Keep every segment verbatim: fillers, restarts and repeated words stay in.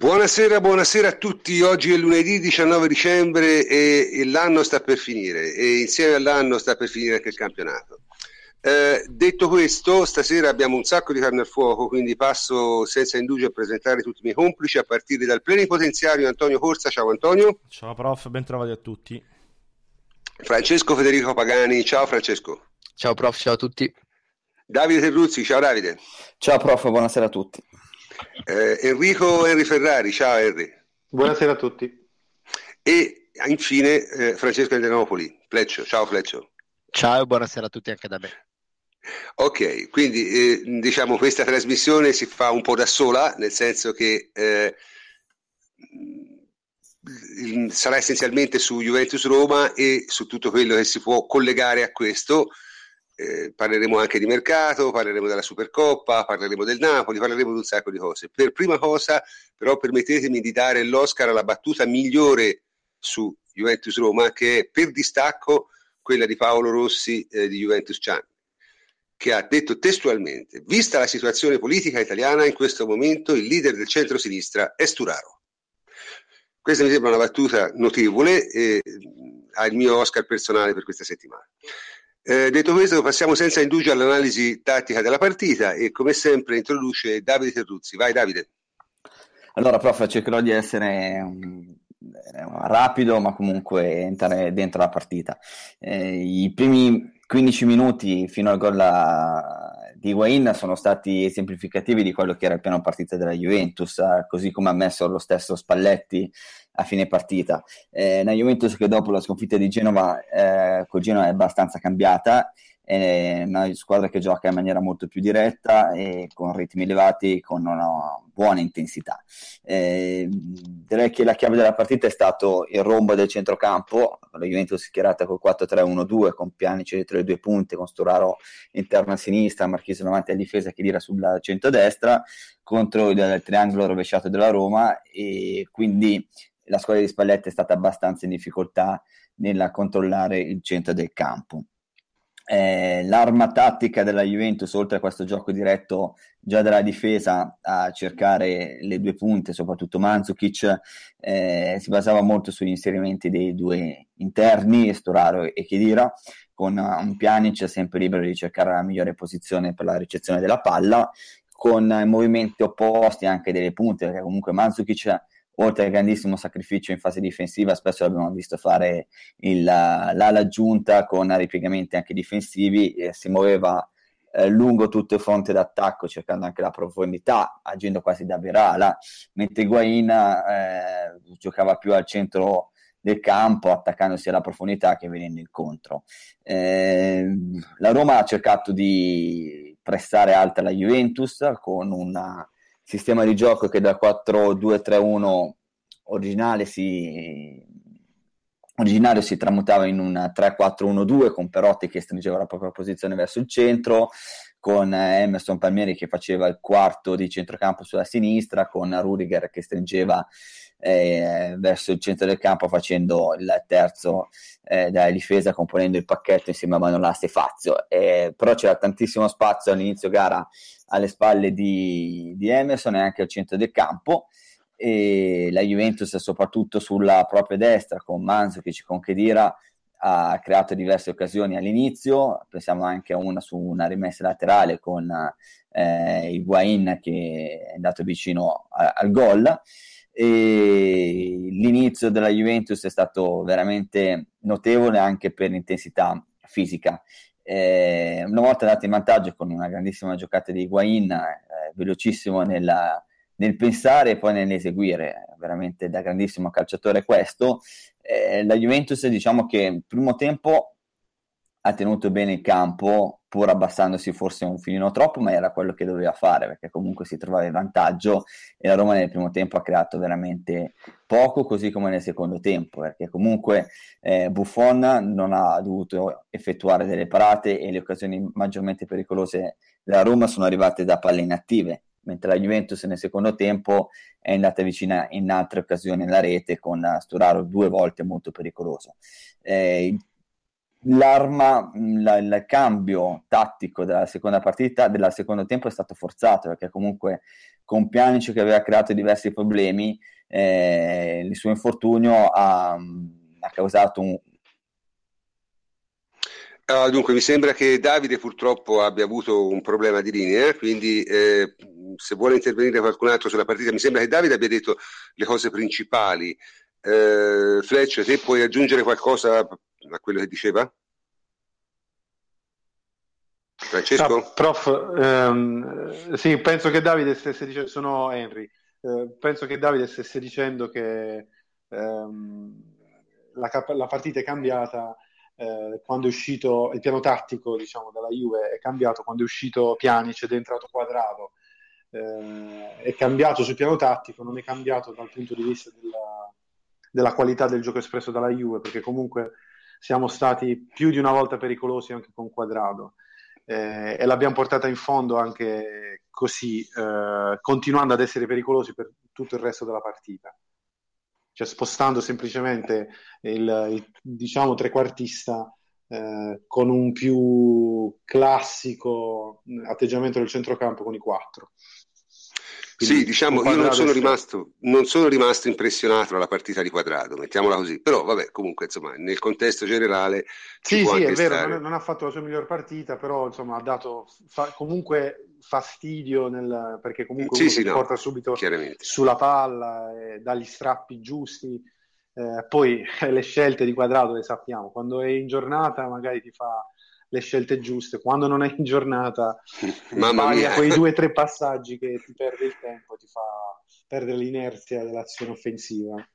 Buonasera, buonasera a tutti. Oggi è lunedì diciannove dicembre e, e l'anno sta per finire e insieme all'anno sta per finire anche il campionato. Eh, detto questo, stasera abbiamo un sacco di carne al fuoco, quindi passo senza indugio a presentare tutti i miei complici a partire dal plenipotenziario Antonio Corsa. Ciao Antonio. Ciao prof, ben trovati a tutti. Francesco Federico Pagani. Ciao Francesco. Ciao prof, ciao a tutti. Davide Terruzzi. Ciao Davide. Ciao prof, buonasera a tutti. Eh, Enrico Henry Ferrari. Ciao Henry. Buonasera a tutti. E infine eh, Francesco Andenopoli. Fleccio. Ciao Fleccio. Ciao e buonasera a tutti anche da me. Ok, quindi eh, diciamo questa trasmissione si fa un po' da sola, nel senso che eh, sarà essenzialmente su Juventus Roma e su tutto quello che si può collegare a questo. Eh, parleremo anche di mercato, parleremo della Supercoppa, parleremo del Napoli, parleremo di un sacco di cose. Per prima cosa, però, permettetemi di dare l'Oscar alla battuta migliore su Juventus Roma, che è per distacco quella di Paolo Rossi eh, di Juventus Chan, che ha detto testualmente: vista la situazione politica italiana in questo momento, il leader del centro-sinistra è Sturaro. Questa mi sembra una battuta notevole e ha il mio Oscar personale per questa settimana. Eh, detto questo, passiamo senza indugio all'analisi tattica della partita e come sempre introduce Davide Terruzzi. Vai Davide. Allora prof, cercherò di essere um, rapido ma comunque entrare dentro la partita. Eh, I primi quindici minuti fino al gol di Higuaín sono stati esemplificativi di quello che era il piano partita della Juventus, eh, così come ha messo lo stesso Spalletti a fine partita. Eh, una Juventus che dopo la sconfitta di Genova, eh, col Genova è abbastanza cambiata, è una squadra che gioca in maniera molto più diretta e con ritmi elevati, con una buona intensità. Eh, direi che la chiave della partita è stato il rombo del centrocampo, la Juventus schierata col quattro tre uno due con Pjanic dietro le due punte, con Sturaro interno a sinistra, Marchisio davanti a difesa che tira sul centro-destra contro il, il triangolo rovesciato della Roma, e quindi la squadra di Spalletti è stata abbastanza in difficoltà nella controllare il centro del campo. Eh, l'arma tattica della Juventus, oltre a questo gioco diretto già dalla difesa a cercare le due punte, soprattutto Mandzukic, eh, si basava molto sugli inserimenti dei due interni, Sturaro e Khedira, con un Pjanic sempre libero di cercare la migliore posizione per la ricezione della palla, con movimenti opposti anche delle punte, perché comunque Mandzukic, oltre al grandissimo sacrificio in fase difensiva, spesso l'abbiamo visto fare il, l'ala aggiunta con ripiegamenti anche difensivi, e si muoveva eh, lungo tutto il fronte d'attacco cercando anche la profondità, agendo quasi da verala, mentre Higuaín eh, giocava più al centro del campo, attaccandosi alla profondità che venendo incontro. Eh, la Roma ha cercato di pressare alta la Juventus con una sistema di gioco che da quattro due tre uno originale si, originario si tramutava in un tre quattro uno due con Perotti che stringeva la propria posizione verso il centro, con Emerson Palmieri che faceva il quarto di centrocampo sulla sinistra, con Rudiger che stringeva eh, verso il centro del campo facendo il terzo eh, dalla difesa, componendo il pacchetto insieme a Manolas e Fazio. Eh, però c'era tantissimo spazio all'inizio gara alle spalle di, di Emerson e anche al centro del campo, e la Juventus soprattutto sulla propria destra con Mandzukic, con Khedira, ha creato diverse occasioni all'inizio. Pensiamo anche a una su una rimessa laterale con eh, Higuaín che è andato vicino a, al gol, e l'inizio della Juventus è stato veramente notevole anche per l'intensità fisica. Eh, una volta andati in vantaggio con una grandissima giocata di Higuaín, eh, velocissimo nella, nel pensare e poi nell'eseguire, veramente da grandissimo calciatore questo. Eh, la Juventus, diciamo che il primo tempo ha tenuto bene il campo, pur abbassandosi forse un filino troppo, ma era quello che doveva fare, perché comunque si trovava in vantaggio, e la Roma nel primo tempo ha creato veramente poco, così come nel secondo tempo, perché comunque eh, Buffon non ha dovuto effettuare delle parate e le occasioni maggiormente pericolose della Roma sono arrivate da palle inattive, mentre la Juventus nel secondo tempo è andata vicina in altre occasioni alla rete, con Sturaro due volte molto pericoloso. Eh, l'arma, la, il cambio tattico della seconda partita, del secondo tempo è stato forzato, perché comunque con Pjanic che aveva creato diversi problemi, eh, il suo infortunio ha, ha causato un... Uh, dunque mi sembra che Davide purtroppo abbia avuto un problema di linea, quindi eh, se vuole intervenire qualcun altro sulla partita, mi sembra che Davide abbia detto le cose principali. Uh, Fletch, te puoi aggiungere qualcosa a quello che diceva? Francesco? Ah, prof, ehm, sì, penso che Davide stesse dicendo, sono Henry, eh, penso che Davide stesse dicendo che ehm, la, cap- la partita è cambiata eh, quando è uscito, il piano tattico, diciamo, della Juve è cambiato quando è uscito Pjanic ed è entrato Quadrato. Eh, è cambiato sul piano tattico, non è cambiato dal punto di vista della, della qualità del gioco espresso dalla Juve, perché comunque siamo stati più di una volta pericolosi anche con Quadrato. Eh, e l'abbiamo portata in fondo anche così, eh, continuando ad essere pericolosi per tutto il resto della partita, cioè spostando semplicemente il, il diciamo trequartista eh, con un più classico atteggiamento del centrocampo con i quattro. Quindi, sì, diciamo, io non sono, rimasto, non sono rimasto impressionato dalla partita di Quadrato, mettiamola così, però vabbè, comunque insomma, nel contesto generale sì, può sì, anche è vero, stare. non, non ha fatto la sua miglior partita, però insomma ha dato fa, comunque fastidio nel, perché comunque sì, uno sì, che no, porta subito chiaramente sulla palla, eh, dà gli strappi giusti, eh, poi le scelte di Quadrato le sappiamo, quando è in giornata magari ti fa le scelte giuste, quando non è in giornata Mamma sbaglia mia. quei due o tre passaggi che ti perde il tempo, ti fa perdere l'inerzia dell'azione offensiva.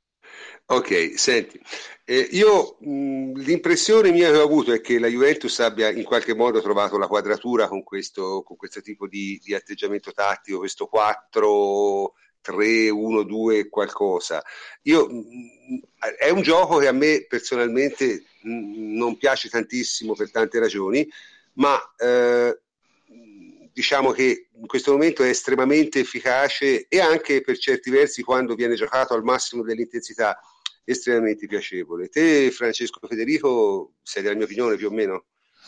Ok, senti, eh, io mh, l'impressione mia che ho avuto è che la Juventus abbia in qualche modo trovato la quadratura con questo, con questo tipo di, di atteggiamento tattico, questo quattro tre uno due qualcosa. Io, mh, è un gioco che a me personalmente mh, non piace tantissimo per tante ragioni, ma eh, diciamo che in questo momento è estremamente efficace e anche per certi versi, quando viene giocato al massimo dell'intensità, estremamente piacevole. Te, Francesco Federico, sei della mia opinione più o meno?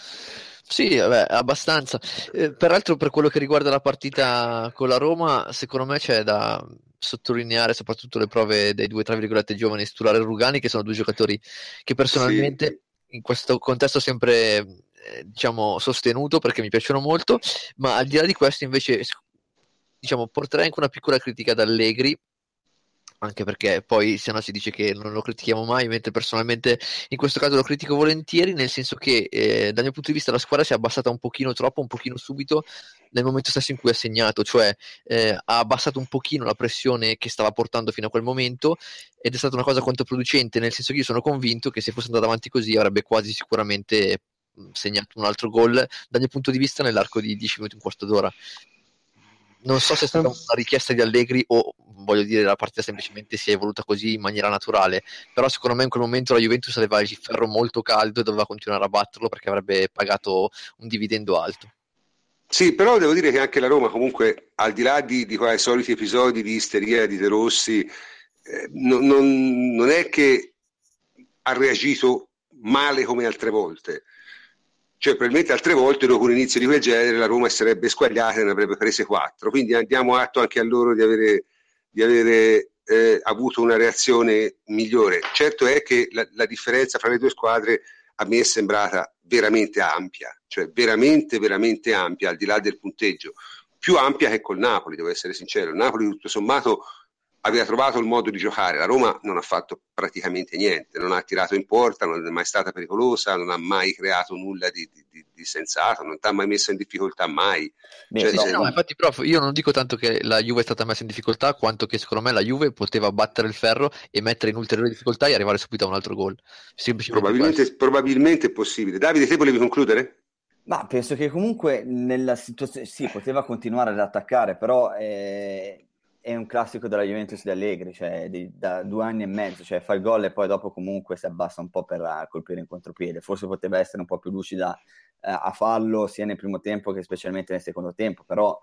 Sì, vabbè, abbastanza. Eh, peraltro, per quello che riguarda la partita con la Roma, secondo me c'è da sottolineare soprattutto le prove dei due, tra virgolette, giovani Sturaro e Rugani, che sono due giocatori che personalmente Sì. in questo contesto ho sempre eh, diciamo, sostenuto perché mi piacciono molto, ma al di là di questo invece diciamo, porterei anche una piccola critica ad Allegri, anche perché poi se no si dice che non lo critichiamo mai, mentre personalmente in questo caso lo critico volentieri, nel senso che eh, dal mio punto di vista la squadra si è abbassata un pochino troppo, un pochino subito nel momento stesso in cui ha segnato, cioè eh, ha abbassato un pochino la pressione che stava portando fino a quel momento ed è stata una cosa controproducente, nel senso che io sono convinto che se fosse andato avanti così avrebbe quasi sicuramente segnato un altro gol dal mio punto di vista nell'arco di dieci minuti, un quarto d'ora. Non so se è stata una richiesta di Allegri o voglio dire la partita semplicemente si è evoluta così in maniera naturale, però secondo me in quel momento la Juventus aveva il ferro molto caldo e doveva continuare a batterlo perché avrebbe pagato un dividendo alto. Sì, però devo dire che anche la Roma comunque, al di là di, di quei soliti episodi di isteria di De Rossi, eh, non, non, non è che ha reagito male come altre volte. Cioè, probabilmente altre volte dopo un inizio di quel genere la Roma sarebbe squagliata e ne avrebbe prese quattro, quindi diamo atto anche a loro di avere, di avere eh, avuto una reazione migliore. Certo è che la, la differenza fra le due squadre a me è sembrata veramente ampia, cioè veramente veramente ampia, al di là del punteggio, più ampia che col Napoli, devo essere sincero. Il Napoli tutto sommato aveva trovato il modo di giocare, la Roma non ha fatto praticamente niente, non ha tirato in porta, non è mai stata pericolosa, non ha mai creato nulla di, di, di sensato, non ti ha mai messo in difficoltà mai. Beh, cioè, sì, se... no, infatti prof, io non dico tanto che la Juve è stata messa in difficoltà quanto che secondo me la Juve poteva battere il ferro e mettere in ulteriori difficoltà e arrivare subito a un altro gol, semplicemente probabilmente, probabilmente è possibile. Davide, te volevi concludere? Ma penso che comunque nella situazione sì, poteva continuare ad attaccare, però eh, è un classico della Juventus di Allegri, cioè di, da due anni e mezzo, cioè fa il gol e poi dopo comunque si abbassa un po' per uh, colpire in contropiede. Forse poteva essere un po' più lucida uh, a farlo sia nel primo tempo che specialmente nel secondo tempo, però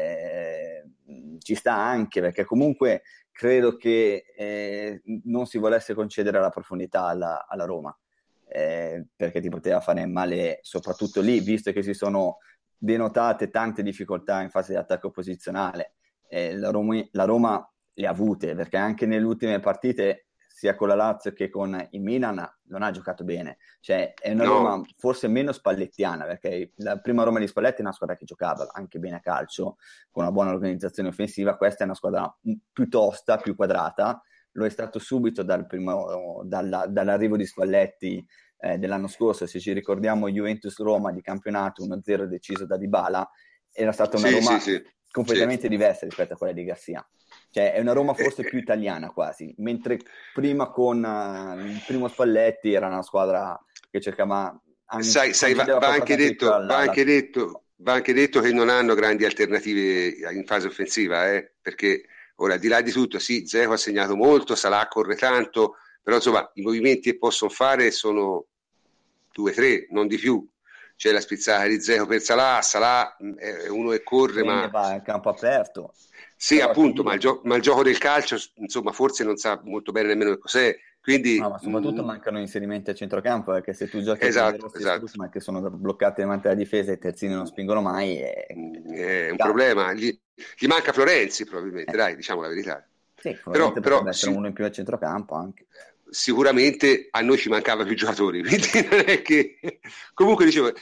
eh, ci sta anche perché comunque credo che eh, non si volesse concedere la profondità alla, alla Roma. eh, perché ti poteva fare male soprattutto lì, visto che si sono denotate tante difficoltà in fase di attacco posizionale. Eh, la, Roma, la Roma le ha avute, perché anche nelle ultime partite, sia con la Lazio che con il Milan, non ha giocato bene. Cioè, è una No. Roma forse meno spallettiana, perché la prima Roma di Spalletti è una squadra che giocava anche bene a calcio, con una buona organizzazione offensiva. Questa è una squadra più tosta, più quadrata. Lo è stato subito dal primo, dalla, dall'arrivo di Spalletti eh, dell'anno scorso. Se ci ricordiamo Juventus-Roma di campionato uno a zero deciso da Dybala, era stata una Sì, Roma sì, sì. completamente Sì. diversa rispetto a quella di Garcia. Cioè è una Roma forse più italiana quasi, mentre prima con uh, il primo Spalletti era una squadra che cercava anche, sai, sai va, va, anche detto, alla, va, anche alla... detto, va anche detto che non hanno grandi alternative in fase offensiva, eh? Perché ora al di là di tutto, sì, Dzeko ha segnato molto, Salah corre tanto, però insomma i movimenti che possono fare sono due tre, non di più. C'è la spizzata di Dzeko per Salah, Salah è uno che corre, Prende, ma va in campo aperto. Sì, però appunto, ma il, gio- ma il gioco del calcio, insomma, forse non sa molto bene nemmeno che cos'è. Quindi, no, ma soprattutto mh... mancano inserimenti a centrocampo, perché se tu giochi esatto, con Rossi esatto. e Strutman che sono bloccati davanti alla difesa e i terzini non spingono mai, è, è un problema. Gli, gli manca Florenzi, probabilmente, eh. dai, diciamo la verità. Sì, probabilmente però, potrebbe però, essere sì, uno in più a centrocampo anche. Sicuramente a noi ci mancava più giocatori, quindi non è che... Comunque dicevo...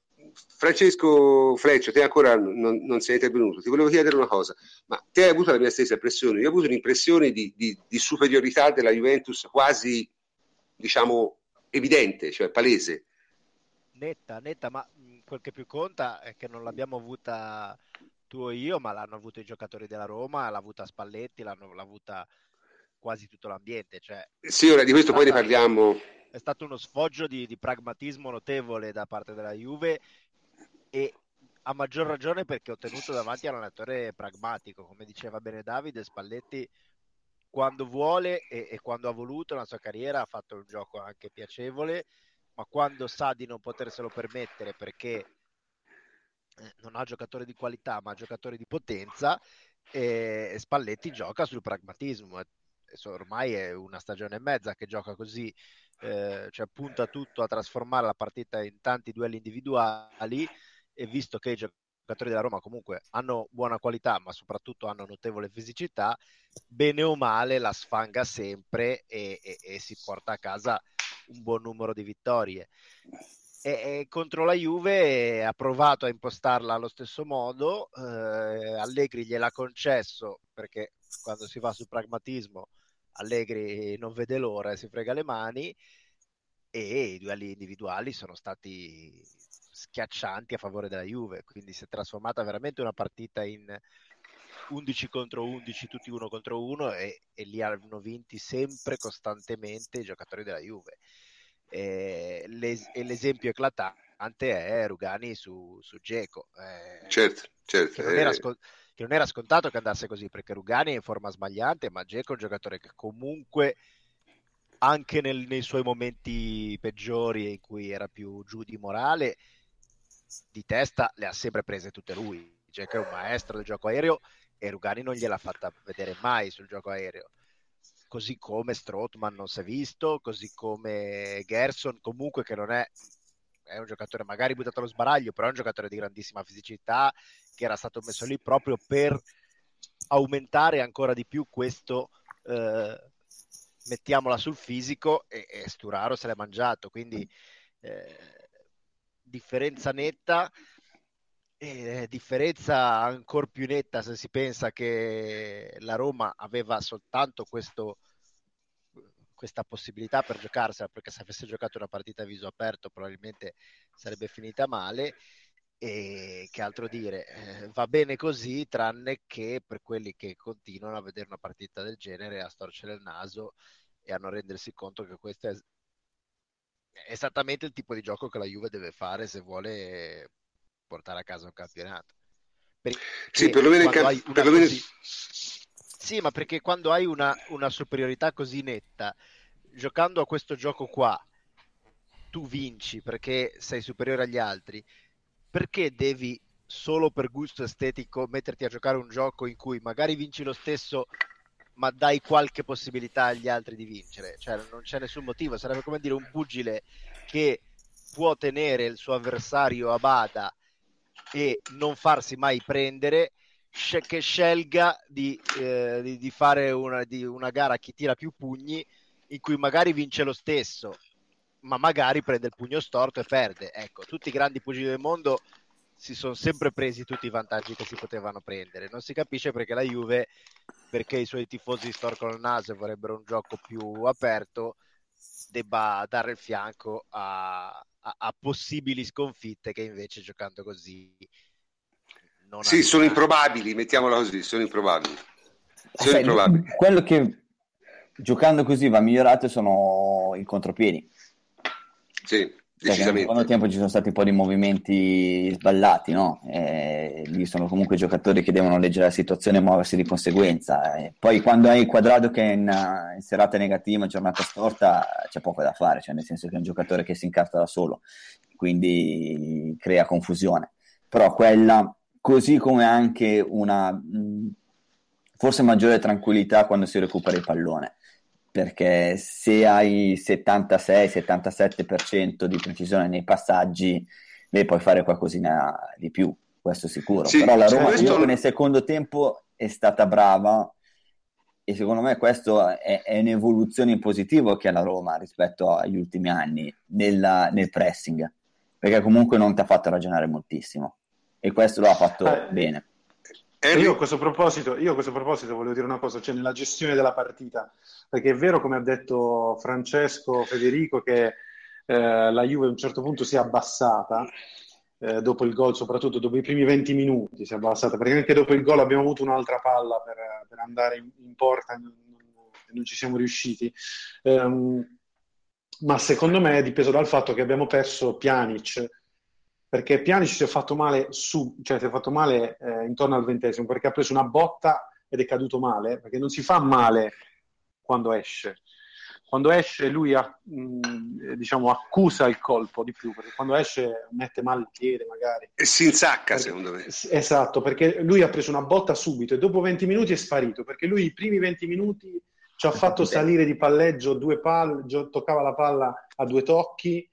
Francesco Fleccio, te ancora non, non sei intervenuto, ti volevo chiedere una cosa, ma te hai avuto la mia stessa impressione? Io ho avuto un'impressione di, di, di superiorità della Juventus quasi, diciamo, evidente, cioè palese. Netta, netta, ma quel che più conta è che non l'abbiamo avuta tu e io, ma l'hanno avuto i giocatori della Roma, l'ha avuta Spalletti, l'hanno l'ha avuta quasi tutto l'ambiente. Cioè, sì, ora di questo poi ne parliamo. È stato uno sfoggio di, di pragmatismo notevole da parte della Juve, e a maggior ragione perché ho tenuto davanti a un allenatore pragmatico, come diceva bene Davide. Spalletti quando vuole e, e quando ha voluto nella sua carriera ha fatto un gioco anche piacevole, ma quando sa di non poterselo permettere perché non ha giocatori di qualità ma giocatori di potenza, e Spalletti gioca sul pragmatismo. Ormai è una stagione e mezza che gioca così, eh, cioè punta tutto a trasformare la partita in tanti duelli individuali, e visto che i giocatori della Roma comunque hanno buona qualità ma soprattutto hanno notevole fisicità, bene o male la sfanga sempre e, e, e si porta a casa un buon numero di vittorie. E, e contro la Juve ha provato a impostarla allo stesso modo, eh, Allegri gliel'ha concesso, perché quando si va sul pragmatismo Allegri non vede l'ora e si frega le mani, e i duelli individuali sono stati schiaccianti a favore della Juve, quindi si è trasformata veramente una partita in undici contro undici, tutti uno contro uno, e, e li hanno vinti sempre costantemente i giocatori della Juve. E, l'es- e l'esempio eclatante è Rugani su, su Dzeko, eh, certo, certo, che, non era sco- che non era scontato che andasse così, perché Rugani è in forma sbagliante, ma Dzeko è un giocatore che comunque anche nel, nei suoi momenti peggiori in cui era più giù di morale, di testa le ha sempre prese tutte lui. Dzeko è un maestro del gioco aereo e Rugani non gliel'ha fatta vedere mai sul gioco aereo, così come Strootman non si è visto, così come Gerson comunque, che non è è un giocatore magari buttato allo sbaraglio, però è un giocatore di grandissima fisicità, che era stato messo lì proprio per aumentare ancora di più questo eh, mettiamola sul fisico, e, e Sturaro se l'è mangiato, quindi eh, differenza netta, e differenza ancora più netta se si pensa che la Roma aveva soltanto questo, questa possibilità per giocarsela, perché se avesse giocato una partita a viso aperto probabilmente sarebbe finita male. E che altro dire, eh, va bene così, tranne che per quelli che continuano a vedere una partita del genere, a storcere il naso e a non rendersi conto che questo è esattamente il tipo di gioco che la Juve deve fare se vuole portare a casa un campionato. Perché sì, perlomeno, quando camp- hai una perlomeno... così... sì, ma perché quando hai una, una superiorità così netta, giocando a questo gioco qua, tu vinci perché sei superiore agli altri. Perché devi solo per gusto estetico metterti a giocare un gioco in cui magari vinci lo stesso ma dai qualche possibilità agli altri di vincere? Cioè non c'è nessun motivo, sarebbe come dire un pugile che può tenere il suo avversario a bada e non farsi mai prendere, che scelga di, eh, di, di fare una, di una gara a chi tira più pugni, in cui magari vince lo stesso, ma magari prende il pugno storto e perde. Ecco, tutti i grandi pugili del mondo si sono sempre presi tutti i vantaggi che si potevano prendere. Non si capisce perché la Juve, perché i suoi tifosi storcono il naso e vorrebbero un gioco più aperto, debba dare il fianco a, a, a possibili sconfitte che invece giocando così non sì, sono improbabili, mettiamola così, sono improbabili. Sono Sai, improbabili. Quello che giocando così va migliorato sono i contropiedi. Sì, Perché nel secondo tempo ci sono stati un po' di movimenti sballati, no? E lì sono comunque giocatori che devono leggere la situazione e muoversi di conseguenza. E poi quando hai il Quadrado che è in, in serata negativa, in giornata storta, c'è poco da fare, cioè nel senso che è un giocatore che si incarta da solo, quindi crea confusione. Però quella, così come anche una mh, forse maggiore tranquillità quando si recupera il pallone, perché se hai settantasei settantasette per cento di precisione nei passaggi, beh, puoi fare qualcosina di più, questo sicuro. Sì, però la Roma questo... io nel secondo tempo è stata brava e secondo me questo è, è un'evoluzione in positivo che ha la Roma rispetto agli ultimi anni nella, nel pressing, perché comunque non ti ha fatto ragionare moltissimo e questo lo ha fatto eh, bene. Io a questo proposito, io a questo proposito volevo dire una cosa, cioè nella gestione della partita, perché è vero, come ha detto Francesco Federico, che eh, la Juve a un certo punto si è abbassata eh, dopo il gol, soprattutto dopo i primi venti minuti si è abbassata, perché anche dopo il gol abbiamo avuto un'altra palla per, per andare in, in porta e non, non, non ci siamo riusciti. Um, ma secondo me è dipeso dal fatto che abbiamo perso Pjanic, perché Pjanic si è fatto male su, cioè si è fatto male eh, intorno al ventesimo, perché ha preso una botta ed è caduto male, perché non si fa male quando esce. Quando esce lui ha, mh, diciamo, accusa il colpo di più, perché quando esce mette male il piede magari. E si insacca, perché, secondo me. Esatto, perché lui ha preso una botta subito e dopo venti minuti è sparito, perché lui i primi venti minuti ci ha fatto salire di palleggio due palle, toccava la palla a due tocchi,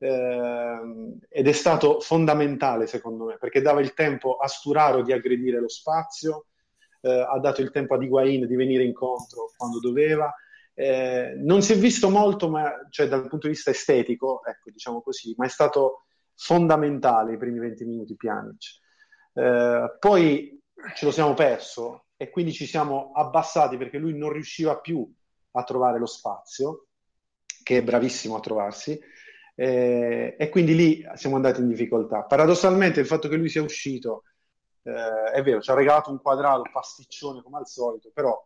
eh, ed è stato fondamentale secondo me, perché dava il tempo a Sturaro di aggredire lo spazio, eh, ha dato il tempo a Higuain di venire incontro quando doveva. Eh, non si è visto molto, ma, cioè, dal punto di vista estetico, ecco, diciamo così, ma è stato fondamentale i primi venti minuti Pjanic. Eh, poi ce lo siamo perso e quindi ci siamo abbassati perché lui non riusciva più a trovare lo spazio, che è bravissimo a trovarsi, eh, e quindi lì siamo andati in difficoltà. Paradossalmente il fatto che lui sia uscito, eh, è vero, ci ha regalato un Quadrado pasticcione come al solito, però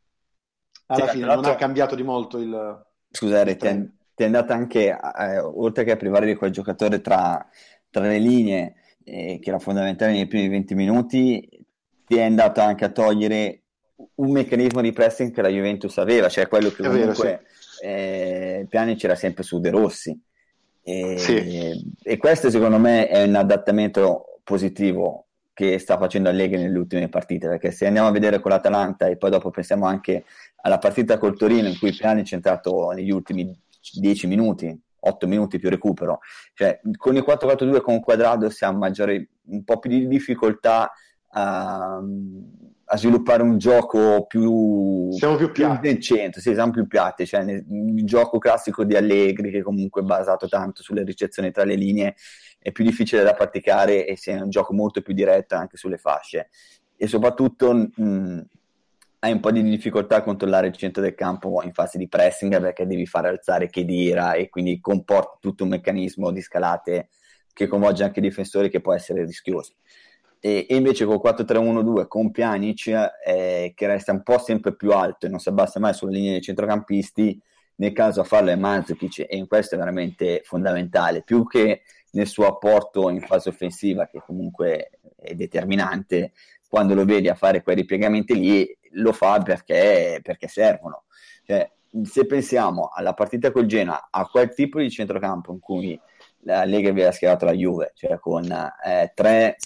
alla sì, fine non ha cambiato di molto il... Scusa, ti è, ti è andata anche, eh, oltre che a privare di quel giocatore tra, tra le linee, eh, che era fondamentale nei primi venti minuti, ti è andato anche a togliere un meccanismo di pressing che la Juventus aveva, cioè quello che comunque vero, sì. eh, Pjanic era sempre su De Rossi. E, sì. e questo secondo me è un adattamento positivo che sta facendo Allegri nelle ultime partite, perché se andiamo a vedere con l'Atalanta e poi dopo pensiamo anche alla partita col Torino in cui Pjanic è entrato negli ultimi dieci minuti, otto minuti più recupero, cioè con il quattro quattro due con Quadrado siamo maggiori, un po' più di difficoltà a, a sviluppare un gioco più siamo più piatti, più centro, sì, siamo più piatti, cioè il gioco classico di Allegri che comunque è basato tanto sulle ricezioni tra le linee è più difficile da praticare e sia un gioco molto più diretto anche sulle fasce e soprattutto mh, hai un po' di difficoltà a controllare il centro del campo in fase di pressing perché devi fare alzare Khedira e quindi comporta tutto un meccanismo di scalate che coinvolge anche i difensori che può essere rischioso. E, e invece col quattro tre uno due con Pjanic eh, che resta un po' sempre più alto e non si abbassa mai sulla linea dei centrocampisti, nel caso a farlo è Mandzukic e in questo è veramente fondamentale, più che nel suo apporto in fase offensiva che comunque è determinante. Quando lo vedi a fare quei ripiegamenti lì lo fa perché, perché servono, cioè, se pensiamo alla partita col Genoa, a quel tipo di centrocampo in cui la Lega aveva schierato la Juve, cioè con eh, tre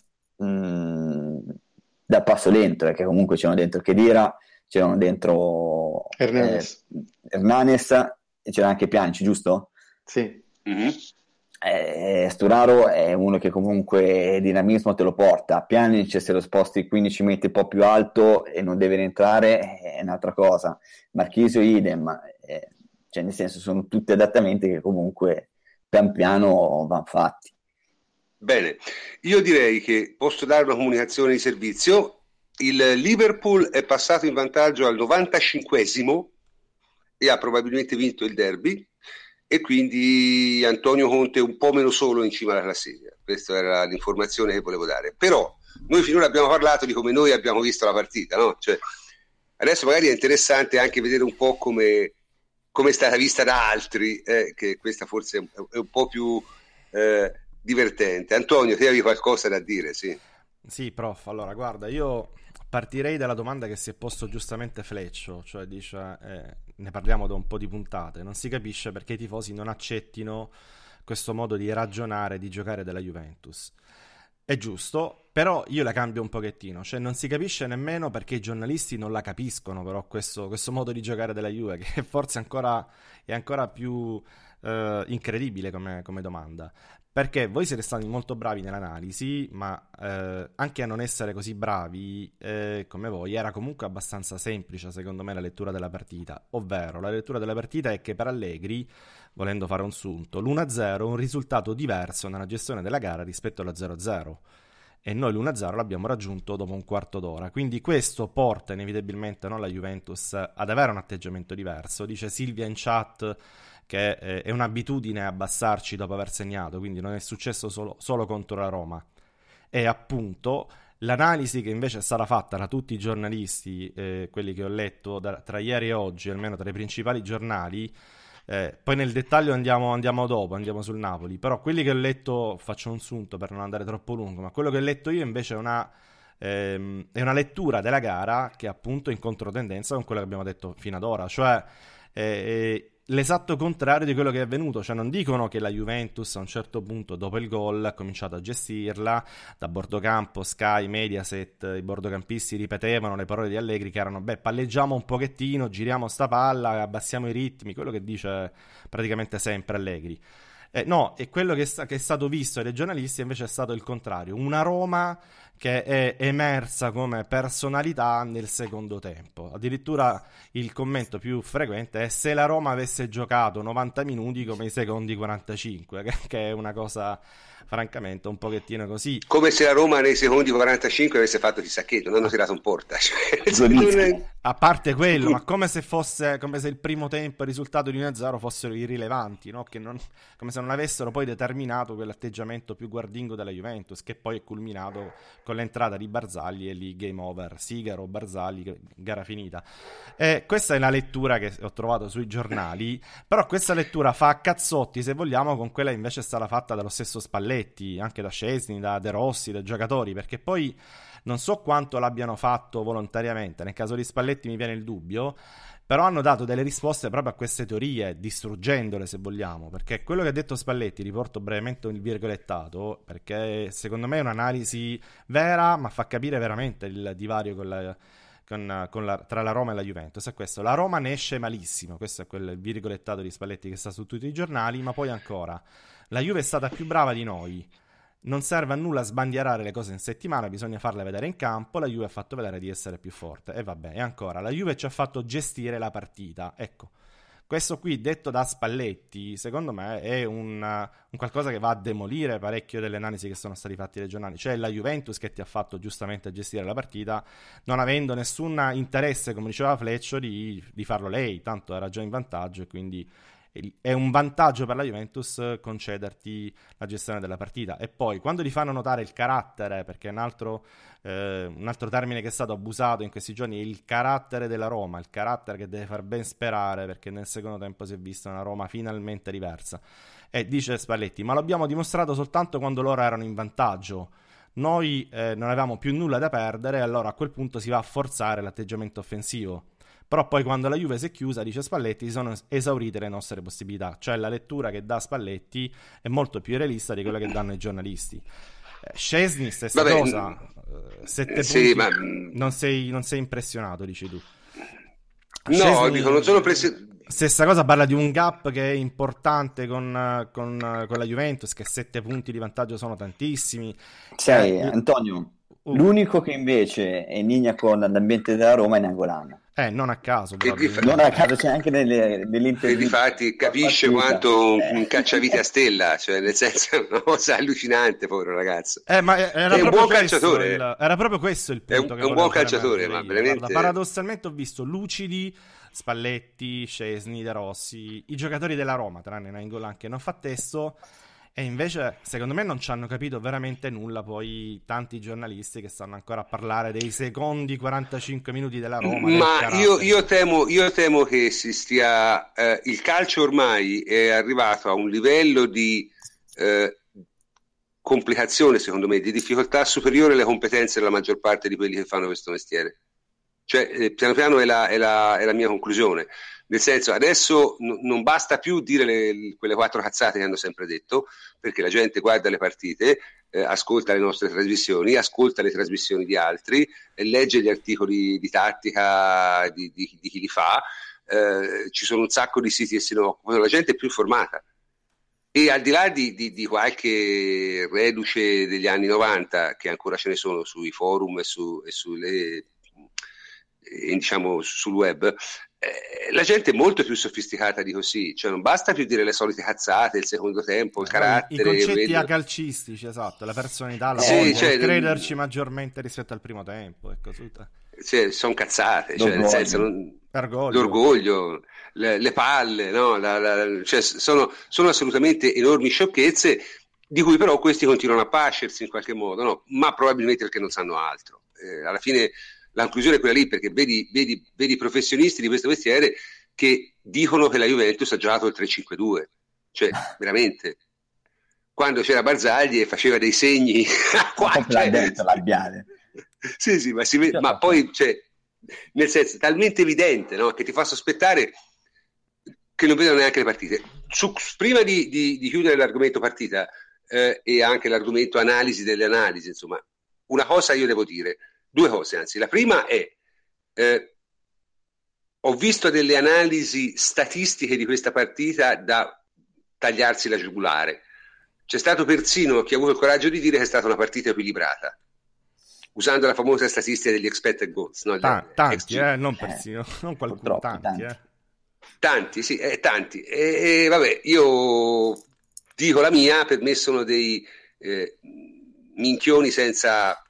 mh, da passo lento, perché comunque c'erano dentro Khedira, c'erano dentro Hernanes, eh, Hernanes e c'era anche Pjanic, giusto? Sì. Mm-hmm. Eh, Sturaro è uno che comunque dinamismo te lo porta. Pjanic, se lo sposti quindici metri un po' più alto e non deve rientrare, è un'altra cosa. Marchisio idem, eh, cioè nel senso sono tutti adattamenti che comunque pian piano vanno fatti. Bene, io direi che posso dare una comunicazione di servizio. Il Liverpool è passato in vantaggio al novantacinquesimo e ha probabilmente vinto il derby, e quindi Antonio Conte è un po' meno solo in cima alla classifica. Questa era l'informazione che volevo dare. Però noi finora abbiamo parlato di come noi abbiamo visto la partita, no? Cioè, adesso magari è interessante anche vedere un po' come, come è stata vista da altri, eh, che questa forse è un, è un po' più eh, divertente. Antonio, te avevi qualcosa da dire? Sì. Sì, prof, allora guarda, io partirei dalla domanda che si è posto giustamente Fleccio, cioè dice, eh, ne parliamo da un po' di puntate, non si capisce perché i tifosi non accettino questo modo di ragionare, di giocare della Juventus. È giusto, però io la cambio un pochettino, cioè non si capisce nemmeno perché i giornalisti non la capiscono, però questo, questo modo di giocare della Juve, che forse ancora, è ancora più eh, incredibile come, come domanda. Perché voi siete stati molto bravi nell'analisi, ma eh, anche a non essere così bravi eh, come voi era comunque abbastanza semplice, secondo me, la lettura della partita. Ovvero, la lettura della partita è che per Allegri, volendo fare un sunto, l'uno a zero è un risultato diverso nella gestione della gara rispetto alla zero a zero. E noi l'uno a zero l'abbiamo raggiunto dopo un quarto d'ora. Quindi questo porta inevitabilmente, no, la Juventus ad avere un atteggiamento diverso. Dice Silvia in chat che eh, è un'abitudine abbassarci dopo aver segnato, quindi non è successo solo, solo contro la Roma. E appunto l'analisi che invece è stata fatta da tutti i giornalisti, eh, quelli che ho letto da, tra ieri e oggi, almeno tra i principali giornali, eh, poi nel dettaglio andiamo, andiamo dopo, andiamo sul Napoli, però quelli che ho letto, faccio un sunto per non andare troppo lungo, ma quello che ho letto io invece è una, ehm, è una lettura della gara che è appunto in controtendenza con quello che abbiamo detto fino ad ora, cioè eh, l'esatto contrario di quello che è avvenuto. Cioè non dicono che la Juventus a un certo punto dopo il gol ha cominciato a gestirla, da bordocampo, Sky, Mediaset, i bordocampisti ripetevano le parole di Allegri che erano beh, palleggiamo un pochettino, giriamo sta palla, abbassiamo i ritmi, quello che dice praticamente sempre Allegri. Eh, no, e quello che, sta, che è stato visto dai giornalisti invece è stato il contrario, una Roma che è emersa come personalità nel secondo tempo. Addirittura il commento più frequente è se la Roma avesse giocato novanta minuti come i secondi quarantacinque, che, che è una cosa francamente un pochettino così. Come se la Roma nei secondi quarantacinque avesse fatto chissà che, non hanno tirato un porta. Cioè, a parte quello, ma come se fosse, come se il primo tempo e il risultato di uno a zero fossero irrilevanti, no? Che non, come se non avessero poi determinato quell'atteggiamento più guardingo della Juventus, che poi è culminato con l'entrata di Barzagli e lì game over, Sigaro, Barzagli, gara finita. E questa è la lettura che ho trovato sui giornali, però questa lettura fa a cazzotti, se vogliamo, con quella invece è stata fatta dallo stesso Spalletti, anche da Szczesny, da De Rossi, dai giocatori, perché poi non so quanto l'abbiano fatto volontariamente, nel caso di Spalletti mi viene il dubbio, però hanno dato delle risposte proprio a queste teorie, distruggendole se vogliamo, perché quello che ha detto Spalletti, riporto brevemente il virgolettato, perché secondo me è un'analisi vera, ma fa capire veramente il divario con la, con, con la, tra la Roma e la Juventus. È questo: la Roma ne esce malissimo, questo è quel virgolettato di Spalletti che sta su tutti i giornali, ma poi ancora, la Juve è stata più brava di noi. Non serve a nulla sbandierare le cose in settimana, bisogna farle vedere in campo. La Juve ha fatto vedere di essere più forte. E vabbè, e ancora, la Juve ci ha fatto gestire la partita. Ecco, questo qui detto da Spalletti, secondo me è un, un qualcosa che va a demolire parecchio delle analisi che sono stati fatti dai giornali. Cioè la Juventus che ti ha fatto giustamente gestire la partita, non avendo nessun interesse, come diceva Fleccio, di, di farlo lei. Tanto era già in vantaggio e quindi è un vantaggio per la Juventus concederti la gestione della partita. E poi quando ti fanno notare il carattere, perché è un altro, eh, un altro termine che è stato abusato in questi giorni, è il carattere della Roma, il carattere che deve far ben sperare, perché nel secondo tempo si è vista una Roma finalmente diversa. E dice Spalletti: ma l'abbiamo dimostrato soltanto quando loro erano in vantaggio, noi eh, non avevamo più nulla da perdere, e allora a quel punto si va a forzare l'atteggiamento offensivo. Però poi quando la Juve si è chiusa, dice Spalletti, si sono esaurite le nostre possibilità. Cioè la lettura che dà Spalletti è molto più realista di quella che danno i giornalisti. eh, Szczesny, stessa Vabbè, cosa, eh, sette sì, punti, ma non sei, non sei impressionato, dici tu. no, Szczesny, dico, non sono impressionato. Stessa cosa, parla di un gap che è importante con, con, con la Juventus, che sette punti di vantaggio sono tantissimi. Sai, Eh, Antonio, uh, l'unico che invece è in linea con l'ambiente della Roma è Nainggolan. eh, non a caso, Che di, probabilmente. Non a caso, c'è anche nelle, che nell'intervista. difatti capisce partita. quanto un, Eh. un cacciavite a stella, cioè nel senso è una cosa allucinante, povero ragazzo. Eh, ma era È un proprio buon questo calciatore. il- era proprio questo il È un- punto che è un volevo buon fare calciatore, emergere ma io. veramente- Guarda, paradossalmente ho visto lucidi Spalletti, Szczesny, De Rossi, i giocatori della Roma, tranne Nainggolan che non fa testo, e invece secondo me non ci hanno capito veramente nulla poi tanti giornalisti che stanno ancora a parlare dei secondi quarantacinque minuti della Roma. del Ma carattere. io, io temo, io temo che si stia. Eh, il calcio ormai è arrivato a un livello di eh, complicazione, secondo me, di difficoltà superiore alle competenze della maggior parte di quelli che fanno questo mestiere. Cioè, eh, piano piano è la, è la, è la mia conclusione. Nel senso, adesso n- non basta più dire le- quelle quattro cazzate che hanno sempre detto, perché la gente guarda le partite, eh, ascolta le nostre trasmissioni, ascolta le trasmissioni di altri, e legge gli articoli di tattica di, di- di chi li fa. Eh, ci sono un sacco di siti che si occupano, la gente è più informata. E al di là di, di- di qualche reduce degli anni novanta, che ancora ce ne sono sui forum e, su, e sulle, e, diciamo, sul web, eh, la gente è molto più sofisticata di così, cioè non basta più dire le solite cazzate, il secondo tempo, il Poi carattere. i concetti quello- acalcistici, esatto, la personalità, la Sì, voglia, cioè, il crederci maggiormente rispetto al primo tempo, ecco, tutta. Cioè, sono cazzate, cioè, nel L'orgoglio. senso, non- L'orgoglio. l'orgoglio, le, le palle, no? La- la- cioè, sono, sono assolutamente enormi sciocchezze di cui però questi continuano a pascersi in qualche modo, no? Ma probabilmente perché non sanno altro. Eh, alla fine la conclusione è quella lì, perché vedi, vedi, vedi professionisti di questo mestiere che dicono che la Juventus ha giocato il tre cinque due, cioè veramente. Quando c'era Barzagli e faceva dei segni qua, Proprio l'ha cioè- detto, labiale. sì, sì, ma, si vede, Certo. ma poi, cioè, nel senso, talmente evidente, no? Che ti fa sospettare che non vedono neanche le partite. Su- prima di, di- di chiudere l'argomento partita eh, e anche l'argomento analisi delle analisi, insomma, una cosa io devo dire, due cose anzi. La prima è, eh, ho visto delle analisi statistiche di questa partita da tagliarsi la giugulare. C'è stato persino chi ha avuto il coraggio di dire che è stata una partita equilibrata, usando la famosa statistica degli expected goals, no? Ta- Le- tanti, X G. eh, non persino, non qualcuno, Purtroppo, tanti, tanti. eh. Tanti, sì, eh, tanti. E, e vabbè, io dico la mia, per me sono dei eh, minchioni senza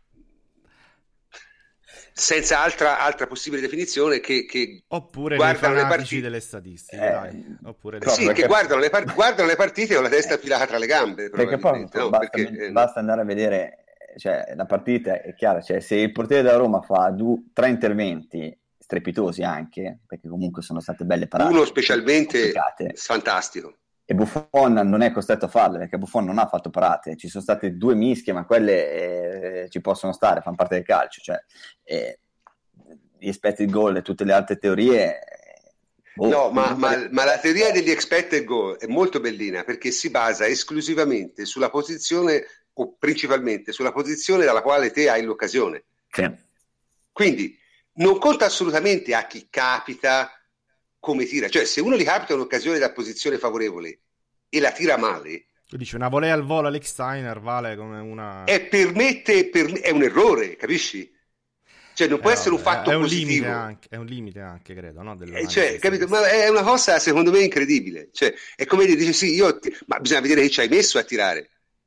senza altra, altra possibile definizione che, che Oppure dei guardano le fanatici partite. delle statistiche, Eh, dai. Oppure dei- no, Sì, perché- che guardano le, par- guardano le partite con la testa affilata tra le gambe, Perché poi probabilmente, no? basta, Perché, eh, basta andare a vedere, cioè, la partita è chiara, cioè, se il portiere della Roma fa due, tre interventi strepitosi anche, perché comunque sono state belle parate, uno specialmente complicate, fantastico. e Buffon non è costretto a farle, perché Buffon non ha fatto parate, ci sono state due mischie, ma quelle eh, ci possono stare, fanno parte del calcio, cioè, eh, gli expected goal e tutte le altre teorie. eh, boh, No, ma, non- ma- ma la teoria degli expected goal è molto bellina perché si basa esclusivamente sulla posizione, o principalmente sulla posizione dalla quale te hai l'occasione. Sì. Quindi non conta assolutamente a chi capita come tira, cioè se uno gli capita un'occasione da posizione favorevole e la tira male, Tu dici una volea al volo Alex Steiner vale come una... è, permette, per, è un errore, capisci? Cioè non può Eh, essere un vabbè, fatto è un positivo. limite anche, è un limite anche, credo, no? Eh, dell'analisi cioè, capito? stessa. Ma è una cosa secondo me incredibile. Cioè, è come dire, dice sì, io ti- ma bisogna vedere che ci hai messo a tirare.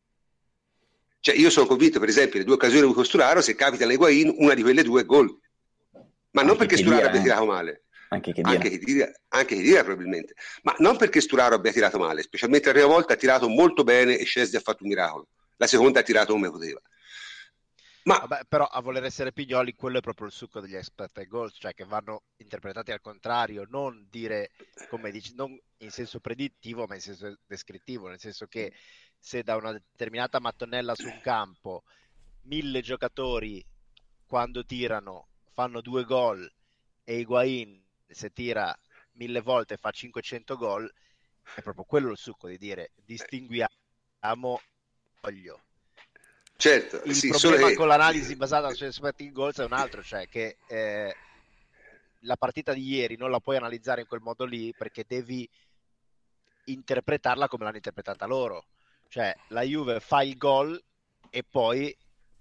Cioè, io sono convinto, per esempio, le due occasioni con Sturaro, se capitano a Higuain, una di quelle due è gol. Ma non Anche perché che Sturaro dia, abbia eh. tirato male. Anche che dire. Anche che dire, anche che dire probabilmente, ma non perché Sturaro abbia tirato male, specialmente la prima volta ha tirato molto bene e Szczesny ha fatto un miracolo, la seconda ha tirato come poteva. Ma Vabbè, però a voler essere pignoli, quello è proprio il succo degli expected goals, cioè che vanno interpretati al contrario, non dire, come dici, non in senso predittivo, ma in senso descrittivo, nel senso che se da una determinata mattonella su un campo mille giocatori quando tirano fanno due gol e Higuain se tira mille volte fa cinquecento gol, è proprio quello il succo di dire distinguiamo voglio. certo, Il sì, solo problema che- con l'analisi basata su expected goals è un altro, cioè che eh, la partita di ieri non la puoi analizzare in quel modo lì perché devi interpretarla come l'hanno interpretata loro, cioè la Juve fa il gol e poi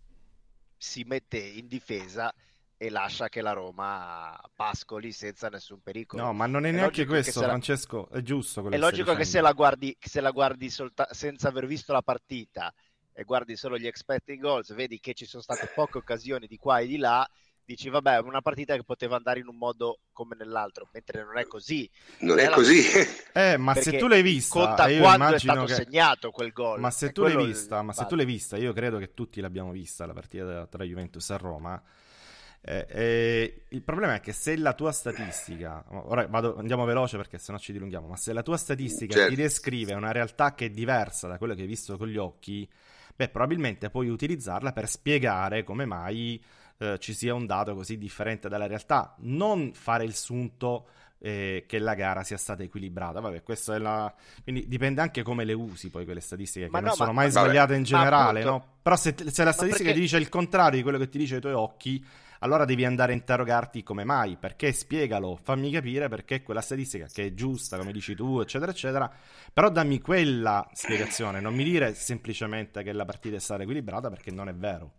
si mette in difesa e lascia che la Roma pascoli senza nessun pericolo. No, ma non è, È neanche logico che questo, se la- Francesco, è giusto quello È che stai logico che dicendo. se la guardi, se la guardi solta- senza aver visto la partita e guardi solo gli expected goals, vedi che ci sono state poche occasioni di qua e di là, dici vabbè, è una partita che poteva andare in un modo come nell'altro, mentre non è così. Non Non è è la così. Eh, ma se perché tu l'hai vista, conta e io quando è immagino stato che... segnato quel gol. Ma se È tu l'hai quello il vista, ma se tu fatto. l'hai vista, io credo che tutti l'abbiamo vista la partita tra Juventus e Roma. Eh, eh, il problema è che se la tua statistica, ora vado, andiamo veloce perché sennò ci dilunghiamo, ma se la tua statistica Certo. ti descrive una realtà che è diversa da quello che hai visto con gli occhi, beh, probabilmente puoi utilizzarla per spiegare come mai eh, ci sia un dato così differente dalla realtà, non fare il sunto eh, che la gara sia stata equilibrata. Vabbè, questo è la... quindi dipende anche come le usi poi quelle statistiche, Ma che no, non sono ma- mai vabbè. sbagliate in ma generale, appunto- no? Però se, se la statistica perché- ti dice il contrario di quello che ti dice i tuoi occhi, allora devi andare a interrogarti come mai, perché spiegalo, fammi capire perché quella statistica che è giusta, come dici tu, eccetera, eccetera, però dammi quella spiegazione, non mi dire semplicemente che la partita è stata equilibrata perché non è vero.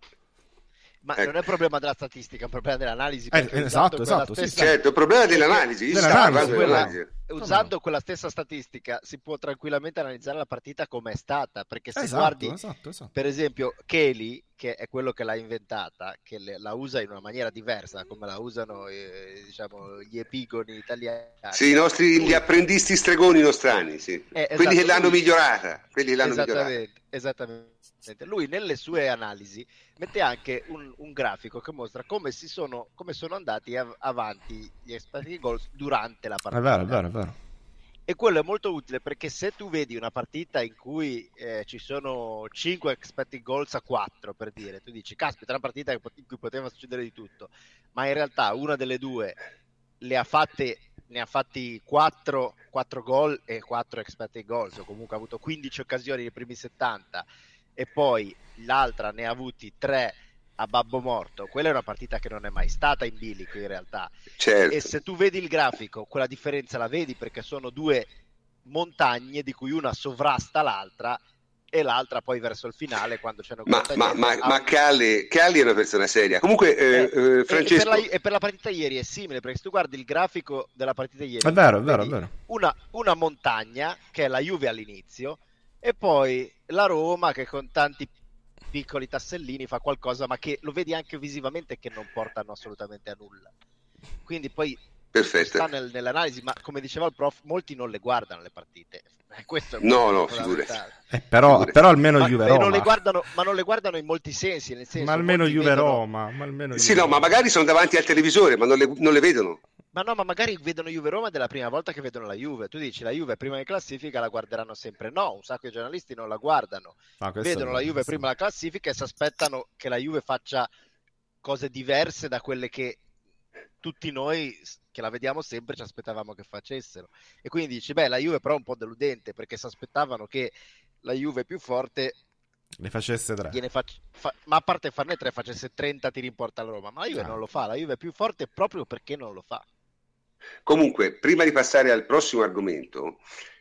Ma Ecco. non è un problema della statistica, è un problema dell'analisi. Eh, perché esatto, usando quella esatto, sì, stessa- Certo, il problema è perché- dell'analisi. io Dell'analisi, stavo parlando quella- dell'analisi. usando quella stessa statistica si può tranquillamente analizzare la partita come è stata, perché se Esatto, guardi esatto, esatto. per esempio Kelly, che è quello che l'ha inventata, che le- la usa in una maniera diversa da come la usano eh, diciamo gli epigoni italiani. Sì, i nostri Lui- gli apprendisti stregoni nostrani, sì. Eh, quelli esatto, che l'hanno lui- migliorata, quelli che l'hanno migliorata. Esattamente, esattamente. Lui nelle sue analisi mette anche un, un grafico che mostra come si sono, come sono andati av- avanti gli expected goals durante la È partita. vero, è vero, è vero. E quello è molto utile perché se tu vedi una partita in cui eh, ci sono cinque expected goals a quattro, per dire, tu dici caspita, è una partita in cui poteva succedere di tutto, ma in realtà una delle due le ha fatte, ne ha fatti quattro gol e quattro expected goals, o comunque ha avuto quindici occasioni nei primi settanta e poi l'altra ne ha avuti tre a babbo morto. Quella è una partita che non è mai stata in bilico in realtà. Certo. E se tu vedi il grafico, quella differenza la vedi perché sono due montagne di cui una sovrasta l'altra e l'altra poi verso il finale quando c'è una Ma, ma, ma, ma Calli, Calli è una persona seria. Comunque, eh, Eh, eh, Francesco... E per, la, e per la partita ieri è simile, perché se tu guardi il grafico della partita ieri, È vero, è vero, è vedi vero. Una, una montagna che è la Juve all'inizio e poi la Roma che con tanti piccoli tassellini fa qualcosa, ma che lo vedi anche visivamente che non portano assolutamente a nulla. Quindi poi Perfetto. sta nel, nell'analisi, ma come diceva il prof, molti non le guardano le partite. Eh, questo è un No, punto no, fondamentale. Eh, però, Figurati. però almeno Ma, Juve e non Roma. le guardano, ma non le guardano in molti sensi, nel senso, Ma almeno molti Juve vedono- Roma, ma almeno Sì, Juve no, ma Roma. magari sono davanti al televisore, ma non le, non le vedono. Ma no, ma magari vedono Juve Roma ed è la prima volta che vedono la Juve. Tu dici la Juve prima in classifica la guarderanno sempre. No, un sacco di giornalisti non la guardano. Ah, questo Vedono è la vero, Juve questo prima alla classifica e si aspettano che la Juve faccia cose diverse da quelle che tutti noi che la vediamo sempre ci aspettavamo che facessero. E quindi dici, beh, la Juve però è un po' deludente perché si aspettavano che la Juve più forte le facesse tre. gliene fac- fa- ma a parte farne tre facesse trenta tiri in porta alla Roma, ma la Juve Ah. non lo fa, la Juve è più forte proprio perché non lo fa. Comunque, prima di passare al prossimo argomento,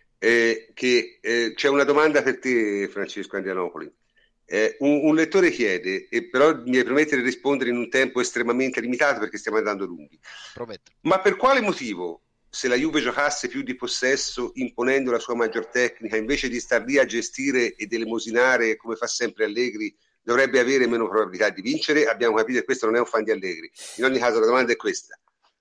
eh, che eh, c'è una domanda per te, Francesco Andianopoli. Eh, un, un lettore chiede, e però mi permette di rispondere in un tempo estremamente limitato perché stiamo andando lunghi. Prometto. Ma per quale motivo, se la Juve giocasse più di possesso, imponendo la sua maggior tecnica, invece di star lì a gestire ed elemosinare come fa sempre Allegri, dovrebbe avere meno probabilità di vincere? Abbiamo capito che questo non è un fan di Allegri. In ogni caso la domanda è questa.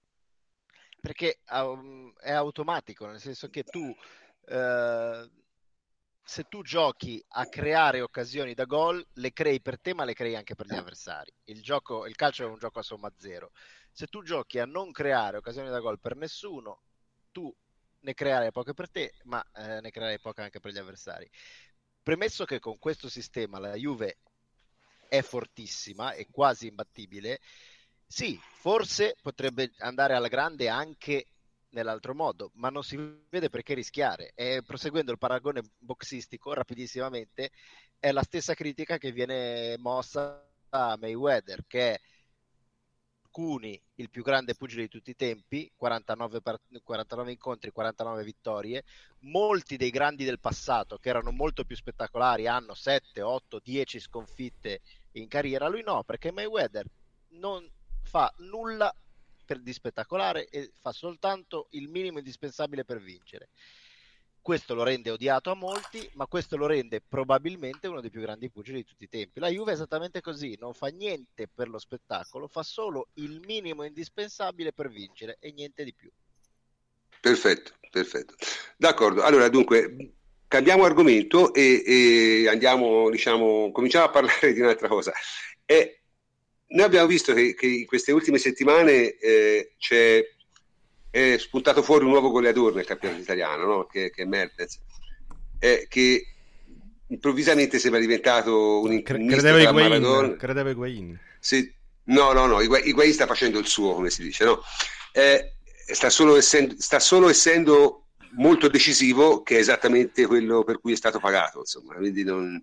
Perché um, è automatico, nel senso che tu eh, se tu giochi a creare occasioni da gol, le crei per te ma le crei anche per gli avversari. Il gioco, il calcio è un gioco a somma zero. Se tu giochi a non creare occasioni da gol per nessuno, tu ne creerai poche per te ma eh, ne creerai poche anche per gli avversari. Premesso che con questo sistema la Juve è fortissima e quasi imbattibile, sì, forse potrebbe andare alla grande anche nell'altro modo, ma non si vede perché rischiare. E proseguendo il paragone boxistico rapidissimamente, è la stessa critica che viene mossa a Mayweather, che è alcuni il più grande pugile di tutti i tempi, quarantanove, part- quarantanove incontri, quarantanove vittorie. Molti dei grandi del passato, che erano molto più spettacolari, hanno sette, otto, dieci sconfitte in carriera. Lui no, perché Mayweather non fa nulla per di spettacolare e fa soltanto il minimo indispensabile per vincere. Questo lo rende odiato a molti, ma questo lo rende probabilmente uno dei più grandi pugili di tutti i tempi. La Juve è esattamente così, non fa niente per lo spettacolo, fa solo il minimo indispensabile per vincere e niente di più. Perfetto, perfetto. D'accordo, allora dunque cambiamo argomento e, e andiamo, diciamo, cominciamo a parlare di un'altra cosa. E noi abbiamo visto che, che in queste ultime settimane eh, c'è è spuntato fuori un nuovo goleador nel campionato italiano, no? che, che è Mertens, eh, che improvvisamente sembra diventato un, Cre- un credevo misto tra Higuain, Maradona. credevo Higuain. Sì, no, no, no, Higuain, Higuain sta facendo il suo, come si dice, no? Eh, sta, solo essendo, sta solo essendo molto decisivo, che è esattamente quello per cui è stato pagato, insomma, quindi non,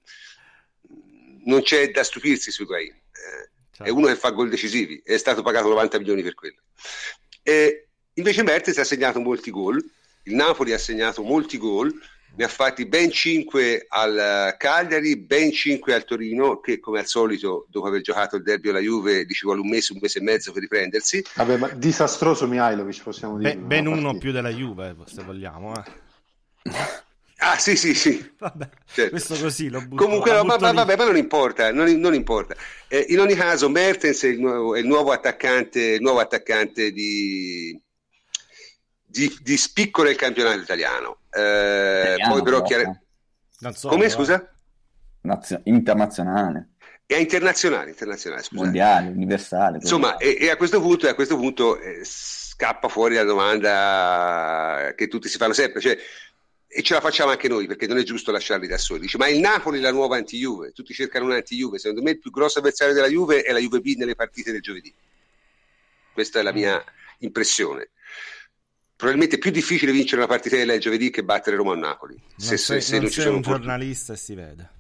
non c'è da stupirsi su Higuain. Eh, certo. È uno che fa gol decisivi, è stato pagato novanta milioni per quello. Eh, Invece Mertens ha segnato molti gol, il Napoli ha segnato molti gol, ne ha fatti ben cinque al Cagliari, ben cinque al Torino, che come al solito dopo aver giocato il derby alla Juve gli ci vuole un mese, un mese e mezzo per riprendersi. Vabbè, ma disastroso Mihajlovic, possiamo dire. Be- ben uno più della Juve, se vogliamo. Eh. Ah sì sì sì. Vabbè, certo. Questo così lo butto. Comunque lo no, butto ma, lì. vabbè, ma non importa, non, non importa. Eh, in ogni caso Mertens è il nuovo, è il nuovo attaccante, il nuovo attaccante di... Di, di spicco nel campionato italiano, eh, italiano poi però no, chiar... Non so, come eh. scusa? Nazio- internazionale, È internazionale, internazionale scusate. mondiale, universale. Insomma, e, e a questo punto, a questo punto eh, scappa fuori la domanda che tutti si fanno sempre, cioè, e ce la facciamo anche noi, perché non è giusto lasciarli da soli. Dice, ma il Napoli è la nuova anti-Juve, tutti cercano un anti-Juve, secondo me il più grosso avversario della Juve è la Juve B nelle partite del giovedì. Questa è la mia impressione. Probabilmente è più difficile vincere una partitella il giovedì che battere Roma o Napoli. Non Se, sei, se, se non non ci sei sono un infortuni. giornalista e si vede.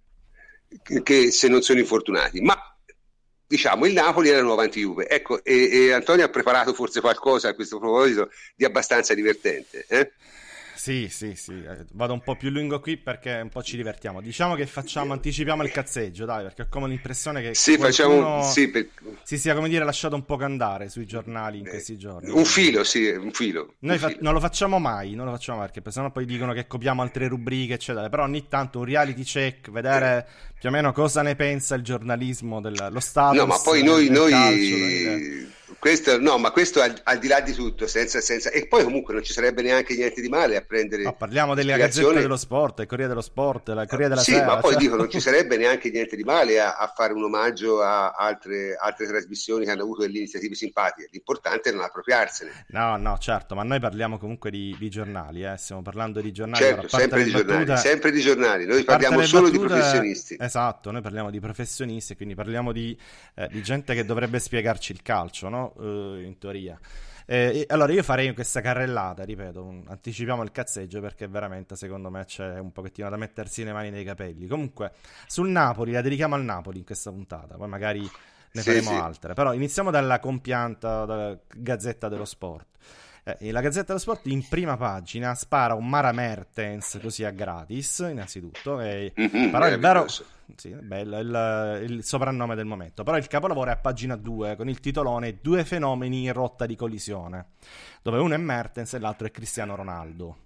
Che, che se non sono infortunati. Ma diciamo il Napoli è la nuova anti-Juve. Ecco, e, e Antonio ha preparato forse qualcosa a questo proposito di abbastanza divertente. Eh? Sì, sì, sì, eh, vado un po' più lungo qui perché un po' ci divertiamo. Diciamo che facciamo, anticipiamo il cazzeggio, dai, perché ho come l'impressione che Sì, qualcuno facciamo sì, per... si sia, come dire, lasciato un po' andare sui giornali in questi giorni. un filo, sì, un filo. Noi un fa- filo. non lo facciamo mai, non lo facciamo mai, perché sennò poi dicono che copiamo altre rubriche, eccetera. Però ogni tanto un reality check, vedere più o meno cosa ne pensa il giornalismo, del, lo status No, ma poi del, noi, del noi... calcio, del- Questo, no, ma questo al, al di là di tutto, senza, senza... e poi comunque non ci sarebbe neanche niente di male a prendere. No, parliamo della spiegazioni. Gazzetta dello Sport, il Corriere dello Sport, la Corriere della Sì, Sera. ma poi cioè... dico, non ci sarebbe neanche niente di male a, a fare un omaggio a altre, altre trasmissioni che hanno avuto delle iniziative simpatiche. L'importante è non appropriarsene. No, no, certo, ma noi parliamo comunque di, di giornali, eh. Stiamo parlando di giornali. Certo, ora, a parte sempre le di battute- giornali, sempre di giornali. Noi a parte parliamo le solo di battute- professionisti. Esatto, noi parliamo di professionisti, quindi parliamo di, eh, di gente che dovrebbe spiegarci il calcio, no? Eh, in teoria. Eh, e allora io farei questa carrellata, ripeto, un- anticipiamo il cazzeggio perché veramente secondo me c'è un pochettino da mettersi le mani nei capelli. Comunque, sul Napoli, la dedichiamo al Napoli in questa puntata, poi magari ne Sì, faremo sì. altre. Però iniziamo dalla compianta dalla Gazzetta dello Sport. Eh, la Gazzetta dello Sport in prima pagina spara un Mara Mertens così a gratis, innanzitutto, e Mhm, però il vero, meraviglioso. sì, è bello, il, il soprannome del momento. Però il capolavoro è a pagina due con il titolone Due fenomeni in rotta di collisione, dove uno è Mertens e l'altro è Cristiano Ronaldo.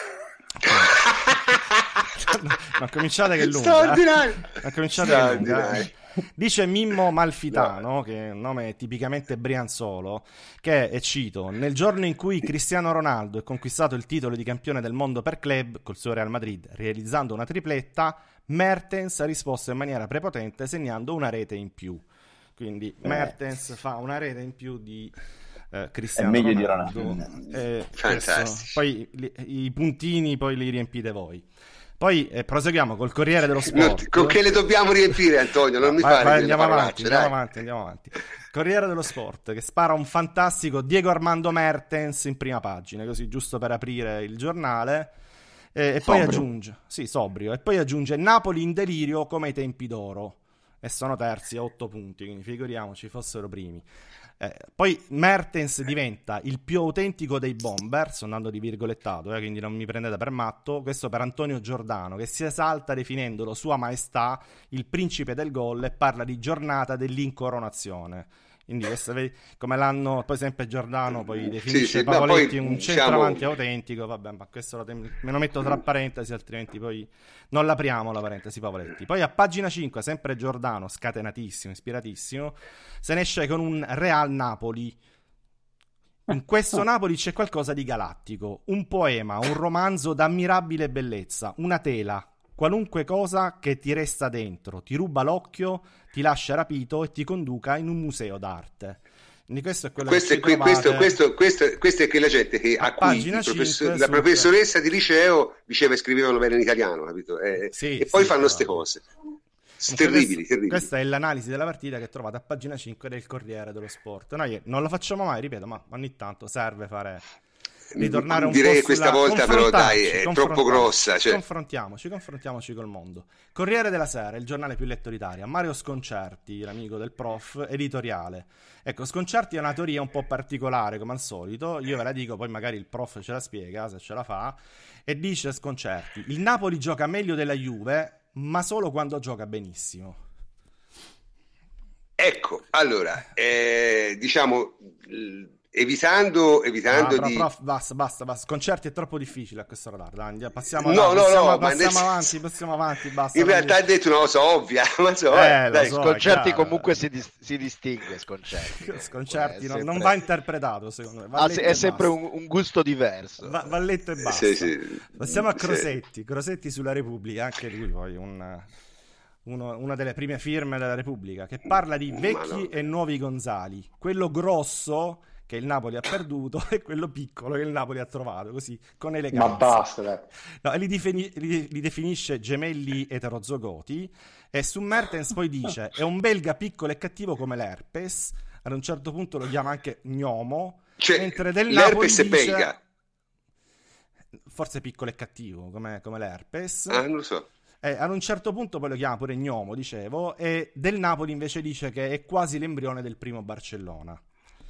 Ma cominciate che è lunga, eh. Straordinario. Ma cominciate che è lunga, eh. Straordinario. Dice Mimmo Malfitano, che è un nome tipicamente brianzolo, che, e cito, nel giorno in cui Cristiano Ronaldo ha conquistato il titolo di campione del mondo per club col suo Real Madrid, realizzando una tripletta, Mertens ha risposto in maniera prepotente segnando una rete in più. Quindi Mertens fa una rete in più di eh, Cristiano È meglio di Ronaldo. Ronaldo. Eh, Fantastici. questo- poi li- i puntini poi li riempite voi. Poi eh, proseguiamo col Corriere dello Non- Sport. con che le dobbiamo riempire, Antonio? Non mi Vai- fare vai, delle andiamo avanti, parolacce, andiamo dai. avanti, andiamo avanti. Corriere dello Sport che spara un fantastico Diego Armando Mertens in prima pagina, così giusto per aprire il giornale. E, e poi Sobrio. aggiunge, sì, sobrio, e poi aggiunge Napoli in delirio come ai tempi d'oro. e sono terzi a otto punti, quindi figuriamoci fossero primi. Eh, poi Mertens diventa il più autentico dei bomber, sto andando di virgolettato, eh, quindi non mi prendete per matto. Questo per Antonio Giordano, che si esalta definendolo Sua Maestà, il principe del gol, e parla di giornata dell'incoronazione. Quindi questo, vedi, come l'hanno poi sempre Giordano poi definisce sì, sì, Pavoletti no, poi, un diciamo... centravanti autentico. Vabbè, ma questo lo tem- me lo metto tra parentesi, altrimenti poi non l'apriamo la parentesi Pavoletti. Poi a pagina cinque, sempre Giordano, scatenatissimo, ispiratissimo, se ne esce con un Real Napoli. In questo Napoli c'è qualcosa di galattico, un poema, un romanzo d'ammirabile bellezza, una tela, qualunque cosa che ti resta dentro, ti ruba l'occhio, ti lascia rapito e ti conduca in un museo d'arte. Quindi questo è quello questo che è que- questo, questo, questo, questa è quella gente che, a, a cui professor- la professoressa di liceo diceva e scrivevano bene in italiano, capito? Eh, sì, e poi sì, fanno queste cose terribili, questo, terribili. Questa è l'analisi della partita che trovate a pagina cinque del Corriere dello Sport. Noi non lo facciamo mai, ripeto, ma ogni tanto serve fare... ritornare un direi po' che questa volta però dai è troppo grossa, cioè. confrontiamoci confrontiamoci col mondo. Corriere della Sera, il giornale più letto d'Italia. Mario Sconcerti, l'amico del prof, editoriale. Ecco, Sconcerti ha una teoria un po' particolare come al solito, io ve la dico, poi magari il prof ce la spiega se ce la fa, e dice Sconcerti: il Napoli gioca meglio della Juve, ma solo quando gioca benissimo. Ecco, allora eh, diciamo Evitando, evitando ah, però, di... Prof, basta, basta, basta. Sconcerti è troppo difficile a questa ora. Dai, passiamo, no, avanti, no, passiamo, no, passiamo ma avanti, senso... passiamo avanti, basta. In realtà hai detto una cosa ovvia, ma so, eh, dai. so, Sconcerti comunque si, dis- si distingue, Sconcerti. Sconcerti eh, non, sempre... non va interpretato, secondo me. Va ah, è sempre un, un gusto diverso. Va, va letto e basta. Sì, sì. Passiamo a Crosetti, sì. Crosetti sulla Repubblica, anche lui poi un... Uno, una delle prime firme della Repubblica, che parla di vecchi no. e nuovi Gonzali. Quello grosso che il Napoli ha perduto e quello piccolo che il Napoli ha trovato, così con eleganza. Ma basta, no, li, defini- li, li definisce gemelli eterozogoti, e su Mertens poi dice: è un belga piccolo e cattivo come l'herpes. Ad un certo punto lo chiama anche gnomo, cioè, mentre del l'herpes Napoli è dice... belga, forse piccolo e cattivo come, come l'herpes. Ah, non lo so. Eh, ad un certo punto poi lo chiama pure gnomo, dicevo, e del Napoli invece dice che è quasi l'embrione del primo Barcellona.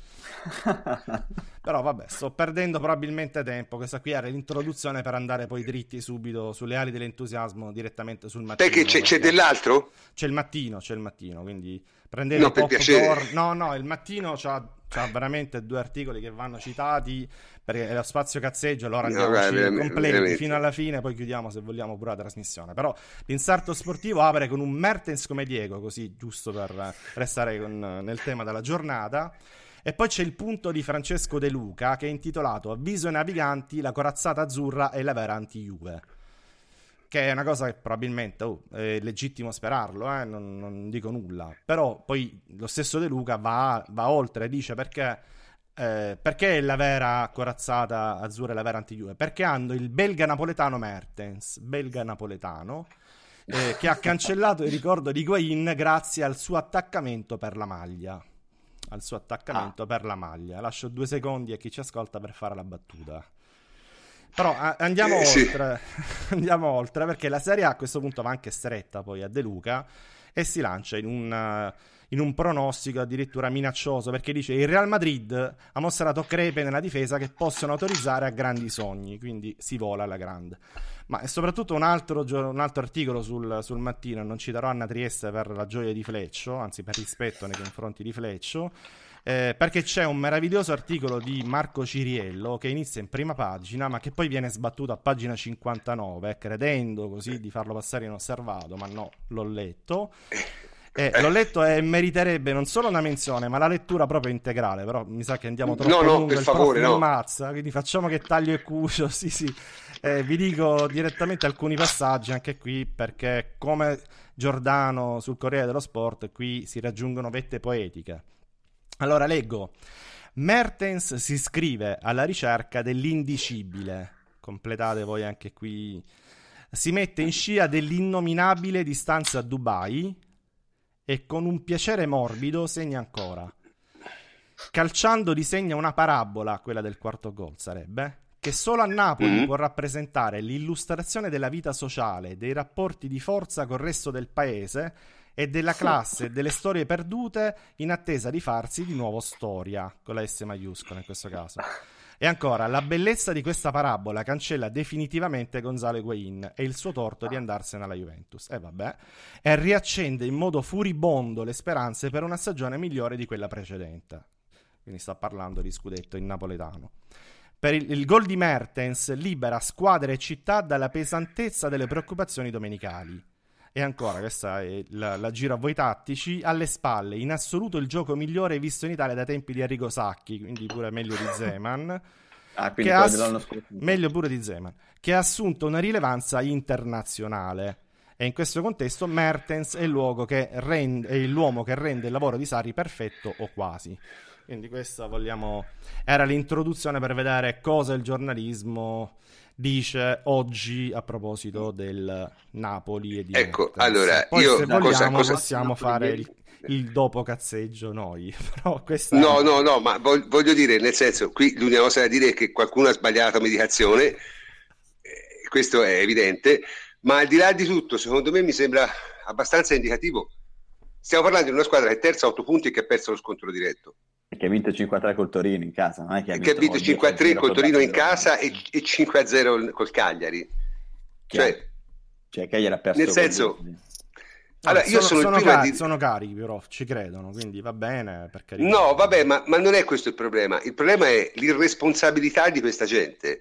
Però vabbè, sto perdendo probabilmente tempo. Questa qui era l'introduzione per andare poi dritti subito sulle ali dell'entusiasmo direttamente sul mattino. Perché c'è, c'è dell'altro? C'è il mattino, c'è il mattino, quindi prendete no, il popcorn. No, no, il mattino c'ha, c'ha veramente due articoli che vanno citati perché è lo spazio cazzeggio, allora andiamo no, completi fino alla fine, poi chiudiamo se vogliamo pure la trasmissione. Però l'inserto sportivo apre con un Mertens come Diego, così giusto per restare con, nel tema della giornata. E poi c'è il punto di Francesco De Luca che è intitolato Avviso ai naviganti, la corazzata azzurra è la vera anti-Juve, che è una cosa che probabilmente oh, è legittimo sperarlo, eh? non, non dico nulla. Però poi lo stesso De Luca va, va oltre, dice perché, eh, perché è la vera corazzata azzurra e la vera anti-Juve, perché hanno il belga napoletano Mertens, belga napoletano, eh, che ha cancellato il ricordo di Higuain grazie al suo attaccamento per la maglia. al suo attaccamento ah. per la maglia. Lascio due secondi a chi ci ascolta per fare la battuta. Però a- andiamo eh, oltre sì. andiamo oltre, perché la Serie A a questo punto va anche stretta poi a De Luca e si lancia in un, in un pronostico addirittura minaccioso, perché dice: il Real Madrid ha mostrato crepe nella difesa che possono autorizzare a grandi sogni, quindi si vola alla grande. Ma è soprattutto un altro, un altro articolo sul, sul Mattino, non citerò Anna Trieste per la gioia di Fleccio, anzi per rispetto nei confronti di Fleccio, eh, perché c'è un meraviglioso articolo di Marco Ciriello che inizia in prima pagina ma che poi viene sbattuto a pagina cinquantanove, credendo così di farlo passare inosservato, ma no, l'ho letto. Eh, l'ho letto e meriterebbe non solo una menzione, ma la lettura proprio integrale. Però mi sa che andiamo troppo no, no, lungo, per il favore, prof no. Mazza, quindi facciamo che taglio e cucio. Sì, sì. Eh, vi dico direttamente alcuni passaggi anche qui, perché come Giordano sul Corriere dello Sport, qui si raggiungono vette poetiche. Allora leggo: Mertens si iscrive alla ricerca dell'indicibile. Completate voi anche qui. Si mette in scia dell'innominabile distanza a Dubai e con un piacere morbido segna ancora. Calciando disegna una parabola, quella del quarto gol sarebbe, che solo a Napoli mm-hmm. può rappresentare l'illustrazione della vita sociale, dei rapporti di forza col resto del paese e della classe e delle storie perdute in attesa di farsi di nuovo storia, con la S maiuscola in questo caso. E ancora, la bellezza di questa parabola cancella definitivamente Gonzalo Higuaín e il suo torto di andarsene alla Juventus. E vabbè. E riaccende in modo furibondo le speranze per una stagione migliore di quella precedente. Quindi sta parlando di scudetto in napoletano. Per il, il gol di Mertens libera squadre e città dalla pesantezza delle preoccupazioni domenicali. E ancora, questa è la, la giro a voi tattici, alle spalle, in assoluto il gioco migliore visto in Italia da tempi di Arrigo Sacchi, quindi pure meglio di Zeman, Ah, che quindi ha quello ass- dell'anno scorso. meglio pure di Zeman, che ha assunto una rilevanza internazionale. E in questo contesto Mertens è, il luogo che rende, è il l'uomo che rende il lavoro di Sarri perfetto o quasi. Quindi questa vogliamo era l'introduzione per vedere cosa il giornalismo dice oggi a proposito del Napoli e di Ecco, Mertens. allora, Poi io se cosa- vogliamo cosa- possiamo fare il, il dopo cazzeggio noi. Però questa No, no, no, ma vog- voglio dire, nel senso, qui l'unica cosa da dire è che qualcuno ha sbagliato medicazione, eh, questo è evidente, ma al di là di tutto, secondo me mi sembra abbastanza indicativo. Stiamo parlando di una squadra che è terza a otto punti e che ha perso lo scontro diretto, Che ha vinto cinque a tre col Torino in casa, non è che ha che ha vinto vinto cinque a tre col Torino in Barcellona. casa e, e cinque a zero col Cagliari. Cioè, Cioè, che ha perso nel col senso, Torino. allora, io sono, sono, il primo a cari- dire... sono carichi però, ci credono, quindi va bene per carità. No, vabbè, ma, ma non è questo il problema. Il problema è l'irresponsabilità di questa gente.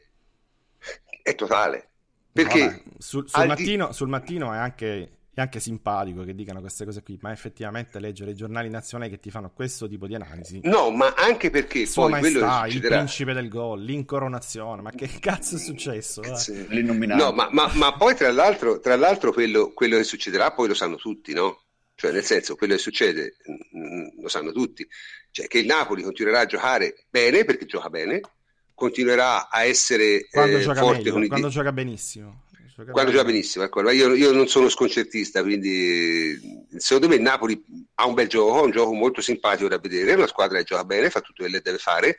È totale. Perché Vabbè, sul, sul al di- mattino, sul mattino è anche, è anche simpatico che dicano queste cose qui, ma effettivamente leggere i giornali nazionali che ti fanno questo tipo di analisi. No, ma anche perché Sua poi quello che Maestà, il succederà... principe del gol, l'incoronazione, ma che cazzo è successo? eh? Sì. L'illuminato. No, ma, ma- ma poi tra l'altro, tra l'altro quello, quello che succederà poi lo sanno tutti, no? Cioè nel senso, quello che succede mm, lo sanno tutti. Cioè che il Napoli continuerà a giocare bene, perché gioca bene, continuerà a essere Quando eh, gioca forte meglio, con i... quando gioca benissimo. Gioca Quando bene. gioca benissimo, ecco. Ma io, io non sono sconcertista, quindi secondo me il Napoli ha un bel gioco, un gioco molto simpatico da vedere, è una squadra che gioca bene, fa tutto quello che deve fare.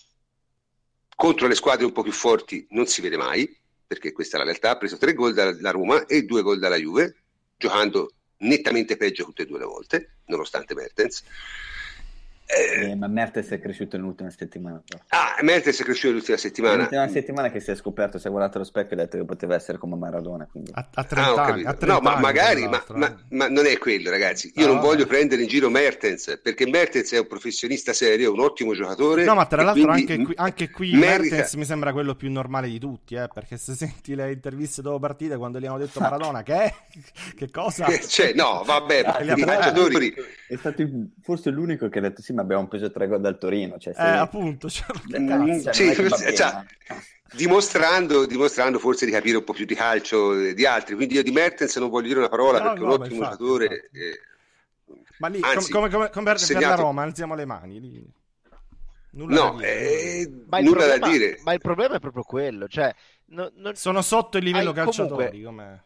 Contro le squadre un po' più forti non si vede mai, perché questa è la realtà. Ha preso tre gol dalla Roma e due gol dalla Juve, giocando nettamente peggio tutte e due le volte, nonostante Mertens. Eh, ma Mertens è cresciuto nell'ultima settimana. Però. Ah, Mertens è cresciuto l'ultima settimana. L'ultima settimana che si è scoperto, si è guardato allo specchio e ha detto che poteva essere come Maradona. Quindi... A, a Ah, trenta ho anni, capito. a trenta No, ma anni, magari, tra ma, l'altro, ma- eh. ma non è quello, ragazzi. Io No, non voglio vabbè. prendere in giro Mertens, perché Mertens è un professionista serio, è un ottimo giocatore. No, ma tra e l'altro quindi anche qui, anche qui merita- Mertens mi sembra quello più normale di tutti, eh, perché se senti le interviste dopo partite quando gli hanno detto Maradona, che che cosa? Cioè, no, vabbè, Ah, i li ha- calciatori... È stato il- forse l'unico che ha detto sì, ma abbiamo preso tre gol dal Torino. Cioè, Eh, appunto, cioè, che Mm, cazzo. sì, non è che va cioè, bene. dimostrando, dimostrando forse di capire un po' più di calcio eh, di altri. Quindi io di Mertens non voglio dire una parola, No, perché è no, un ma ottimo infatti, giocatore. infatti. eh, Ma lì, anzi, come, come, come per, per la segnato- Roma, alziamo le mani. Lì. Nulla No, da dire. eh, Ma il, nulla da problema, dire. ma il problema è proprio quello, cioè, no- non- Sono sotto il livello Hai calciatori. comunque- Come...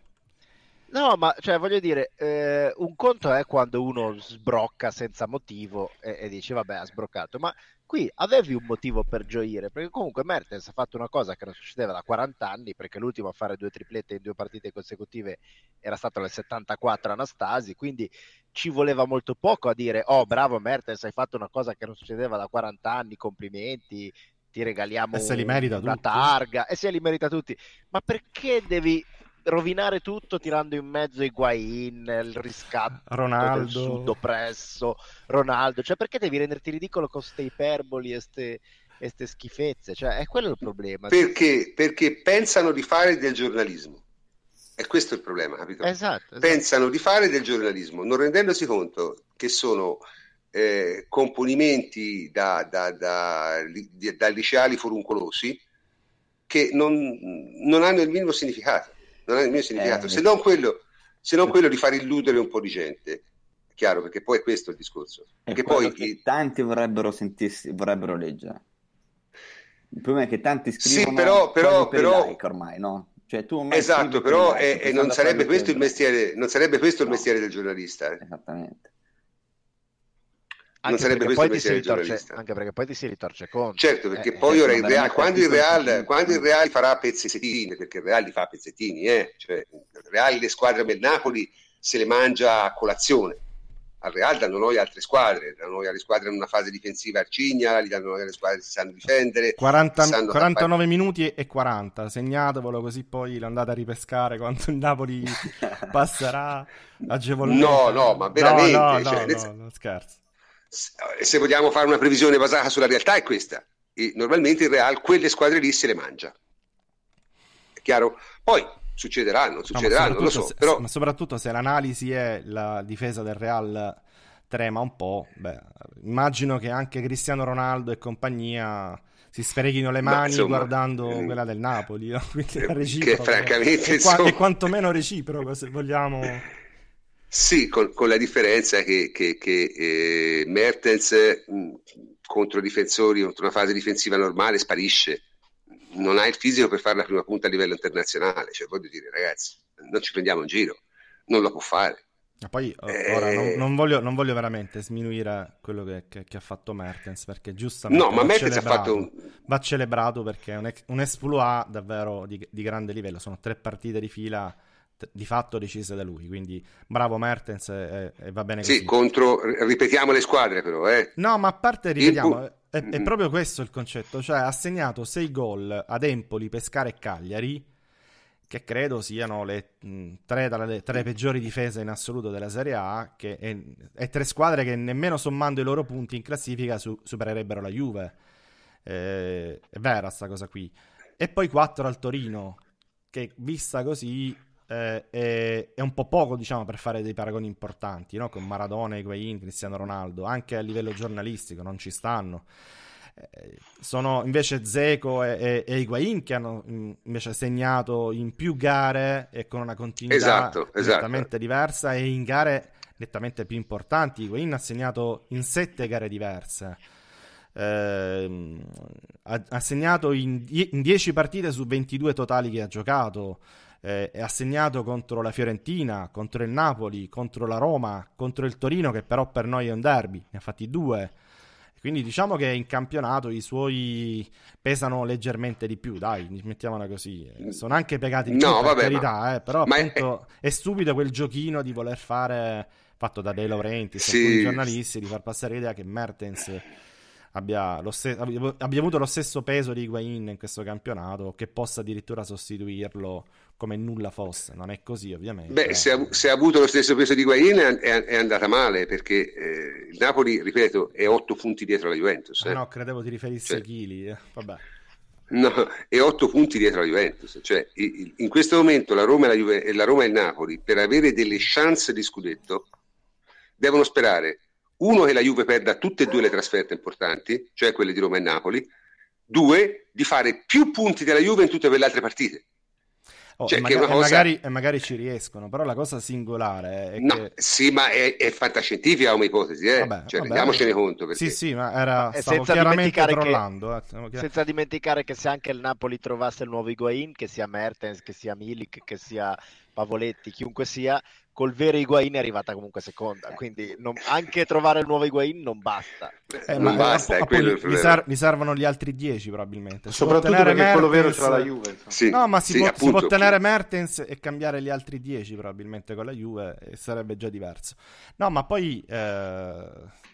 no, ma cioè, voglio dire, eh, un conto è quando uno sbrocca senza motivo e, e dice vabbè ha sbroccato, ma qui avevi un motivo per gioire, perché comunque Mertens ha fatto una cosa che non succedeva da quaranta anni, perché l'ultimo a fare due triplette in due partite consecutive era stato nel settantaquattro Anastasi, quindi ci voleva molto poco a dire oh bravo Mertens, hai fatto una cosa che non succedeva da quaranta anni, complimenti, ti regaliamo E se li merita una tutti. targa, e se li merita tutti, ma perché devi rovinare tutto tirando in mezzo Higuaín, il riscatto Ronaldo. del sudo presso Ronaldo, cioè perché devi renderti ridicolo con ste iperboli e ste, e ste schifezze, cioè è quello il problema. Perché? Perché pensano di fare del giornalismo. E questo è il problema, capito? Esatto, esatto. Pensano di fare del giornalismo, non rendendosi conto che sono eh, componimenti da, da, da, di- da liceali foruncolosi che non, non hanno il minimo significato. Non hanno il minimo significato. Eh, se non quello, se non quello di far illudere un po' di gente. Chiaro, perché poi è questo il discorso. È Perché quello poi che i- tanti vorrebbero sentirsi, vorrebbero leggere. Il problema è che tanti Sì, scrivono però- però- quasi per i però- like ormai, no? Cioè, tu ormai esatto, scrivi per però i like, eh, ti eh, fanno non sarebbe fare questo il per- mestiere, non sarebbe questo il No. mestiere del giornalista. eh. Esattamente. Anche sarebbe perché questo poi il ti si mestiere del ritorce, giornalista. anche perché poi ti si ritorce contro. Certo, perché Eh, poi eh, ora il ma Real, veramente quando il questo è il Real, punto. quando il Real farà pezzettini, perché il Real li fa pezzettini, eh, cioè il Real, le squadre del Napoli se le mangia a colazione. Al Real danno noi altre squadre, danno noi alle squadre in una fase difensiva arcigna, li danno noi alle squadre che si sanno difendere. quaranta, sanno quarantanove tappare. minuti e quaranta, segnatevelo così poi lo andate a ripescare quando il Napoli passerà agevolmente. No, no, ma veramente. No, no, cioè, no, no, no, scherzo. Se vogliamo fare una previsione basata sulla realtà è questa. E normalmente il Real quelle squadre lì se le mangia. È chiaro? Poi succederà, non succederà, no, non lo so. Se, però... ma soprattutto se l'analisi è la difesa del Real trema un po', beh, immagino che anche Cristiano Ronaldo e compagnia si sfreghino le mani, ma, insomma, guardando eh, quella del Napoli, no? Quindi è reciproco, che francamente è, insomma... è quantomeno reciproco, se vogliamo. Sì, con, con la differenza che, che, che eh, Mertens mh, contro difensori, contro una fase difensiva normale sparisce, non ha il fisico per fare la prima punta a livello internazionale, cioè voglio dire, ragazzi, non ci prendiamo in giro, non lo può fare. Ma poi ora eh... non, non, voglio, non voglio veramente sminuire quello che, che, che ha fatto Mertens, perché giustamente no, ma va, Mertens celebrato, ha fatto un... va celebrato perché è un, ex, un exploit davvero di, di grande livello, sono tre partite di fila di fatto decise da lui, quindi bravo Mertens e, e va bene così. Sì, contro, ripetiamo le squadre però, eh. No, ma a parte ripetiamo, il... è, è proprio questo il concetto, cioè ha segnato sei gol ad Empoli, Pescara e Cagliari, che credo siano le mh, tre, dalle, tre peggiori difese in assoluto della Serie A, che è, è tre squadre che nemmeno sommando i loro punti in classifica su, supererebbero la Juve. Eh, è vera sta cosa qui. E poi quattro al Torino, che vista così eh, è, è un po' poco, diciamo, per fare dei paragoni importanti, no? Con Maradona, Higuaín, Cristiano Ronaldo, anche a livello giornalistico non ci stanno. Eh, sono invece Dzeko e, e, e Higuaín che hanno invece segnato in più gare e con una continuità esatto, nettamente esatto. diversa e in gare nettamente più importanti. Higuaín ha segnato in sette gare diverse, eh, ha, ha segnato in, die- in dieci partite su ventidue totali che ha giocato, eh, e ha segnato contro la Fiorentina, contro il Napoli, contro la Roma, contro il Torino, che però per noi è un derby, ne ha fatti due. Quindi diciamo che in campionato i suoi pesano leggermente di più, dai, mettiamola così. Sono anche pegati di più, no, per vabbè, carità, ma, eh, però ma appunto è... è stupido quel giochino di voler fare, fatto da De Laurentiis, sì, alcuni giornalisti, di far passare l'idea che Mertens abbia, lo ste- abbia avuto lo stesso peso di Higuaín in questo campionato, che possa addirittura sostituirlo come nulla fosse. Non è così, ovviamente. Beh, se ha, se ha avuto lo stesso peso di Higuaín è, è, è andata male, perché eh, il Napoli, ripeto, è otto punti dietro la Juventus. Eh. Ah, no, credevo ti riferissi cioè, ai chili. Eh. Vabbè. No, è otto punti dietro la Juventus. Cioè, in questo momento la Roma e la, Juve, la Roma e il Napoli, per avere delle chance di scudetto, devono sperare, uno, che la Juve perda tutte e due le trasferte importanti, cioè quelle di Roma e Napoli, due, di fare più punti della Juve in tutte quelle altre partite. Oh, cioè, e, che maga- una cosa... e, magari, e magari ci riescono, però la cosa singolare è no, che... sì, ma è, è fantascientifica come ipotesi, eh? Vabbè, cioè, vabbè, rendiamocene vabbè. conto. Perché... Sì, sì, ma era, ma stavo chiaramente trollando. Che, eh, chiar... senza dimenticare che se anche il Napoli trovasse il nuovo Higuaín, che sia Mertens, che sia Milik, che sia Pavoletti, chiunque sia, col vero Higuaín è arrivata comunque seconda, quindi non, anche trovare il nuovo Higuaín non basta. Eh, non ma, basta, app- è quello gli, ser- gli servono gli altri dieci probabilmente. Si soprattutto perché Mertens... quello vero ce l'ha la Juve. Sì, no, ma si, sì, può, appunto, si può tenere appunto. Mertens e cambiare gli altri dieci probabilmente con la Juve e sarebbe già diverso. No, ma poi eh...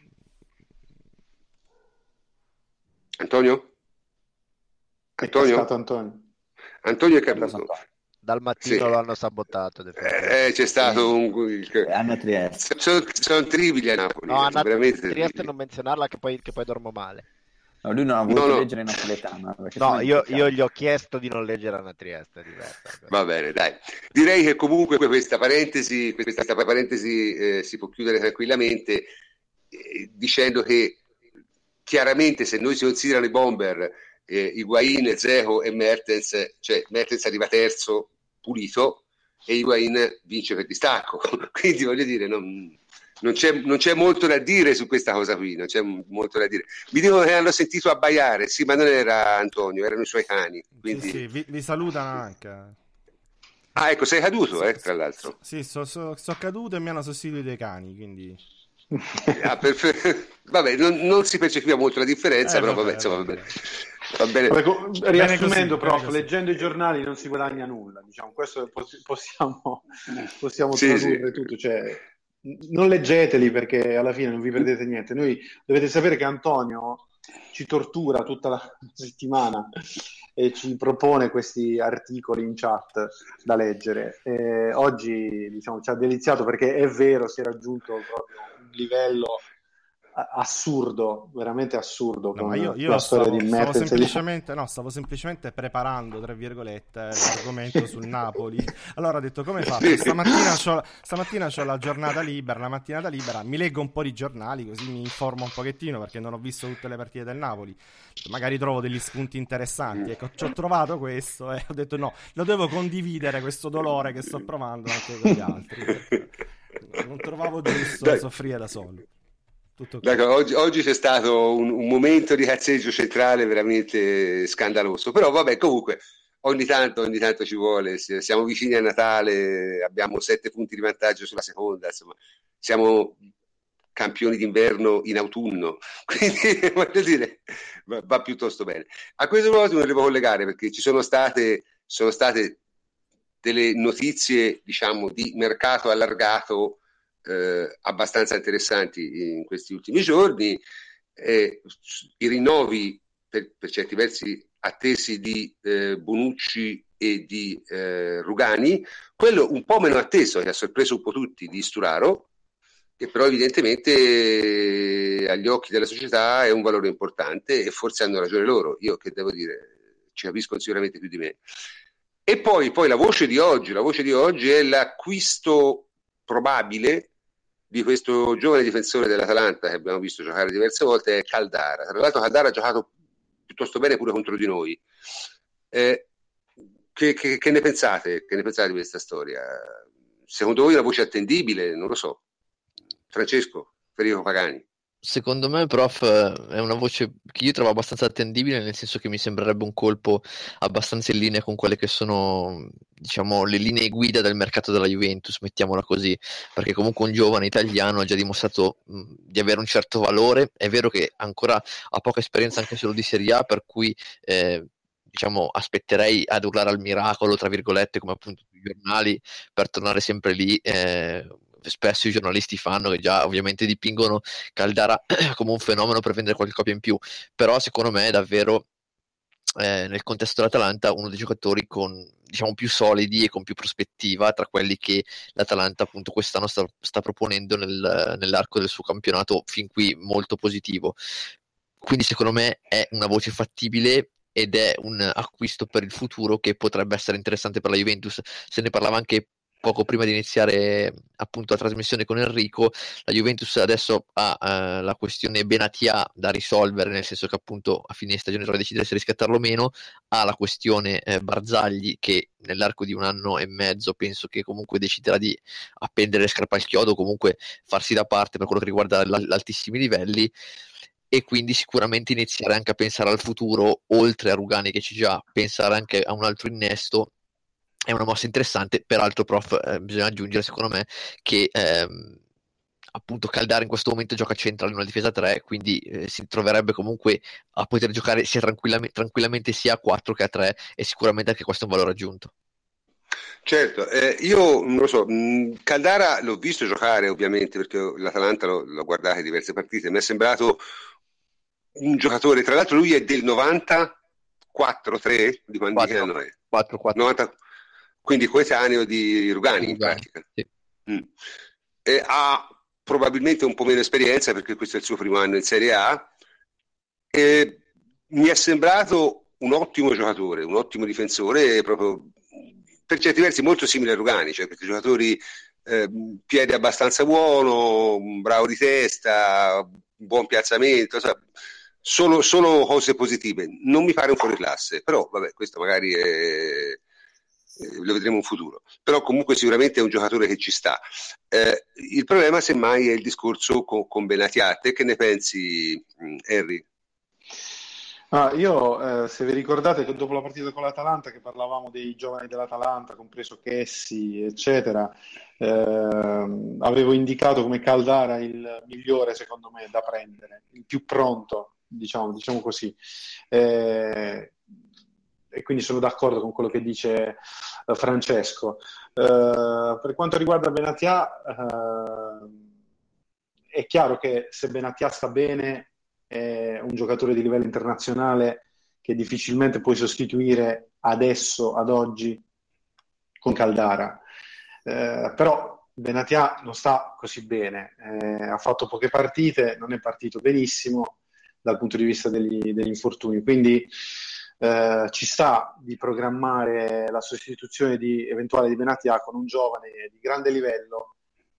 Antonio? Antonio? È Antonio. Antonio è caduto. Dal mattino sì. Lo hanno sabotato. Eh, c'è stato sì. un... Anna Trieste. Sono, sono tribili a Napoli. No, Anna veramente Trieste tribili. non menzionarla che poi, che poi dormo male. No, lui non ha voluto no, no. leggere in napoletano. No, io, io gli ho chiesto di non leggere Anna Trieste. Diversa. Va bene, dai. Direi che comunque questa parentesi, questa parentesi eh, si può chiudere tranquillamente eh, dicendo che chiaramente se noi si considerano i bomber eh, Higuaín, Dzeko e Mertens, cioè Mertens arriva terzo pulito e Higuaín vince per distacco. Quindi voglio dire, non... Non c'è, non c'è molto da dire su questa cosa qui, non c'è molto da dire. Mi dicono che hanno sentito abbaiare, sì, ma non era Antonio, erano i suoi cani. Quindi... Sì, sì, vi, vi salutano anche. Ah, ecco, sei caduto, eh, tra l'altro. Sì, sono so, so caduto e mi hanno sostituito i cani, quindi... Ah, per... Vabbè, non, non si percepiva molto la differenza, eh, però vabbè, vabbè, insomma, vabbè. vabbè. Va bene. Vabbè, co- Bene riassumendo, così, bene prof, così. leggendo i giornali non si guadagna nulla, diciamo, questo pos- possiamo, possiamo Sì, tradurre sì. tutto, cioè, n- non leggeteli perché alla fine non vi perdete niente. Noi dovete sapere che Antonio ci tortura tutta la settimana e ci propone questi articoli in chat da leggere. E oggi, diciamo, ci ha deliziato perché è vero, si è raggiunto proprio un livello a- assurdo, veramente assurdo No, ma io, con io la storia stavo, di stavo Mertens. semplicemente, no, stavo semplicemente preparando, tra virgolette, l'argomento sul Napoli. Allora ho detto, come faccio? Stamattina c'ho, stamattina c'ho la giornata libera, la mattinata libera, mi leggo un po' di giornali, così mi informo un pochettino, perché non ho visto tutte le partite del Napoli. Magari trovo degli spunti interessanti. Ecco, ci ho trovato questo e ho detto, no, lo devo condividere, questo dolore che sto provando anche con gli altri, perché non trovavo giusto Dai. soffrire da solo. Tutto qui. D'accordo, oggi, oggi c'è stato un, un momento di cazzeggio centrale veramente scandaloso, però vabbè, comunque ogni tanto, ogni tanto ci vuole, si- siamo vicini a Natale, abbiamo sette punti di vantaggio sulla seconda, insomma, siamo campioni d'inverno in autunno, quindi voglio dire, va, va piuttosto bene. A questo proposito mi devo collegare perché ci sono state, sono state delle notizie, diciamo, di mercato allargato eh, abbastanza interessanti in questi ultimi giorni. Eh, i rinnovi per, per certi versi attesi di eh, Bonucci e di eh, Rugani, quello un po' meno atteso, che ha sorpreso un po' tutti, di Sturaro, che però evidentemente eh, agli occhi della società è un valore importante e forse hanno ragione loro. Io che devo dire, ci capiscono sicuramente più di me. E poi, poi la voce di oggi, la voce di oggi è l'acquisto probabile di questo giovane difensore dell'Atalanta che abbiamo visto giocare diverse volte, è Caldara. Tra l'altro Caldara ha giocato piuttosto bene pure contro di noi. Eh, che, che, che ne pensate? Che ne pensate di questa storia? Secondo voi è una voce attendibile? Non lo so. Francesco, Federico Pagani. Secondo me, prof, è una voce che io trovo abbastanza attendibile, nel senso che mi sembrerebbe un colpo abbastanza in linea con quelle che sono, diciamo, le linee guida del mercato della Juventus, mettiamola così, perché comunque un giovane italiano ha già dimostrato mh, di avere un certo valore. È vero che ancora ha poca esperienza anche solo di Serie A, per cui eh, diciamo aspetterei ad urlare al miracolo, tra virgolette, come appunto i giornali, per tornare sempre lì. Eh, spesso i giornalisti fanno, che già ovviamente dipingono Caldara come un fenomeno per vendere qualche copia in più, però secondo me è davvero eh, nel contesto dell'Atalanta uno dei giocatori con, diciamo, più solidi e con più prospettiva tra quelli che l'Atalanta appunto quest'anno sta, sta proponendo nel, nell'arco del suo campionato fin qui molto positivo. Quindi secondo me è una voce fattibile ed è un acquisto per il futuro che potrebbe essere interessante per la Juventus. Se ne parlava anche poco prima di iniziare appunto la trasmissione con Enrico. La Juventus adesso ha eh, la questione Benatia da risolvere, nel senso che appunto a fine stagione dovrà decidere se riscattarlo o meno, ha la questione eh, Barzagli, che nell'arco di un anno e mezzo penso che comunque deciderà di appendere le scarpe al chiodo, comunque farsi da parte per quello che riguarda l- altissimi livelli, e quindi sicuramente iniziare anche a pensare al futuro, oltre a Rugani che ci già, pensare anche a un altro innesto è una mossa interessante. Peraltro, prof, eh, bisogna aggiungere secondo me che ehm, appunto Caldara in questo momento gioca centrale in una difesa tre, quindi eh, si troverebbe comunque a poter giocare sia tranquillamente, tranquillamente sia a quattro che a tre, e sicuramente anche questo è un valore aggiunto. Certo, eh, io non lo so, mh, Caldara l'ho visto giocare ovviamente perché l'Atalanta l'ho, l'ho guardato in diverse partite, mi è sembrato un giocatore, tra l'altro lui è del novantaquattro tre, di quando di che anno è? quattro quattro novanta, quindi coetaneo di Rugani in pratica. Sì. Mm. E ha probabilmente un po' meno esperienza perché questo è il suo primo anno in Serie A. E mi è sembrato un ottimo giocatore, un ottimo difensore, proprio per certi versi molto simile a Rugani, cioè questi giocatori eh, piede abbastanza buono, bravo di testa, buon piazzamento, cioè, solo, solo cose positive. Non mi pare un fuoriclasse, però vabbè, questo magari è, eh, lo vedremo in futuro. Però comunque sicuramente è un giocatore che ci sta. Eh, il problema semmai è il discorso con, con Benatia. Che ne pensi, Henry? Ah, io, eh, se vi ricordate che dopo la partita con l'Atalanta, che parlavamo dei giovani dell'Atalanta, compreso Chessi, eccetera, ehm, avevo indicato come Caldara il migliore, secondo me, da prendere, il più pronto diciamo, diciamo così. Eh, e quindi sono d'accordo con quello che dice uh, Francesco. Uh, per quanto riguarda Benatia, uh, è chiaro che se Benatia sta bene è un giocatore di livello internazionale che difficilmente puoi sostituire adesso, ad oggi, con Caldara. Uh, però Benatia non sta così bene, eh, ha fatto poche partite, non è partito benissimo dal punto di vista degli, degli infortuni, quindi eh, ci sta di programmare la sostituzione di, eventuale di Benatia con un giovane di grande livello,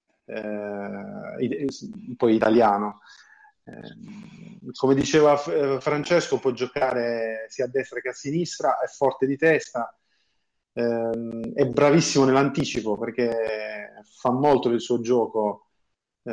eh, poi italiano. Eh, come diceva Francesco, può giocare sia a destra che a sinistra, è forte di testa, eh, è bravissimo nell'anticipo perché fa molto del suo gioco, eh,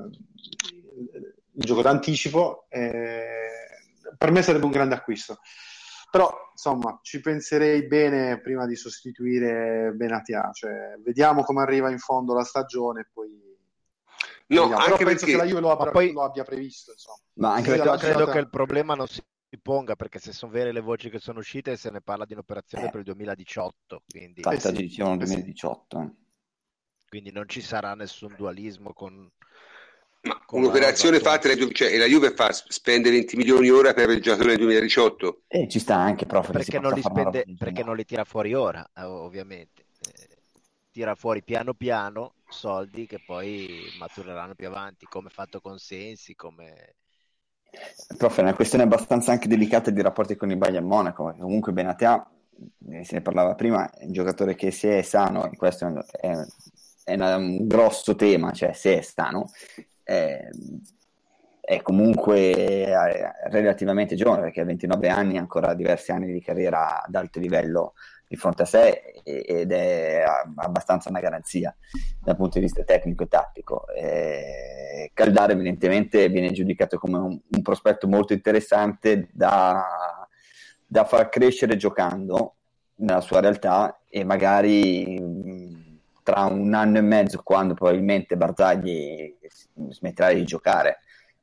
il gioco d'anticipo. Eh, per me sarebbe un grande acquisto, però insomma ci penserei bene prima di sostituire Benatia, cioè, vediamo come arriva in fondo la stagione e poi no, vediamo. anche Però penso perché... che la Juve lo abbia, poi... lo abbia previsto, insomma. Ma anche Io perché credo giocata... che il problema non si ponga, perché se sono vere le voci che sono uscite se ne parla di un'operazione eh. per il duemiladiciotto, quindi... infatti eh sì, oggi dicevano eh sì. duemiladiciotto, quindi non ci sarà nessun dualismo con, ma con un'operazione fatta, cioè la Juve fa spende venti milioni ora per il giocatore del duemiladiciotto, e ci sta anche, prof, perché non li spende, perché non li tira fuori ora, eh, ovviamente eh, tira fuori piano piano soldi che poi matureranno più avanti, come fatto con Sensi, come... Prof, è una questione abbastanza anche delicata di rapporti con il Bayern Monaco. Comunque Benatia, se ne parlava prima, è un giocatore che se è sano, e questo è, è una, un grosso tema, cioè se è sano, è, è comunque relativamente giovane, perché ha ventinove anni, ancora diversi anni di carriera ad alto livello di fronte a sé, ed è abbastanza una garanzia dal punto di vista tecnico e tattico. E Caldara evidentemente viene giudicato come un, un prospetto molto interessante da, da far crescere giocando nella sua realtà, e magari mh, tra un anno e mezzo, quando probabilmente Barzagli smetterà di giocare,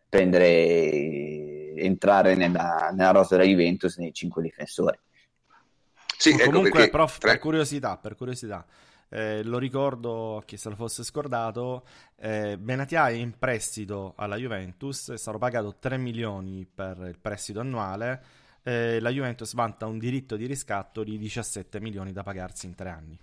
prendere entrare nella, nella rosa della Juventus nei cinque difensori. Sì, ecco, comunque, perché, prof, tra... per curiosità, per curiosità eh, lo ricordo a chi se lo fosse scordato, eh, Benatia è in prestito alla Juventus, è stato pagato tre milioni per il prestito annuale, eh, la Juventus vanta un diritto di riscatto di diciassette milioni da pagarsi in tre anni.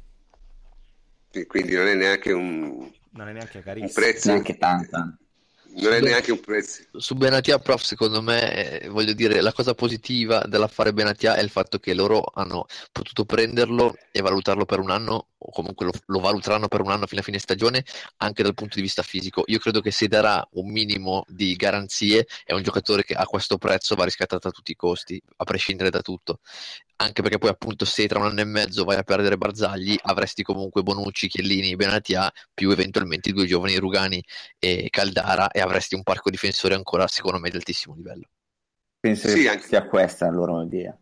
Sì, quindi non è neanche un, non è neanche un carissimo, prezzo, neanche tanta. non è neanche un prezzo. Su Benatia, prof, secondo me, eh, voglio dire, la cosa positiva dell'affare Benatia è il fatto che loro hanno potuto prenderlo e valutarlo per un anno, o comunque lo, lo valuteranno per un anno fino a fine stagione, anche dal punto di vista fisico. Io credo che se darà un minimo di garanzie, è un giocatore che a questo prezzo va riscattato a tutti i costi, a prescindere da tutto. Anche perché poi appunto se tra un anno e mezzo vai a perdere Barzagli, avresti comunque Bonucci, Chiellini, Benatia, più eventualmente i due giovani Rugani e Caldara, e avresti un parco difensore ancora secondo me di altissimo livello. Penso Sì, che anche... sia questa la loro idea.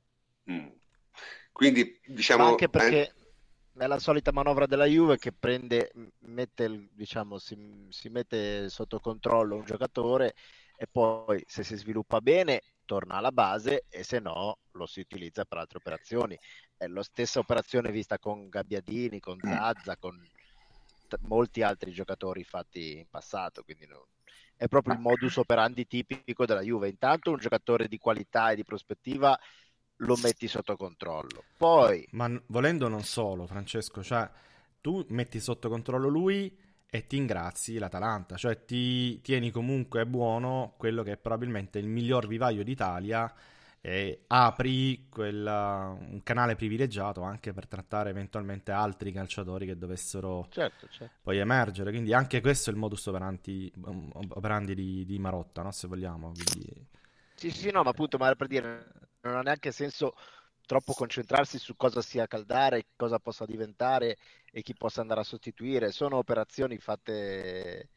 Mm. Quindi diciamo... Ma anche perché eh... è la solita manovra della Juve che prende, mette il, diciamo, si, si mette sotto controllo un giocatore e poi se si sviluppa bene torna alla base, e se no lo si utilizza per altre operazioni. È la stessa operazione vista con Gabbiadini, con Zazza, con t- molti altri giocatori fatti in passato, quindi no, è proprio il modus operandi tipico della Juve. Intanto un giocatore di qualità e di prospettiva lo metti sotto controllo, poi ma n- volendo non solo, Francesco, cioè tu metti sotto controllo lui e ti ingrazi l'Atalanta, cioè ti tieni comunque buono quello che è probabilmente il miglior vivaio d'Italia, e apri quella, un canale privilegiato anche per trattare eventualmente altri calciatori che dovessero certo, certo. poi emergere. Quindi anche questo è il modus operandi, operandi di, di Marotta, no? Se vogliamo. Quindi... Sì, sì, no, ma appunto, ma per dire, non ha neanche senso troppo concentrarsi su cosa sia Caldara, cosa possa diventare e chi possa andare a sostituire. Sono operazioni fatte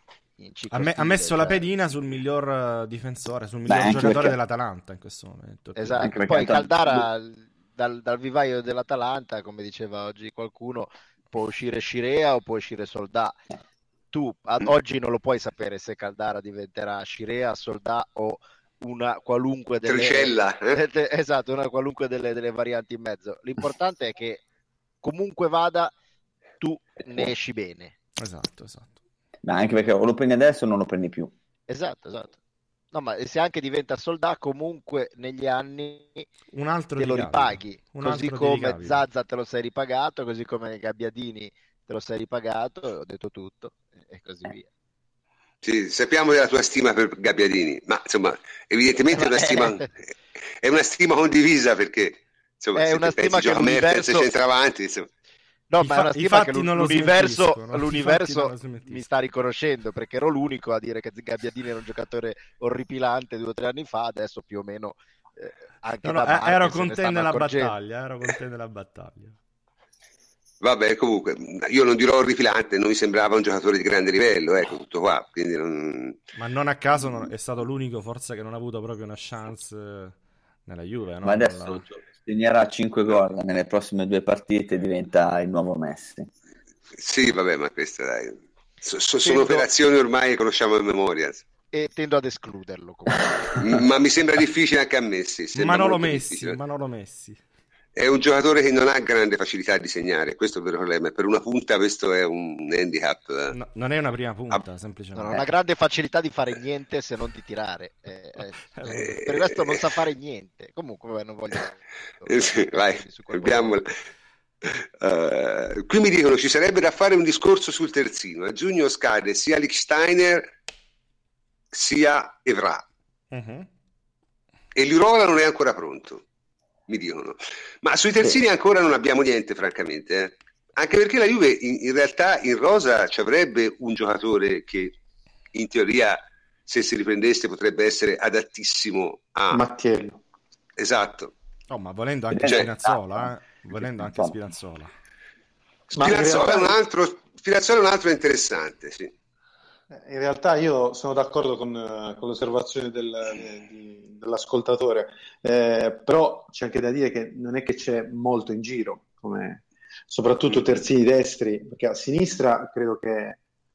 in ha, me- ha messo cioè... la pedina sul miglior difensore, sul miglior Beh, giocatore perché... dell'Atalanta in questo momento. Esatto, poi Caldara dal, dal vivaio dell'Atalanta, come diceva oggi qualcuno, può uscire Scirea o può uscire Soldà. tu ad oggi non lo puoi sapere se Caldara diventerà Scirea, Soldà o una qualunque delle Tricella, eh? esatto, una qualunque delle, delle varianti in mezzo. L'importante è che comunque vada, tu ne esci bene. Esatto, esatto. Ma anche perché o lo prendi adesso o non lo prendi più. Esatto, esatto. No, ma se anche diventa Soldà, comunque negli anni Un altro te ti lo capita. ripaghi, Un così altro ti come ricapita. Zaza te lo sei ripagato, così come Gabbiadini te lo sei ripagato, ho detto tutto e così via. Sì, sappiamo della tua stima per Gabbiadini, ma insomma, evidentemente è una stima, è una stima condivisa, perché insomma, È se una te stima pensi che Joao Mertens l'universo- centravanti, insomma. No, I ma fa- è una i stima che fatti l'u- non lo l'universo, smentiscono, i l'universo fatti non lo smentiscono. mi sta riconoscendo, perché ero l'unico a dire che Gabbiadini era un giocatore orripilante due o tre anni fa, adesso più o meno eh, anche No, no, da eh, Marche ero se con ne te stanno nella accorgendo. battaglia, ero con te nella battaglia. Vabbè, comunque, io non dirò orripilante, non mi sembrava un giocatore di grande livello, ecco, tutto qua, quindi non... Ma non a caso non- è stato l'unico forse che non ha avuto proprio una chance eh, nella Juve, no? Ma adesso Nella- segnerà cinque gol nelle prossime due partite e diventa il nuovo Messi. Sì, vabbè, ma queste dai, so- so- sono Tendo- operazioni ormai che conosciamo a memoria, E tendo ad escluderlo comunque. ma mi sembra difficile anche a me, sì, sembra Manolo molto Messi, difficile. Manolo Messi. È un giocatore che non ha grande facilità di segnare, questo è il vero problema, per una punta questo è un handicap. eh. No, non è una prima punta, Ah, Non semplicemente. ha una grande facilità di fare niente se non di tirare. Eh, eh, Eh, per il resto non sa fare niente. Comunque, vabbè, non voglio. Eh sì, vai, su quel abbiamo... modo. Eh, qui mi dicono ci sarebbe da fare un discorso sul terzino. A giugno scade sia Lichtsteiner sia Evra Mhm. e Lirola non è ancora pronto, mi dicono. Ma sui terzini ancora non abbiamo niente, francamente. eh. Anche perché la Juve in, in realtà in rosa ci avrebbe un giocatore che in teoria, se si riprendesse, potrebbe essere adattissimo a... Mattiello. Esatto. Oh, ma volendo anche Cioè- Spinazzola, eh? Volendo anche Spinazzola. Ma in Spinazzola, realtà- è un altro, Spinazzola è un altro interessante, sì. In realtà io sono d'accordo con, eh, con l'osservazione del- di- dell'ascoltatore, eh, però c'è anche da dire che non è che c'è molto in giro, come soprattutto terzini destri, perché a sinistra credo che...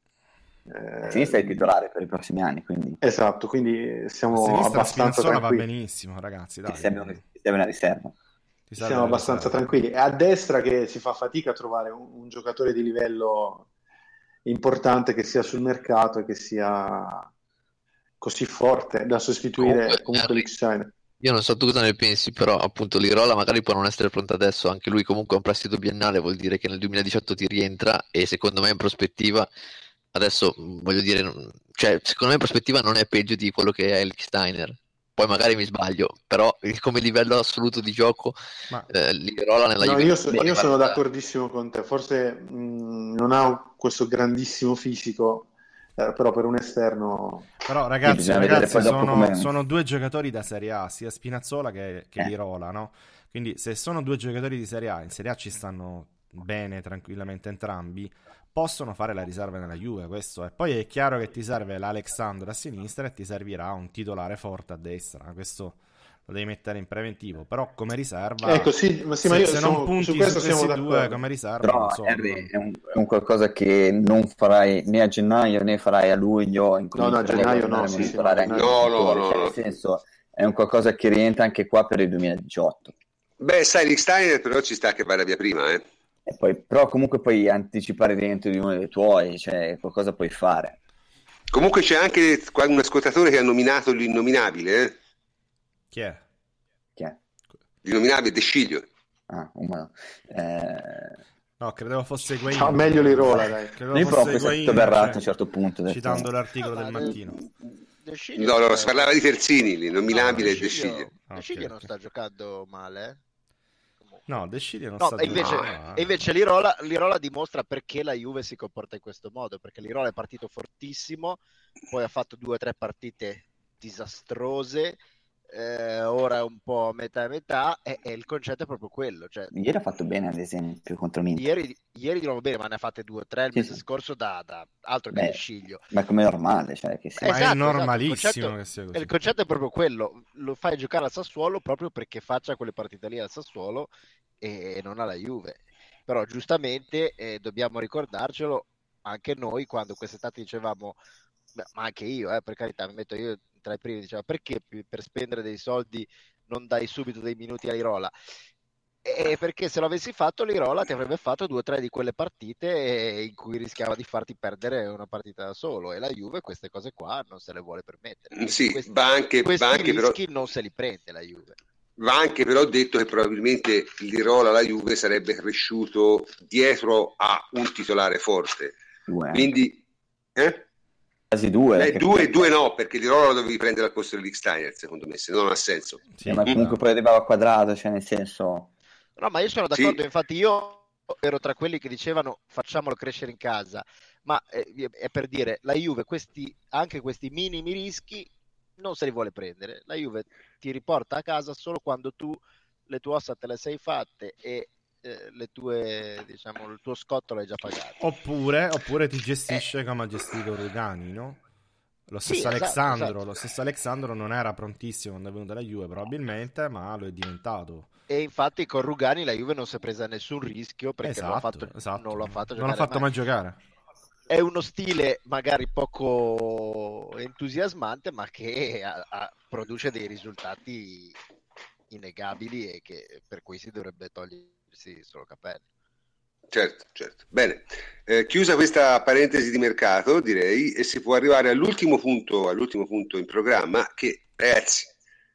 eh, A sinistra è il titolare per i prossimi anni, quindi Esatto, quindi A siamo sinistra abbastanza Spinazzola va tranquilli. benissimo, ragazzi, dai. ti serve, ti serve una riserva. Ti serve Siamo la abbastanza riserva. tranquilli. È a destra che si fa fatica a trovare un, un giocatore di livello importante che sia sul mercato e che sia così forte da sostituire Comunque, comunque Henry, Lichtsteiner. Io non so tu cosa ne pensi, però appunto Lirola magari può non essere pronto adesso, anche lui comunque è un prestito biennale, vuol dire che nel duemiladiciotto ti rientra e secondo me in prospettiva, adesso mh, voglio dire, non- cioè secondo me in prospettiva non è peggio di quello che è Lichtsteiner, poi magari mi sbaglio, però eh, come livello assoluto di gioco Ma eh, Lirola nella No, Juve io, so- può io sono arrivare- d'accordissimo con te. Forse mh, non ha questo grandissimo fisico, eh, però per un esterno Però ragazzi, bisogna vedere ragazzi poi dopo sono, come- sono due giocatori da Serie A, sia Spinazzola che, che Eh. Lirola, no? Quindi se sono due giocatori di Serie A, in Serie A ci stanno bene, tranquillamente entrambi, possono fare la riserva nella Juve, questo è. Poi è chiaro che ti serve l'Alexandro a sinistra e ti servirà un titolare forte a destra, questo lo devi mettere in preventivo, però come riserva... ecco, sì, ma sì, ma se, io se siamo- non punti su su, questo questi siamo due d'accordo. come riserva, Però non so, Henry, non- è, un, è un qualcosa che non farai né a gennaio né farai a luglio. No, no, a gennaio no, a sì, monitorare sì, anche no, i no, giocatori, no, cioè, no. nel senso è un qualcosa che rientra anche qua per il duemiladiciotto. Beh, sai, Lichtsteiner però ci sta che vada via prima, eh. E poi, però comunque puoi anticipare dentro di uno dei tuoi, cioè qualcosa puoi fare. Comunque c'è anche qua un ascoltatore che ha nominato l'innominabile, eh? Chi è? Chi è? L'innominabile De Sciglio. Ah, umano. Eh, No, credevo fosse Guain. Ah, meglio Lirola, dai. Credevo io però fosse questo è Guain, tutto berrato a cioè, un certo punto. ho detto- citando l'articolo No, del ma- mattino. De Sciglio No, no, sta- si parlava di terzini, l'innominabile No, è De Sciglio. De Sciglio Ok, non ok. sta giocando male, eh. No, De Sciglio non No, sta e invece, giocando, e eh. invece Lirola, Lirola dimostra perché la Juve si comporta in questo modo, perché Lirola è partito fortissimo, poi ha fatto due o tre partite disastrose, eh, ora è un po' metà e metà, e, e il concetto è proprio quello, cioè, Ieri ha fatto bene, ad esempio, contro Milan. ieri, ieri di nuovo bene, ma ne ha fatte due o tre il Sì, mese sì. scorso da, da altro che Beh, De Sciglio. Ma come normale, cioè che sia. Ma Esatto, è esatto, normalissimo il concetto- che sia E così. il concetto è proprio quello, lo fai giocare al Sassuolo proprio perché faccia quelle partite lì al Sassuolo e non alla Juve. Però giustamente eh, dobbiamo ricordarcelo, anche noi quando quest'estate dicevamo, beh, ma anche io, eh, per carità, mi metto io tra i primi, diceva perché per spendere dei soldi non dai subito dei minuti a Lirola? E perché se lo avessi fatto Lirola ti avrebbe fatto due o tre di quelle partite in cui rischiava di farti perdere una partita da solo, e la Juve queste cose qua non se le vuole permettere. Mm, sì, questi, va anche, questi va anche rischi però, non se li prende la Juve. va anche però detto che probabilmente Lirola alla Juve sarebbe cresciuto dietro a un titolare forte. Due anche. Quindi, eh? Quasi due. Beh, che- due, due no, perché Lirola lo dovevi prendere al posto di Lichtsteiner, secondo me, se no non ha senso. Sì, Eh, ma comunque mm. poi arrivava quadrato, cioè nel senso... No, ma io sono d'accordo, Sì. infatti io ero tra quelli che dicevano facciamolo crescere in casa, ma eh, è per dire, la Juve questi, anche questi minimi rischi non se li vuole prendere. La Juve ti riporta a casa solo quando tu le tue ossa te le sei fatte e eh, le tue, diciamo, il tuo scotto l'hai già pagato. Oppure, oppure ti gestisce come ha gestito Rugani, no? Lo Sì, stesso esatto, Alexandro, esatto. lo stesso Alexandro non era prontissimo quando è venuto alla Juve probabilmente, ma lo è diventato. E infatti con Rugani la Juve non si è presa nessun rischio perché non l'ha Esatto, fatto, esatto. non l'ha fatto Non l'ha giocare fatto mai giocare. È uno stile magari poco entusiasmante, ma che a- a- produce dei risultati innegabili e che, per cui si dovrebbe togliersi solo capelli. Certo, certo. Bene, eh, chiusa questa parentesi di mercato, direi, e si può arrivare all'ultimo punto, all'ultimo punto in programma, che, ragazzi,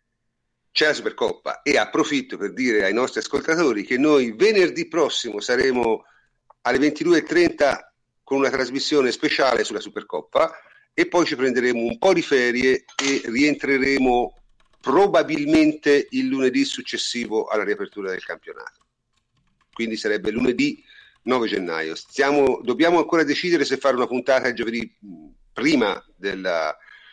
c'è la Supercoppa, e approfitto per dire ai nostri ascoltatori che noi venerdì prossimo saremo alle ventidue e trenta con una trasmissione speciale sulla Supercoppa, e poi ci prenderemo un po' di ferie e rientreremo probabilmente il lunedì successivo alla riapertura del campionato. Quindi sarebbe lunedì nove gennaio. Stiamo, dobbiamo ancora decidere se fare una puntata il giovedì prima della,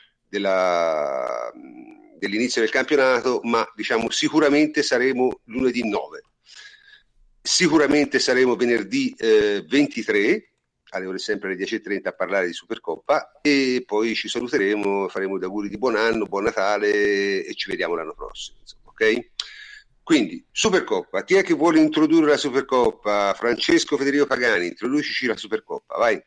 della, dell'inizio del campionato, ma diciamo sicuramente saremo lunedì nove. Sicuramente saremo venerdì eh, ventitré, alle ore sempre alle dieci e trenta, a parlare di Supercoppa, e poi ci saluteremo, faremo gli auguri di buon anno, buon Natale e ci vediamo l'anno prossimo, insomma, ok? Quindi, Supercoppa, chi è che vuole introdurre la Supercoppa? Francesco Federico Pagani, introducici la Supercoppa, vai.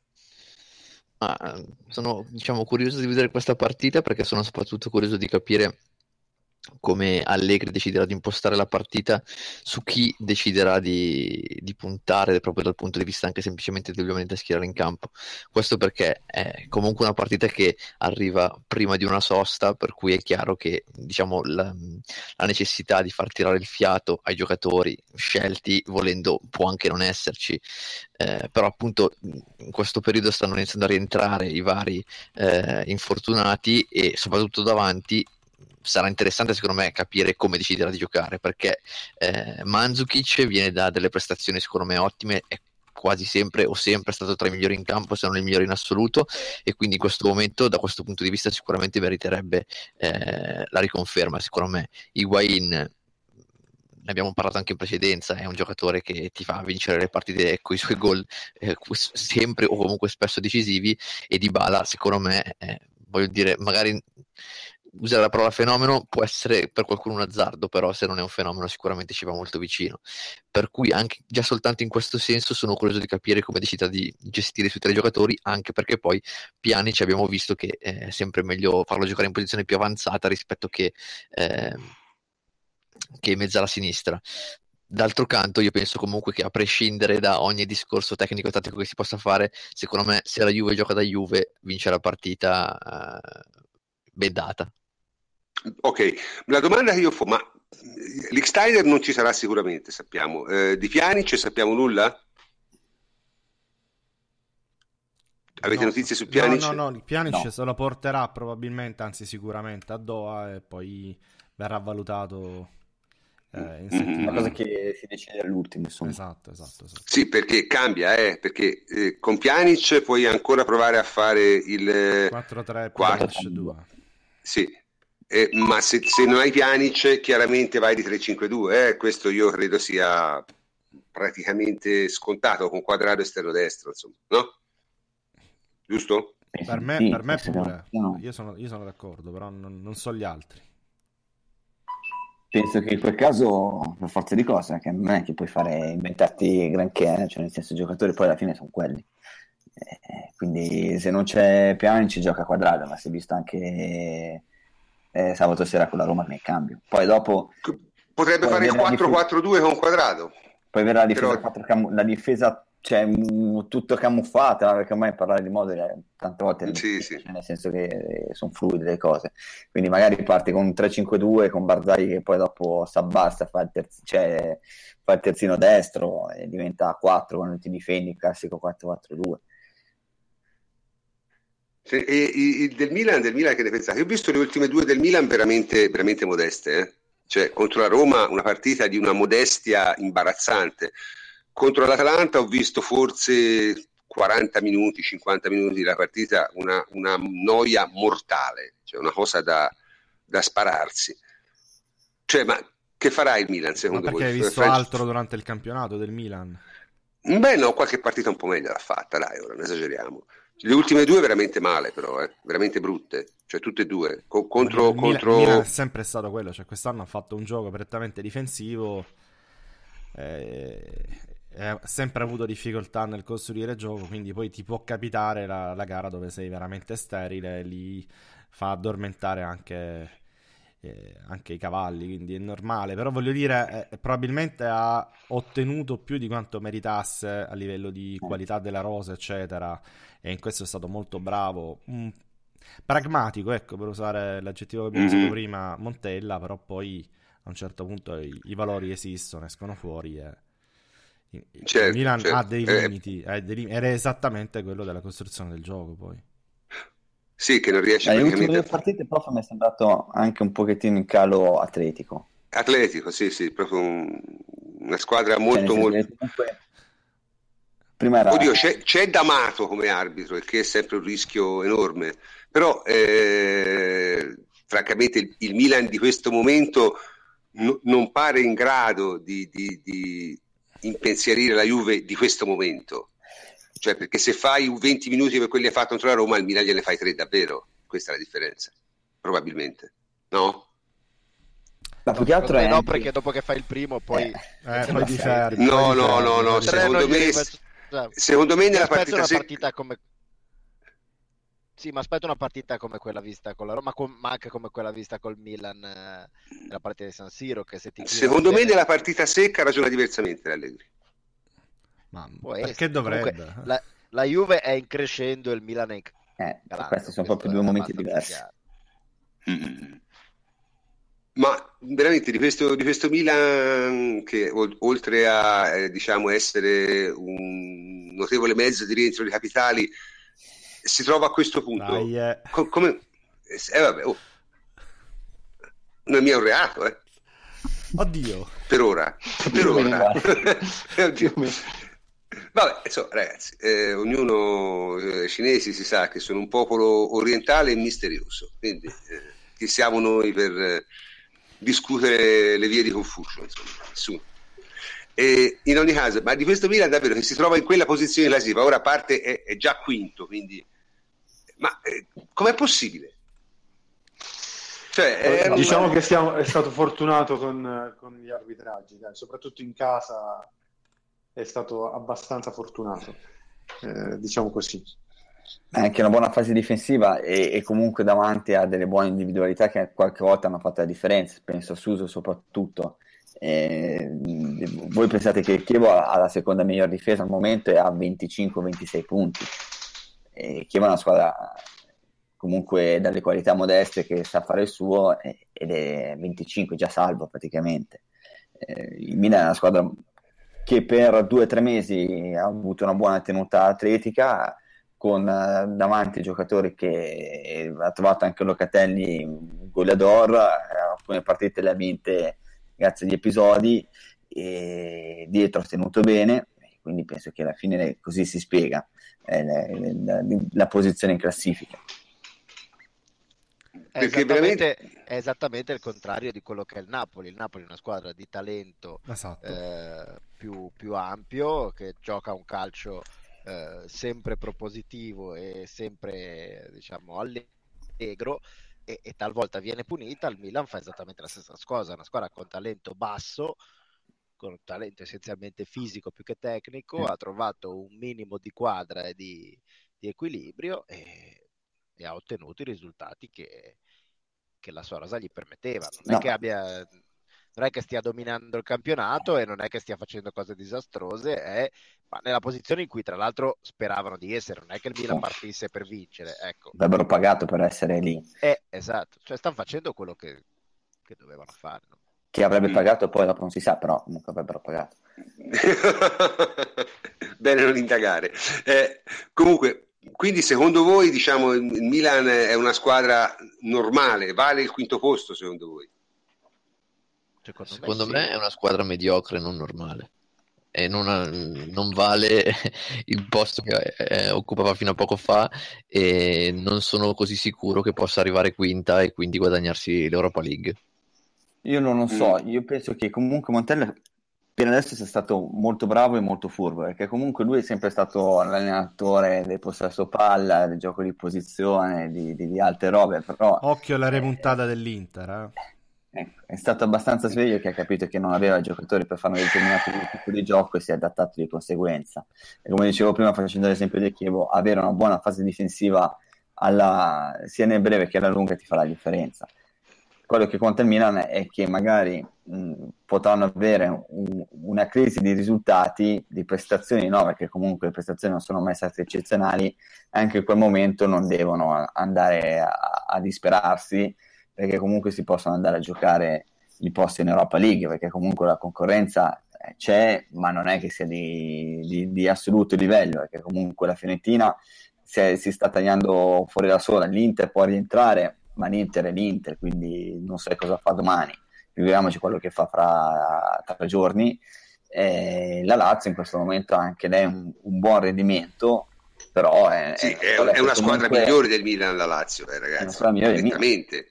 Ah, sono, diciamo, curioso di vedere questa partita perché sono soprattutto curioso di capire come Allegri deciderà di impostare la partita, su chi deciderà di, di puntare proprio dal punto di vista anche semplicemente di ovviamente schierare in campo. Questo perché è comunque una partita che arriva prima di una sosta, per cui è chiaro che diciamo la, la necessità di far tirare il fiato ai giocatori scelti, volendo, può anche non esserci, eh, però appunto in questo periodo stanno iniziando a rientrare i vari eh, infortunati, e soprattutto davanti sarà interessante secondo me capire come deciderà di giocare, perché eh, Mandzukic viene da delle prestazioni secondo me ottime, è quasi sempre o sempre stato tra i migliori in campo, se non il migliore in assoluto, e quindi in questo momento da questo punto di vista sicuramente meriterebbe eh, la riconferma. Secondo me Higuain, ne abbiamo parlato anche in precedenza, è un giocatore che ti fa vincere le partite con i suoi gol eh, sempre o comunque spesso decisivi, e Dybala secondo me eh, voglio dire, magari usare la parola fenomeno può essere per qualcuno un azzardo, però se non è un fenomeno sicuramente ci va molto vicino, per cui anche già soltanto in questo senso sono curioso di capire come decida di gestire sui tre giocatori, anche perché poi Pjanic abbiamo visto che è sempre meglio farlo giocare in posizione più avanzata rispetto che eh, che in mezzo alla sinistra. D'altro canto io penso comunque che, a prescindere da ogni discorso tecnico e tattico che si possa fare, secondo me se la Juve gioca da Juve vince la partita eh, ben data. Ok, la domanda che io ho, ma Lichtsteiner non ci sarà sicuramente, sappiamo. Eh, di Pjanic sappiamo nulla? Avete No, notizie su Pjanic? No, no, no, Pjanic No. se lo porterà probabilmente, anzi sicuramente a Doha, e poi verrà valutato eh, in Mm-hmm. settimana. Una cosa che si decide all'ultimo, insomma. Esatto, esatto, esatto. Sì, perché cambia, eh, perché eh, con Pjanic puoi ancora provare a fare il eh, quattro tre quattro. Pjanic due. Sì, eh, ma se, se non hai Pjanic chiaramente vai di tre cinque due, eh, questo io credo sia praticamente scontato, con Quadrado esterno destro, insomma, no? Giusto? Penso Per di me, sì, per me penso pure. che- no. Io sono, io sono d'accordo, però non, non so gli altri. Penso che in quel caso, per forza di cose, che non è che puoi fare inventarti granché, eh, cioè nel senso i giocatori poi alla fine sono quelli. Eh, quindi se non c'è Pjanic gioca Quadrado, ma si è visto anche eh, sabato sera con la Roma nel cambio. Poi dopo potrebbe fare il quattro quattro due con Quadrado. Poi verrà la difesa, Però... quattro cam- la difesa cioè, mh, tutto camuffata, perché ormai parlare di Modric è tante volte sì, sì. nel senso che eh, sono fluide le cose, quindi magari parti con un tre cinque due con Barzagli che poi dopo si abbassa, fa il, terz- cioè, fa il terzino destro e diventa quattro quando ti difendi, il classico quattro quattro due. Sì, e, e del Milan, del Milan che ne pensate? Io ho visto le ultime due del Milan veramente, veramente modeste, eh? Cioè contro la Roma una partita di una modestia imbarazzante, contro l'Atalanta ho visto forse quaranta minuti, cinquanta minuti della partita, una, una noia mortale, cioè una cosa da, da spararsi. Cioè, ma che farà il Milan secondo ma perché voi? hai visto Fre- altro durante il campionato del Milan? Beh no, qualche partita un po' meglio l'ha fatta, dai, ora non esageriamo. Le ultime due veramente male però, eh? Veramente brutte, cioè tutte e due. Co- contro, il, Milan, contro... il Milan è sempre stato quello, cioè quest'anno ha fatto un gioco prettamente difensivo, eh, ha sempre avuto difficoltà nel costruire gioco, quindi poi ti può capitare la, la gara dove sei veramente sterile, lì fa addormentare anche, eh, anche i cavalli, quindi è normale, però voglio dire, eh, probabilmente ha ottenuto più di quanto meritasse a livello di qualità della rosa, eccetera, e in questo è stato molto bravo, mm, pragmatico, ecco, per usare l'aggettivo che abbiamo usato Mhm. prima, Montella, però poi a un certo punto i, i valori esistono, escono fuori e il il Certo, Milan ha certo. dei Eh, limiti, ha dei lim- ed è esattamente quello della costruzione del gioco poi. sì, che non riesce Dalle ultime praticamente due a... partite, prof, mi è sembrato anche un pochettino in calo atletico. Atletico, sì, sì, proprio un- una squadra Cioè, nel molto, senso molto... che comunque prima era... Oddio, c'è, c'è D'Amato come arbitro, il che è sempre un rischio enorme, però eh, francamente il, il Milan di questo momento no- non pare in grado di, di, di impensierire la Juve di questo momento, cioè perché se fai un venti minuti per quelli che hai fatto contro la Roma, il Milan gliene fai tre davvero, questa è la differenza, probabilmente, no? Ma più che altro è no, anche... perché dopo che fai il primo poi Eh, Eh, poi ti fermi. No, poi ti no, fermi, no, poi no, ti tre fermi. non secondo glieli me, faccio- secondo me Mi nella aspetto partita, una se- partita come sì, ma aspetto una partita come quella vista con la Roma, com- ma anche come quella vista col Milan eh, nella partita di San Siro, che se ti girano secondo me bene nella partita secca ragiona diversamente Allegri. Ma può perché essere. dovrebbe? Comunque, la, la Juve è in crescendo e il Milan è in Eh, calando. questi sono Questo proprio due è momenti abbastanza diversi. chiaro. Mm. Ma veramente di questo, di questo Milan che ol- oltre a eh, diciamo essere un notevole mezzo di rientro di capitali si trova a questo punto Dai, eh. co- come eh, vabbè, oh, non è mio reato eh, Oddio. per ora per Più o meno, ora guarda. Più o meno. vabbè insomma ragazzi eh, ognuno eh, cinesi si sa che sono un popolo orientale e misterioso, quindi eh, chi siamo noi per eh, discutere le vie di Confucio, insomma, nessuno. E in ogni caso, ma di questo Milan davvero che si trova in quella posizione classifica, ora a parte è, è già quinto, quindi ma eh, com'è possibile? Cioè, è un- Diciamo che stiamo, è stato fortunato con, con gli arbitraggi, dai, soprattutto in casa è stato abbastanza fortunato, eh, diciamo così. È anche una buona fase difensiva e, e comunque davanti a delle buone individualità che qualche volta hanno fatto la differenza, penso a Suso soprattutto. Eh, voi pensate che il Chievo ha la seconda miglior difesa al momento e ha venticinque ventisei punti. E Chievo è una squadra comunque dalle qualità modeste che sa fare il suo eh, ed è venticinque già salvo praticamente. Eh, il Milan è una squadra che per due o tre mesi ha avuto una buona tenuta atletica, con eh, davanti giocatori che ha trovato anche Locatelli un goleador, eh, alcune partite le ha vinte grazie agli episodi e dietro ha tenuto bene, quindi penso che alla fine così si spiega eh, la, la, la posizione in classifica. È Perché esattamente, veramente- è esattamente il contrario di quello che è il Napoli. Il Napoli è una squadra di talento Esatto. eh, più, più ampio, che gioca un calcio eh, sempre propositivo e sempre, diciamo, allegro, e, e talvolta viene punita. Il Milan fa esattamente la stessa cosa, una squadra con talento basso, con un talento essenzialmente fisico più che tecnico, ha trovato un minimo di quadra e di, di equilibrio e, e ha ottenuto i risultati che, che la sua rosa gli permetteva. Non No. è che abbia, non è che stia dominando il campionato e non è che stia facendo cose disastrose, è ma nella posizione in cui tra l'altro speravano di essere, non è che il Milan partisse per vincere, ecco. Avrebbero pagato per essere lì. Eh, esatto, cioè stanno facendo quello che, che dovevano fare, no? Chi avrebbe pagato poi dopo non si sa, però comunque avrebbero pagato. Bene non indagare. Eh, comunque, quindi secondo voi, diciamo, il Milan è una squadra normale, vale il quinto posto secondo voi? Secondo, Secondo me, me sì. è una squadra mediocre, non normale. E non, ha- non vale il posto che eh, occupava fino a poco fa, e non sono così sicuro che possa arrivare quinta e quindi guadagnarsi l'Europa League. Io non lo so, io penso che comunque Montella per adesso sia stato molto bravo e molto furbo, perché comunque lui è sempre stato l'allenatore del possesso palla, del gioco di posizione, di, di, di alte robe, però Occhio alla eh, remontata dell'Inter, eh. ecco, è stato abbastanza sveglio che ha capito che non aveva giocatori per fare un determinato tipo di gioco e si è adattato di conseguenza. E come dicevo prima, facendo l'esempio del Chievo, avere una buona fase difensiva alla, sia nel breve che alla lunga ti fa la differenza. Quello che conta il Milan è che magari mh, potranno avere un, una crisi di risultati, di prestazioni, no, perché comunque le prestazioni non sono mai state eccezionali, anche in quel momento non devono andare a, a disperarsi, perché comunque si possono andare a giocare i posti in Europa League, perché comunque la concorrenza c'è, ma non è che sia di, di, di assoluto livello, perché comunque la Fiorentina si, è, si sta tagliando fuori da sola, l'Inter può rientrare, ma l'Inter è l'Inter, quindi non sai cosa fa domani, figuriamoci quello che fa fra tre giorni. E la Lazio in questo momento ha anche lei un, un buon rendimento, però è, sì, è, è, è una squadra comunque migliore del Milan, la Lazio, eh, ragazzi, è una squadra migliore del Milan. nettamente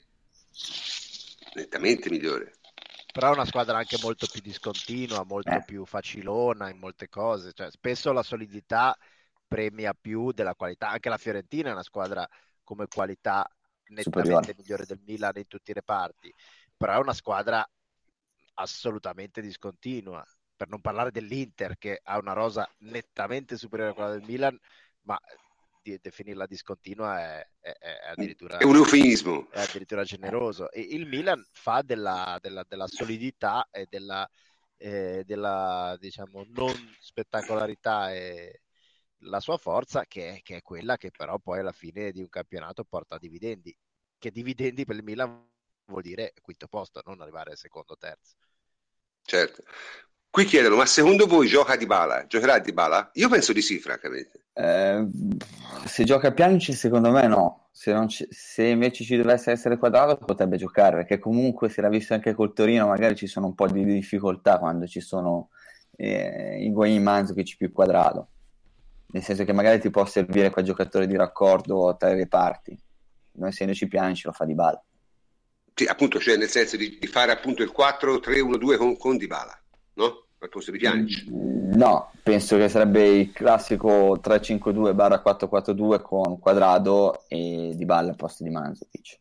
nettamente migliore, però è una squadra anche molto più discontinua, molto Eh. più facilona in molte cose, cioè spesso la solidità premia più della qualità. Anche la Fiorentina è una squadra come qualità nettamente Superiore. migliore del Milan in tutti i reparti, però è una squadra assolutamente discontinua, per non parlare dell'Inter che ha una rosa nettamente superiore a quella del Milan, ma di definirla discontinua è, è, è addirittura è un eufemismo. è addirittura generoso. E il Milan fa della, della, della solidità e della, eh, della diciamo non spettacolarità e la sua forza, che è, che è quella che però poi alla fine di un campionato porta a dividendi, che dividendi per il Milan vuol dire quinto posto, non arrivare secondo o terzo. Certo. Qui chiedono, ma secondo voi gioca Dybala? Giocherà Dybala? Io penso di sì, francamente. Eh, se gioca Pjanic, secondo me no. Se, non ci, se invece ci dovesse essere Quadrato, potrebbe giocare, perché comunque si era visto anche col Torino, magari ci sono un po' di difficoltà quando ci sono eh, Higuaín, Mandzukic più Quadrato, nel senso che magari ti può servire quel giocatore di raccordo tra i reparti. Non essendoci Pjanic, lo fa Dybala. Sì, appunto, cioè nel senso di, di fare appunto il quattro tre uno due con, con Dybala, no? Al posto di Pjanic. No, penso che sarebbe il classico tre cinque due barra quattro quattro due con Quadrado e Dybala al posto di Mandzukic.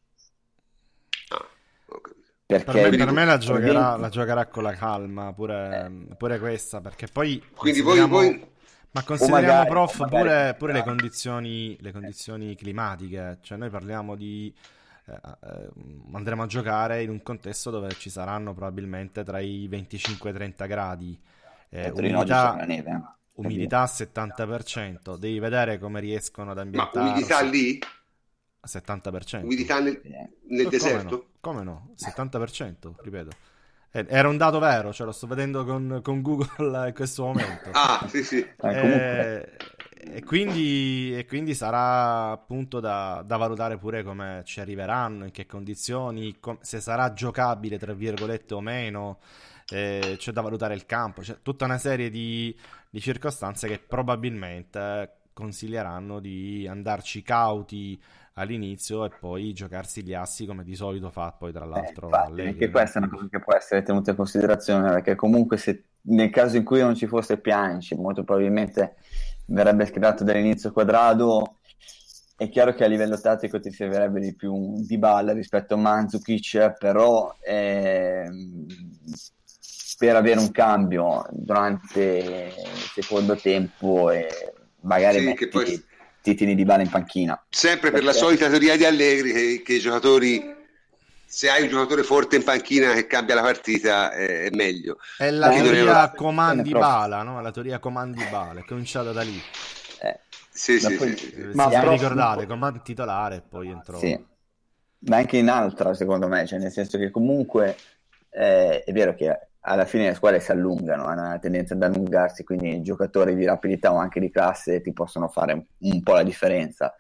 Ah, ho capito. Perché Per me, per me la, per giocherà, esempio- la giocherà con la calma, pure, pure questa, perché poi Quindi voi, consideriamo- voi ma consideriamo, magari- prof, o magari- pure, pure le condizioni, le condizioni climatiche, cioè noi parliamo di eh, eh, andremo a giocare in un contesto dove ci saranno probabilmente tra i venticinque e i trenta gradi, eh, a Torino oggi c'è umidità, la neve, eh. umidità al settanta per cento, devi vedere come riescono ad ma ambientarsi. umidità lì? Al settanta per cento. Umidità nel, Eh. nel Oh, deserto? Come no? Come no? settanta per cento, ripeto. Eh, Era un dato vero, cioè lo sto vedendo con, con Google in questo momento. Ah, sì, sì. Eh, comunque, Eh, e, quindi, e quindi sarà appunto da, da valutare pure come ci arriveranno, in che condizioni, com- se sarà giocabile, tra virgolette, o meno. Eh, c'è da valutare il campo, c'è tutta una serie di, di circostanze che probabilmente consiglieranno di andarci cauti all'inizio e poi giocarsi gli assi come di solito fa poi tra eh, l'altro infatti, Allegri. anche questa è una cosa che può essere tenuta in considerazione, perché comunque se nel caso in cui non ci fosse Pjanic, molto probabilmente verrebbe schierato dall'inizio Quadrado. È chiaro che a livello tattico ti servirebbe di più un Dybala rispetto a Mandzukic, però ehm, per avere un cambio durante il secondo tempo e magari Sì, metti che poi- Titini Dybala in panchina. Sempre per la Perché- solita teoria di Allegri che, che i giocatori, se hai un giocatore forte in panchina che cambia la partita, è, è meglio. È la Quindi non è teoria una- comandi prof. bala, no? La teoria comandi bala, è cominciata da lì. Eh, Sì, ma sì, poi- sì, sì, sì. Se Ma vi prof, ricordate, non- comando titolare e poi entrò. Sì, ma anche in altra secondo me, cioè nel senso che comunque eh, è vero che alla fine le squadre si allungano, hanno una tendenza ad allungarsi, quindi i giocatori di rapidità o anche di classe ti possono fare un po' la differenza.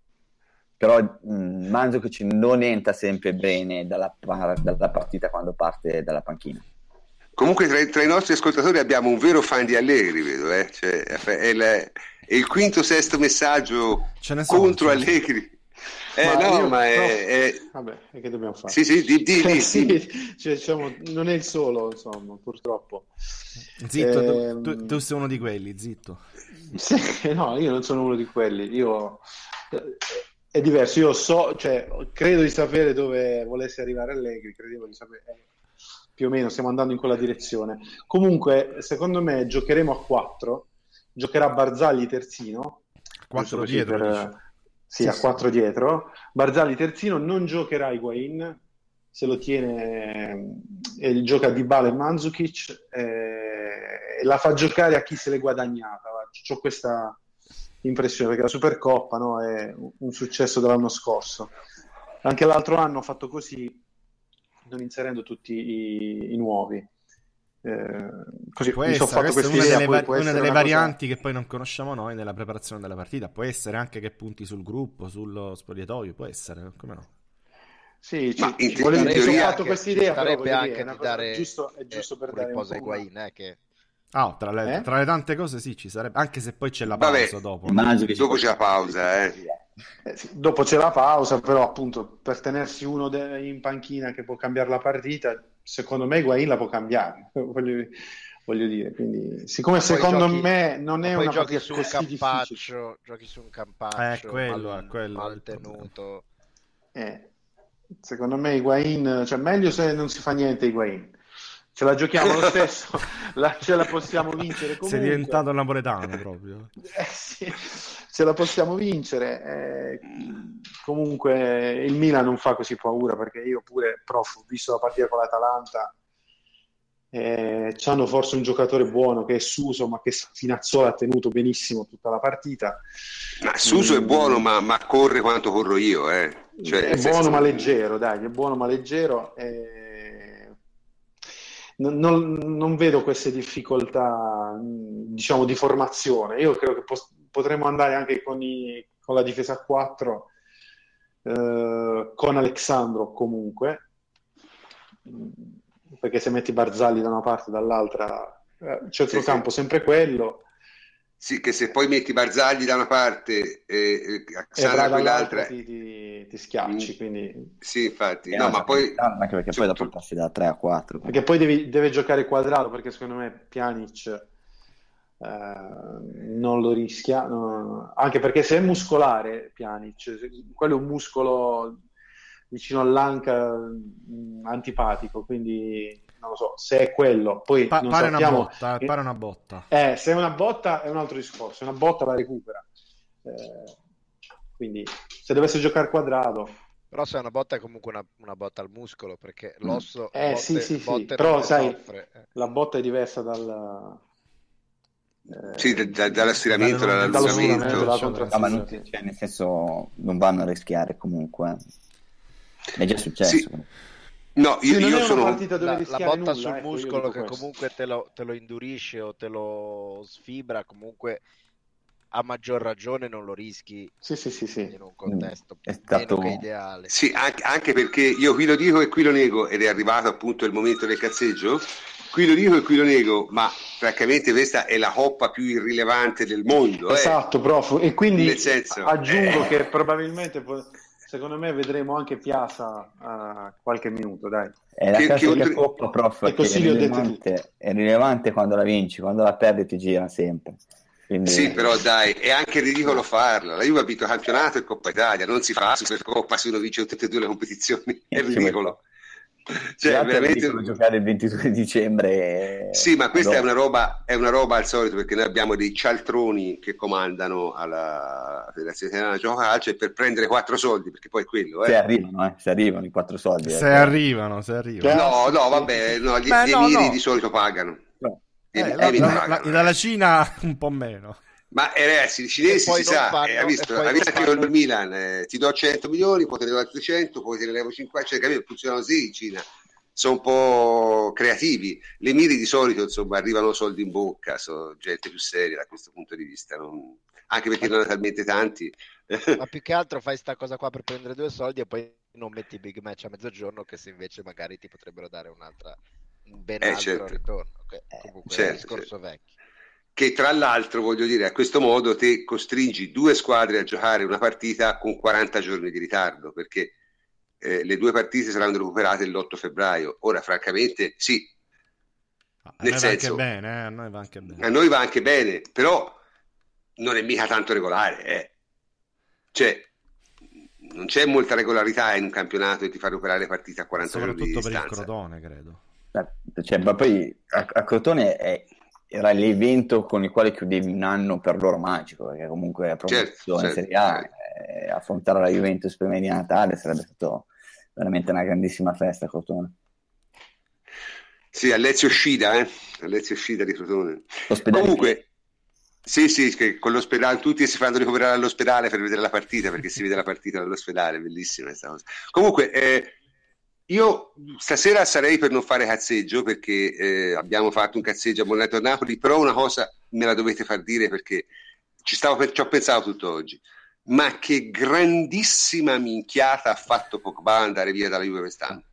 Però mh, Mandzukic non entra sempre bene dalla, par- dalla partita quando parte dalla panchina. Comunque tra, i- tra i nostri ascoltatori abbiamo un vero fan di Allegri, vedo, eh? Cioè, è, il, è il quinto sesto messaggio Ce ne sono, contro ce ne sono. Allegri. Eh, Ma no, io- ma è, no. è- Vabbè, e che dobbiamo fare? Sì, sì, di, di, di, Sì, di. cioè, diciamo, non è il solo, insomma, purtroppo. Zitto, tu- Ehm, tu, tu sei uno di quelli, zitto. Sì, no, io non sono uno di quelli. Io eh, è diverso. Io so, cioè, credo di sapere dove volesse arrivare Allegri, credevo di sapere. eh, Più o meno stiamo andando in quella direzione. Comunque, secondo me giocheremo a quattro. Giocherà Barzagli terzino. Quattro giusto così dietro, per- dici? Sì, Sì, a sì. quattro dietro. Barzagli terzino, non giocherà Higuain, se lo tiene e gioca Dybala e Mandzukic eh, e la fa giocare a chi se l'è guadagnata. Ho questa impressione perché la Supercoppa, no, è un successo dell'anno scorso. Anche l'altro anno ha fatto così, non inserendo tutti i, i nuovi. Eh, così Può mi sono essere, fatto questa è questa una idea, delle, poi va- può una essere delle una cosa- varianti che poi non conosciamo noi nella preparazione della partita. Può essere anche che punti sul gruppo, sullo spogliatoio, può essere, come no? Sì, ci, Ma in ci te- volevo- in mi sono teoria fatto Anche- questa ci idea, però starebbe voglio anche dire, è una di cosa- dare è giusto, è giusto eh, per un dare un riposo po' a una- Higuain, eh, che Ah, tra le, Eh? tra le tante cose sì, ci sarebbe, anche se poi c'è la Vabbè, pausa dopo. no? Immagino che ci Dopo possa- c'è la pausa, eh. Eh, sì, dopo c'è la pausa, però appunto per tenersi uno de- in panchina che può cambiare la partita, secondo me Higuain la può cambiare, voglio, voglio dire. Quindi, siccome poi secondo giochi- me non ma è poi una giochi partita su un così difficile, campaccio, giochi su un campaccio Eh, quello, mal, è quello mal il problema. tenuto. eh, secondo me Higuain, cioè meglio se non si fa niente Higuain. Ce la giochiamo lo stesso, la- ce la possiamo vincere comunque. Sei diventato napoletano proprio. Eh sì, ce la possiamo vincere. eh, comunque il Milan non fa così paura perché io pure, prof, ho visto la partita con l'Atalanta. Eh, c'hanno forse un giocatore buono che è Suso, ma che Spinazzola ha tenuto benissimo tutta la partita. Ma Suso è Mm. buono, ma, ma corre quanto corro io, eh. Cioè, È nel buono senso- ma leggero, dai, è buono ma leggero. eh, Non, non- non vedo queste difficoltà, mh, diciamo, di formazione. Io credo che pos- potremmo andare anche con, i- con la difesa a quattro, eh, con Alexandro comunque, mh, perché se metti Barzagli da una parte e dall'altra, eh, centrocampo sempre quello. Sì, che se poi metti Barzagli da una parte e, e E Alexandra Braga quell'altra, dall'altra ti, ti- ti schiacci, Mm. quindi... sì, infatti, Eh, no, ma cioè, poi anche perché poi dopo passi da tre a quattro. Perché poi devi- deve giocare Quadrato, perché secondo me Pjanic eh, non lo rischia, no, anche perché se è muscolare Pjanic, se- quello è un muscolo vicino all'anca mh, antipatico, quindi non lo so, se è quello, poi Pa- non pare una sappiamo... botta, eh, pare una botta. Eh, se è una botta è un altro discorso, una botta la recupera. Eh, quindi se dovesse giocare Quadrato... Però se è una botta è comunque una, una botta al muscolo, perché l'osso Eh, botte, sì, sì, sì, botte però non ne sai, soffre. eh. la botta è diversa dal... eh, sì, da- da- dall'estiramento, Dallo- dall'allungamento. dalla Cioè, contra- No, ma sì, non, sì. cioè, nel senso non vanno a rischiare comunque. È già successo. Sì. No, Sì, io, non io è una sono... partita dove La, la rischiare botta nulla, sul ecco, io muscolo dico che questo. comunque te lo, te lo indurisce o te lo sfibra, comunque a maggior ragione non lo rischi Sì, sì, sì, sì. in un contesto È stato- meno che ideale. Sì, anche, anche perché io qui lo dico e qui lo nego, ed è arrivato appunto il momento del cazzeggio, qui lo dico e qui lo nego, ma francamente questa è la coppa più irrilevante del mondo. eh. Esatto, prof. E quindi Nel senso, aggiungo eh. che probabilmente, po- secondo me, vedremo anche Piazza a qualche minuto, dai. È la Che- classica che- coppa, prof, E che così è li ho detti rilevante, è rilevante quando la vinci, quando la perdi ti gira sempre. Quindi, Sì, però dai, è anche ridicolo farla. La Juve ha vinto campionato e Coppa Italia, non si fa Supercoppa se uno vince tutte e due le competizioni, è Eh, ci ridicolo. Cioè, veramente... giocare il ventidue dicembre. Sì, ma questa no. è una roba è una roba al solito, perché noi abbiamo dei cialtroni che comandano alla Federazione Italiana Gioco Calcio, e per prendere quattro soldi, perché poi è quello, eh. Se arrivano, eh, se arrivano i quattro soldi. Se eh. arrivano, se arrivano. No, no, vabbè, no, gli, Beh, gli no, emiri no. di solito pagano. No. Gli Eh, emiri la, pagano, la, eh. dalla Cina un po' meno. Ma eh, ragazzi, i cinesi poi si non sa, fanno- eh, ha visto, e poi ha visto non che io fanno- il Milan, eh, ti do cento milioni, poi te ne do altri cento, poi te ne levo cinquanta, cioè, capito? Funzionano così in Cina. Sono un po' creativi. Le miri di solito, insomma, arrivano soldi in bocca, sono gente più seria da questo punto di vista, non- anche perché non hanno talmente tanti. Ma più che altro fai sta cosa qua per prendere due soldi e poi non metti big match a mezzogiorno, che se invece magari ti potrebbero dare un'altra, un ben Eh, altro certo. ritorno. Che comunque è certo, un discorso vecchio. Che tra l'altro, voglio dire, a questo modo te costringi due squadre a giocare una partita con quaranta giorni di ritardo, perché eh, le due partite saranno recuperate l'otto febbraio. Ora, francamente, sì, A nel noi va senso, anche bene, eh, a noi va anche bene. a noi va anche bene, però non è mica tanto regolare, eh. Cioè, non c'è molta regolarità in un campionato e ti fa recuperare le partite a quaranta giorni di Soprattutto per il distanza. Crotone, credo. Eh, cioè, ma poi a, a Crotone è- era l'evento con il quale chiudevi un anno per loro magico, perché comunque la promozione Certo, in certo, Serie A, certo. eh, affrontare la Juventus prima di Natale sarebbe stato veramente una grandissima festa a Crotone. Sì, Alessio Scida, eh? Alessio Scida di Crotone. L'ospedale Comunque, sì, sì, che con l'ospedale tutti si fanno ricoverare all'ospedale per vedere la partita, perché si vede la partita dall'ospedale, bellissima questa cosa. Comunque, eh, io stasera sarei per non fare cazzeggio, perché eh, abbiamo fatto un cazzeggio abbonato a Napoli, però una cosa me la dovete far dire, perché ci, stavo per- ci ho pensato tutto oggi. Ma che grandissima minchiata ha fatto Pogba andare via dalla Juve quest'anno.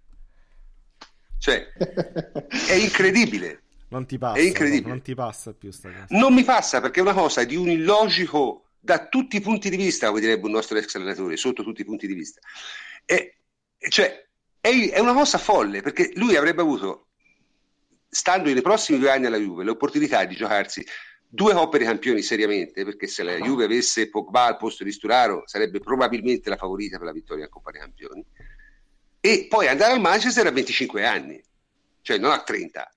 Cioè, è incredibile. Non ti passa, È incredibile. no, non ti passa più sta cosa. Non mi passa, perché è una cosa di un illogico da tutti i punti di vista, come direbbe un nostro ex allenatore, sotto tutti i punti di vista. E, cioè, è, è una cosa folle, perché lui avrebbe avuto, stando nei prossimi due anni alla Juve, l'opportunità di giocarsi due Coppe dei Campioni seriamente, perché se la Juve avesse Pogba al posto di Sturaro sarebbe probabilmente la favorita per la vittoria in Coppa dei Campioni, e poi andare al Manchester a venticinque anni, cioè non a trenta.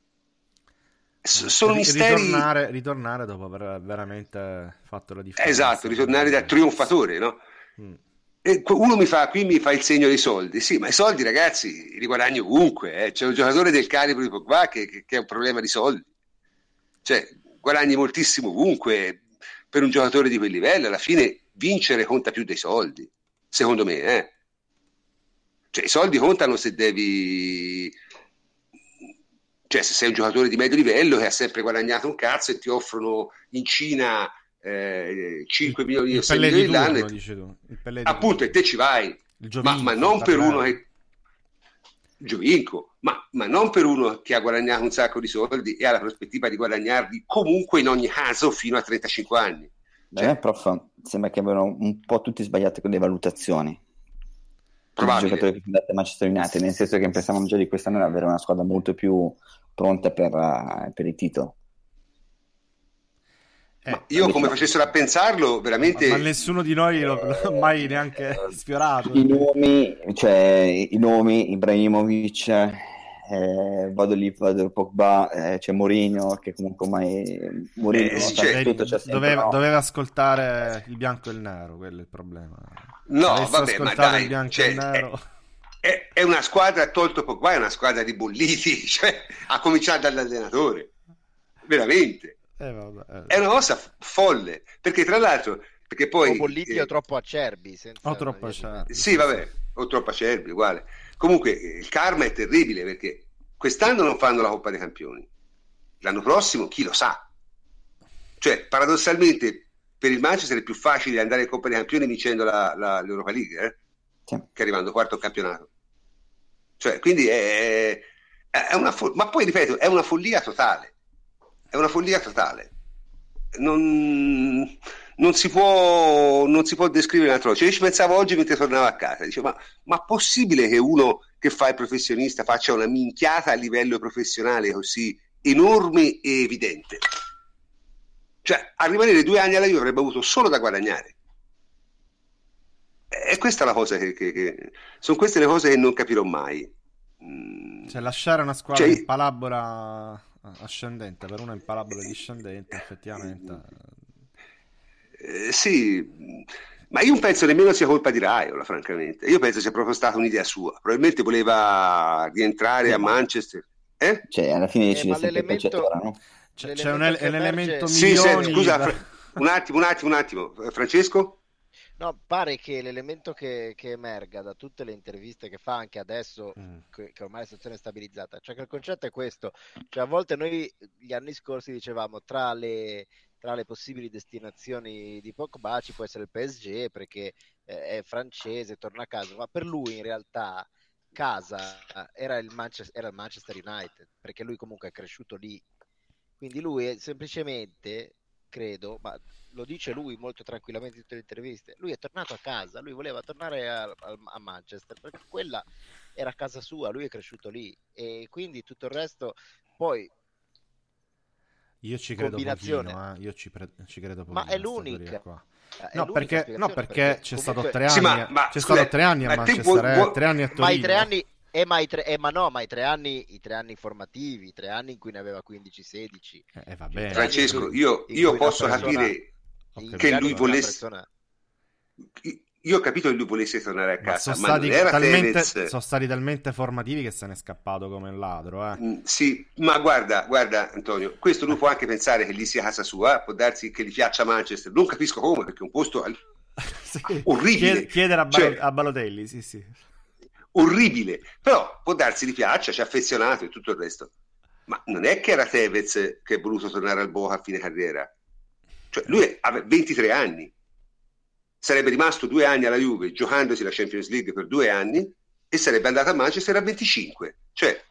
S- sono Ri- misteri. ritornare, ritornare dopo aver veramente fatto la differenza. Esatto, ritornare da trionfatore, no? Mm. E uno mi fa, qui mi fa il segno dei soldi. Sì, ma i soldi, ragazzi, li guadagni ovunque. Eh. C'è un giocatore del calibro di Pogba che, che, che è un problema di soldi. Cioè, guadagni moltissimo ovunque. Per un giocatore di quel livello, alla fine vincere conta più dei soldi, secondo me. Eh. Cioè, i soldi contano se devi... Cioè, se sei un giocatore di medio livello che ha sempre guadagnato un cazzo e ti offrono in Cina eh, cinque milioni o sei Pellè milioni di l'anno, turno, e- dici tu. Il Pellè di appunto, e turno. te ci vai. Il Ma, Giovinco, ma non per Barella. uno che Giovinco, ma, ma non per uno che ha guadagnato un sacco di soldi e ha la prospettiva di guadagnarli comunque in ogni caso fino a trentacinque anni. A me, prof, sembra che abbiano un po' tutti sbagliato con le valutazioni. Tutti i Probabile. giocatori che sono andati a Manchester United, nel senso che pensavamo già di quest'anno di avere una squadra molto più pronta per, uh, per il titolo. Eh, Ma io come facessero a pensarlo, veramente... ma nessuno di noi lo- l'ha mai neanche sfiorato. I nomi, cioè i nomi, Ibrahimovic, eh, vado lì, vado Pogba, eh, c'è Mourinho che comunque ormai Mourinho Eh, sì, sa cioè, tutto, c'è sempre, doveva, no? doveva ascoltare il bianco e il nero, quello è il problema. No, Se avesse vabbè, ma ascoltato dai, il bianco cioè, e il nero... È, è una squadra, tolto Pogba, è una squadra di bolliti, cioè, a cominciare dall'allenatore. Veramente. Eh, vabbè, eh. È una cosa f- folle, perché tra l'altro, perché poi... o bolliti eh, o troppo acerbi. Senza O troppo una via di acerbi. Sì, vabbè, o troppo acerbi, uguale. Comunque, eh, il karma è terribile, perché quest'anno non fanno la Coppa dei Campioni. L'anno prossimo, chi lo sa? Cioè, paradossalmente, per il Manchester è più facile andare in Coppa dei Campioni vincendo la, la, l'Europa League, eh? Sì. Che arrivando quarto al campionato. Cioè, quindi è, è una fo- ma poi ripeto, è una follia totale. È una follia totale. Non, non si può non si può descrivere in altro. Cioè, io ci pensavo oggi mentre tornavo a casa, dicevo, ma, ma possibile che uno che fa il professionista faccia una minchiata a livello professionale così enorme e evidente? Cioè, a rimanere due anni alla Juve avrebbe avuto solo da guadagnare. E questa è la cosa che, che, che... sono queste le cose che non capirò mai. mh, cioè lasciare una squadra cioè, in palabra ascendente per una in palabra discendente, effettivamente. eh, sì, ma io non penso nemmeno sia colpa di Raiola, francamente. Io penso sia proprio stata un'idea sua. Probabilmente voleva rientrare Sì, a ma Manchester. Eh? cioè, alla fine Eh, decide ma sempre il l'elemento, calciatore, no? C'è, c'è un, l'elemento ele- che un elemento emerge... Sì, se- milioni scusa, per- Fra- un attimo, un attimo, un attimo. Eh, Francesco? No, pare che l'elemento che, che emerga da tutte le interviste che fa anche adesso, Mm. che, che ormai la situazione è stabilizzata, cioè che il concetto è questo, cioè a volte noi gli anni scorsi dicevamo tra le, tra le possibili destinazioni di Pogba ci può essere il P S G perché eh, è francese, torna a casa, ma per lui in realtà casa era il Manchester, era il Manchester United, perché lui comunque è cresciuto lì, quindi lui è semplicemente, credo, ma lo dice lui molto tranquillamente in tutte le interviste, lui è tornato a casa, lui voleva tornare a, a, a Manchester perché quella era casa sua, lui è cresciuto lì e quindi tutto il resto poi Io ci credo combinazione, pochino, eh. Io ci, pre- ci credo pochino ma è a sta teoria l'unica, qua. è No, l'unica perché, no, spiegazione perché perché c'è stato comunque tre Sì, anni, ma, ma c'è scusa, stato tre anni a ma te Manchester, vuoi- eh, vuoi- tre anni a ma i tre Torino. anni eh, ma, i tre, eh, ma no, ma i tre anni, i tre anni formativi, i tre anni in cui ne aveva quindici sedici, Eh, eh, va cioè, i bene. tre anni in Francesco, cui, io, in io cui una posso persona, capire Ho in capito, che tre anni lui in cui una volesse. persona Io ho capito che lui volesse tornare a Ma casa, sono ma non stati era talmente, Tevez. sono stati talmente formativi che se n'è scappato come un ladro, eh. Mm, sì, ma guarda, guarda Antonio, questo lui può anche pensare che lì sia casa sua, può darsi che gli piaccia Manchester, non capisco come, perché è un posto al- Sì, orribile, chied- chiedere a, Balo- cioè, a Balotelli, sì, sì. orribile, però può darsi gli piaccia, ci è affezionato e tutto il resto, ma non è che era Tevez che è voluto tornare al Boca a fine carriera, cioè lui aveva ventitré anni, sarebbe rimasto due anni alla Juve giocandosi la Champions League per due anni e sarebbe andato a Manchester a venticinque, cioè,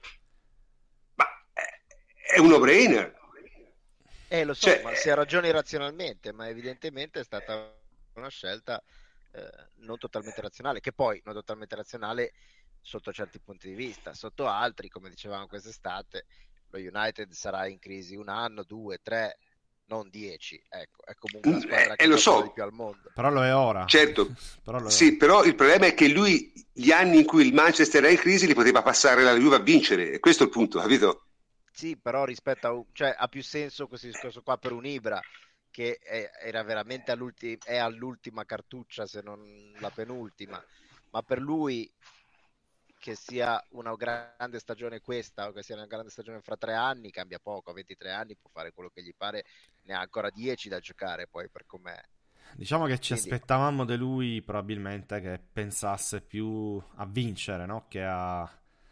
ma è, è un no-brainer. Eh, lo so, Cioè, ma se ragioni razionalmente, ma evidentemente è stata una scelta eh, non totalmente razionale, che poi non totalmente razionale sotto certi punti di vista, sotto altri, come dicevamo quest'estate, lo United sarà in crisi un anno, due, tre, non dieci, ecco, è comunque la squadra eh, che lo costa so. di più al mondo. Però lo è ora. Certo, Però lo è sì, ora. però il problema è che lui gli anni in cui il Manchester era in crisi li poteva passare la Juve a vincere, e questo è il punto, capito? Sì, però rispetto a, un- cioè, ha più senso questo discorso qua per un Ibra che è- era veramente all'ultima, è all'ultima cartuccia se non la penultima, ma per lui che sia una grande stagione questa o che sia una grande stagione fra tre anni cambia poco, a ventitré anni può fare quello che gli pare, ne ha ancora dieci da giocare poi per com'è. Diciamo che ci Quindi- aspettavamo di lui probabilmente che pensasse più a vincere, no? Che a,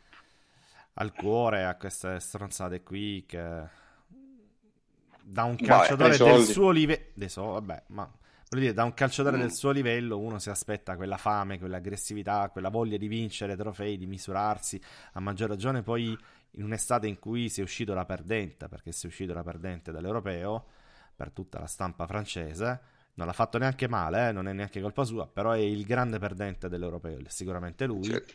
al cuore, a queste stronzate qui che da un calciatore ai del soldi. suo livello, vabbè, ma voglio dire, da un calciatore Mm. del suo livello uno si aspetta quella fame, quell'aggressività, quella voglia di vincere trofei, di misurarsi, a maggior ragione poi in un'estate in cui si è uscito da perdente, perché si è uscito da perdente dall'Europeo per tutta la stampa francese. Non l'ha fatto neanche male, eh, non è neanche colpa sua, però è il grande perdente dell'Europeo, sicuramente lui. Certo.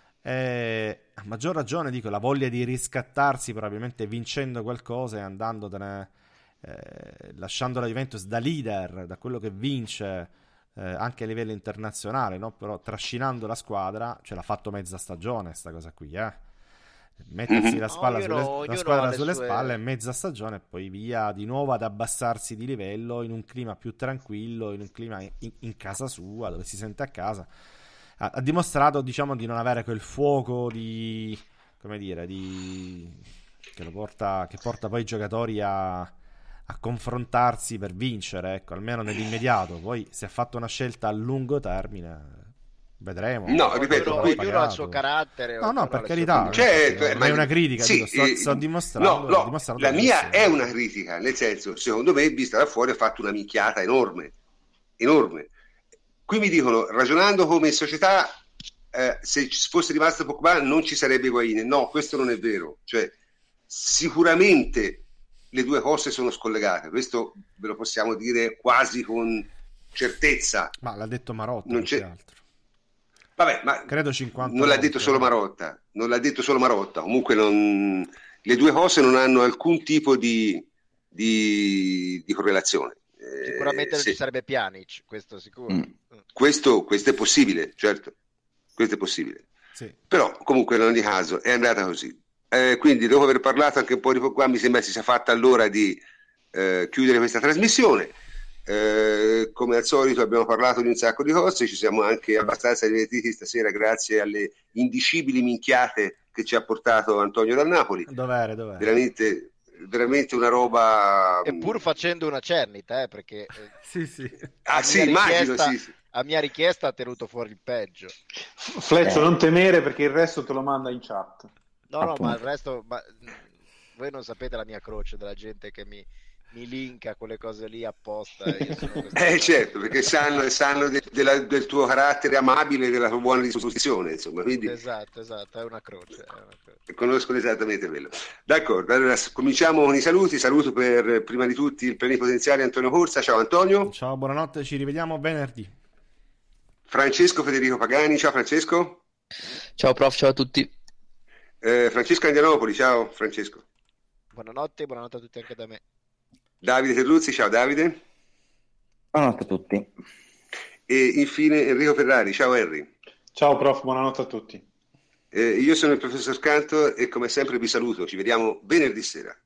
E a maggior ragione, dico, la voglia di riscattarsi probabilmente vincendo qualcosa e andandotene, eh, lasciando la Juventus da leader, da quello che vince eh, anche a livello internazionale, no? Però trascinando la squadra, ce l'ha fatto mezza stagione sta cosa qui, eh. Mettersi Mhm. la, spalla Ognuno- sulle, la ognuno squadra ha le sulle sue- spalle, mezza stagione e poi via di nuovo ad abbassarsi di livello in un clima più tranquillo, in un clima in, in casa sua, dove si sente a casa. Ha, ha dimostrato, diciamo, di non avere quel fuoco di, come dire, di che lo porta, che porta poi i giocatori a, a confrontarsi per vincere, ecco, almeno nell'immediato. Poi se ha fatto una scelta a lungo termine, vedremo. No, ripeto, ognuno, qui- ognuno ha il suo carattere. No, no, ognuno per ha le carità. sue- Certo, non ma- è una critica, sì, dico, sto, eh, sto dimostrando, no, no, ho dimostrato la di mia essere- è una critica, nel senso, secondo me, vista da fuori, ha fatto una minchiata enorme, enorme. Qui mi dicono, ragionando come società, eh, se ci fosse rimasto Pogba non ci sarebbe Higuaín. No, questo non è vero. Cioè, sicuramente le due cose sono scollegate, questo ve lo possiamo dire quasi con certezza. Ma l'ha detto Marotta, Non più che c'è- altro. Vabbè, ma Credo cinquanta non l'ha volte, detto solo no? Marotta, non l'ha detto solo Marotta. Comunque non- le due cose non hanno alcun tipo di, di, di correlazione. Eh, Sicuramente non se- ci sarebbe Pjanic, questo sicuro. Mm. Mm. questo, questo è possibile, certo, questo è possibile. Sì. Però comunque in ogni caso è andata così. Eh, quindi dopo aver parlato anche un po' di qua, mi sembra si sia fatta l'ora di eh, chiudere questa trasmissione. Eh, come al solito abbiamo parlato di un sacco di cose, ci siamo anche abbastanza divertiti stasera grazie alle indicibili minchiate che ci ha portato Antonio dal Napoli. Dov'era, dov'era? Veramente, veramente una roba. Eppur facendo una cernita, eh, perché eh, sì, sì. Ah, sì, immagino, sì, sì. A mia richiesta ha tenuto fuori il peggio. Fleccio, eh. non temere perché il resto te lo manda in chat. No, no, ma il resto, ma, voi non sapete la mia croce della gente che mi, mi linka quelle cose lì apposta. Io sono eh certo, perché sanno, sanno de, de la, del tuo carattere amabile e della tua buona disposizione, insomma. Quindi esatto, esatto, è una croce. È una croce. Conoscono esattamente quello. D'accordo, allora cominciamo con i saluti. Saluto per prima di tutti il plenipotenziario Antonio Corsa. Ciao Antonio. Ciao, buonanotte, ci rivediamo venerdì. Francesco Federico Pagani. Ciao Francesco. Ciao prof, ciao a tutti. Eh, Francesco Andianopoli. Ciao Francesco. Buonanotte, buonanotte a tutti anche da me. Davide Terluzzi. Ciao Davide. Buonanotte a tutti. E infine Enrico Ferrari. Ciao Henry. Ciao prof, buonanotte a tutti. Eh, io sono il professor Canto e come sempre vi saluto. Ci vediamo venerdì sera.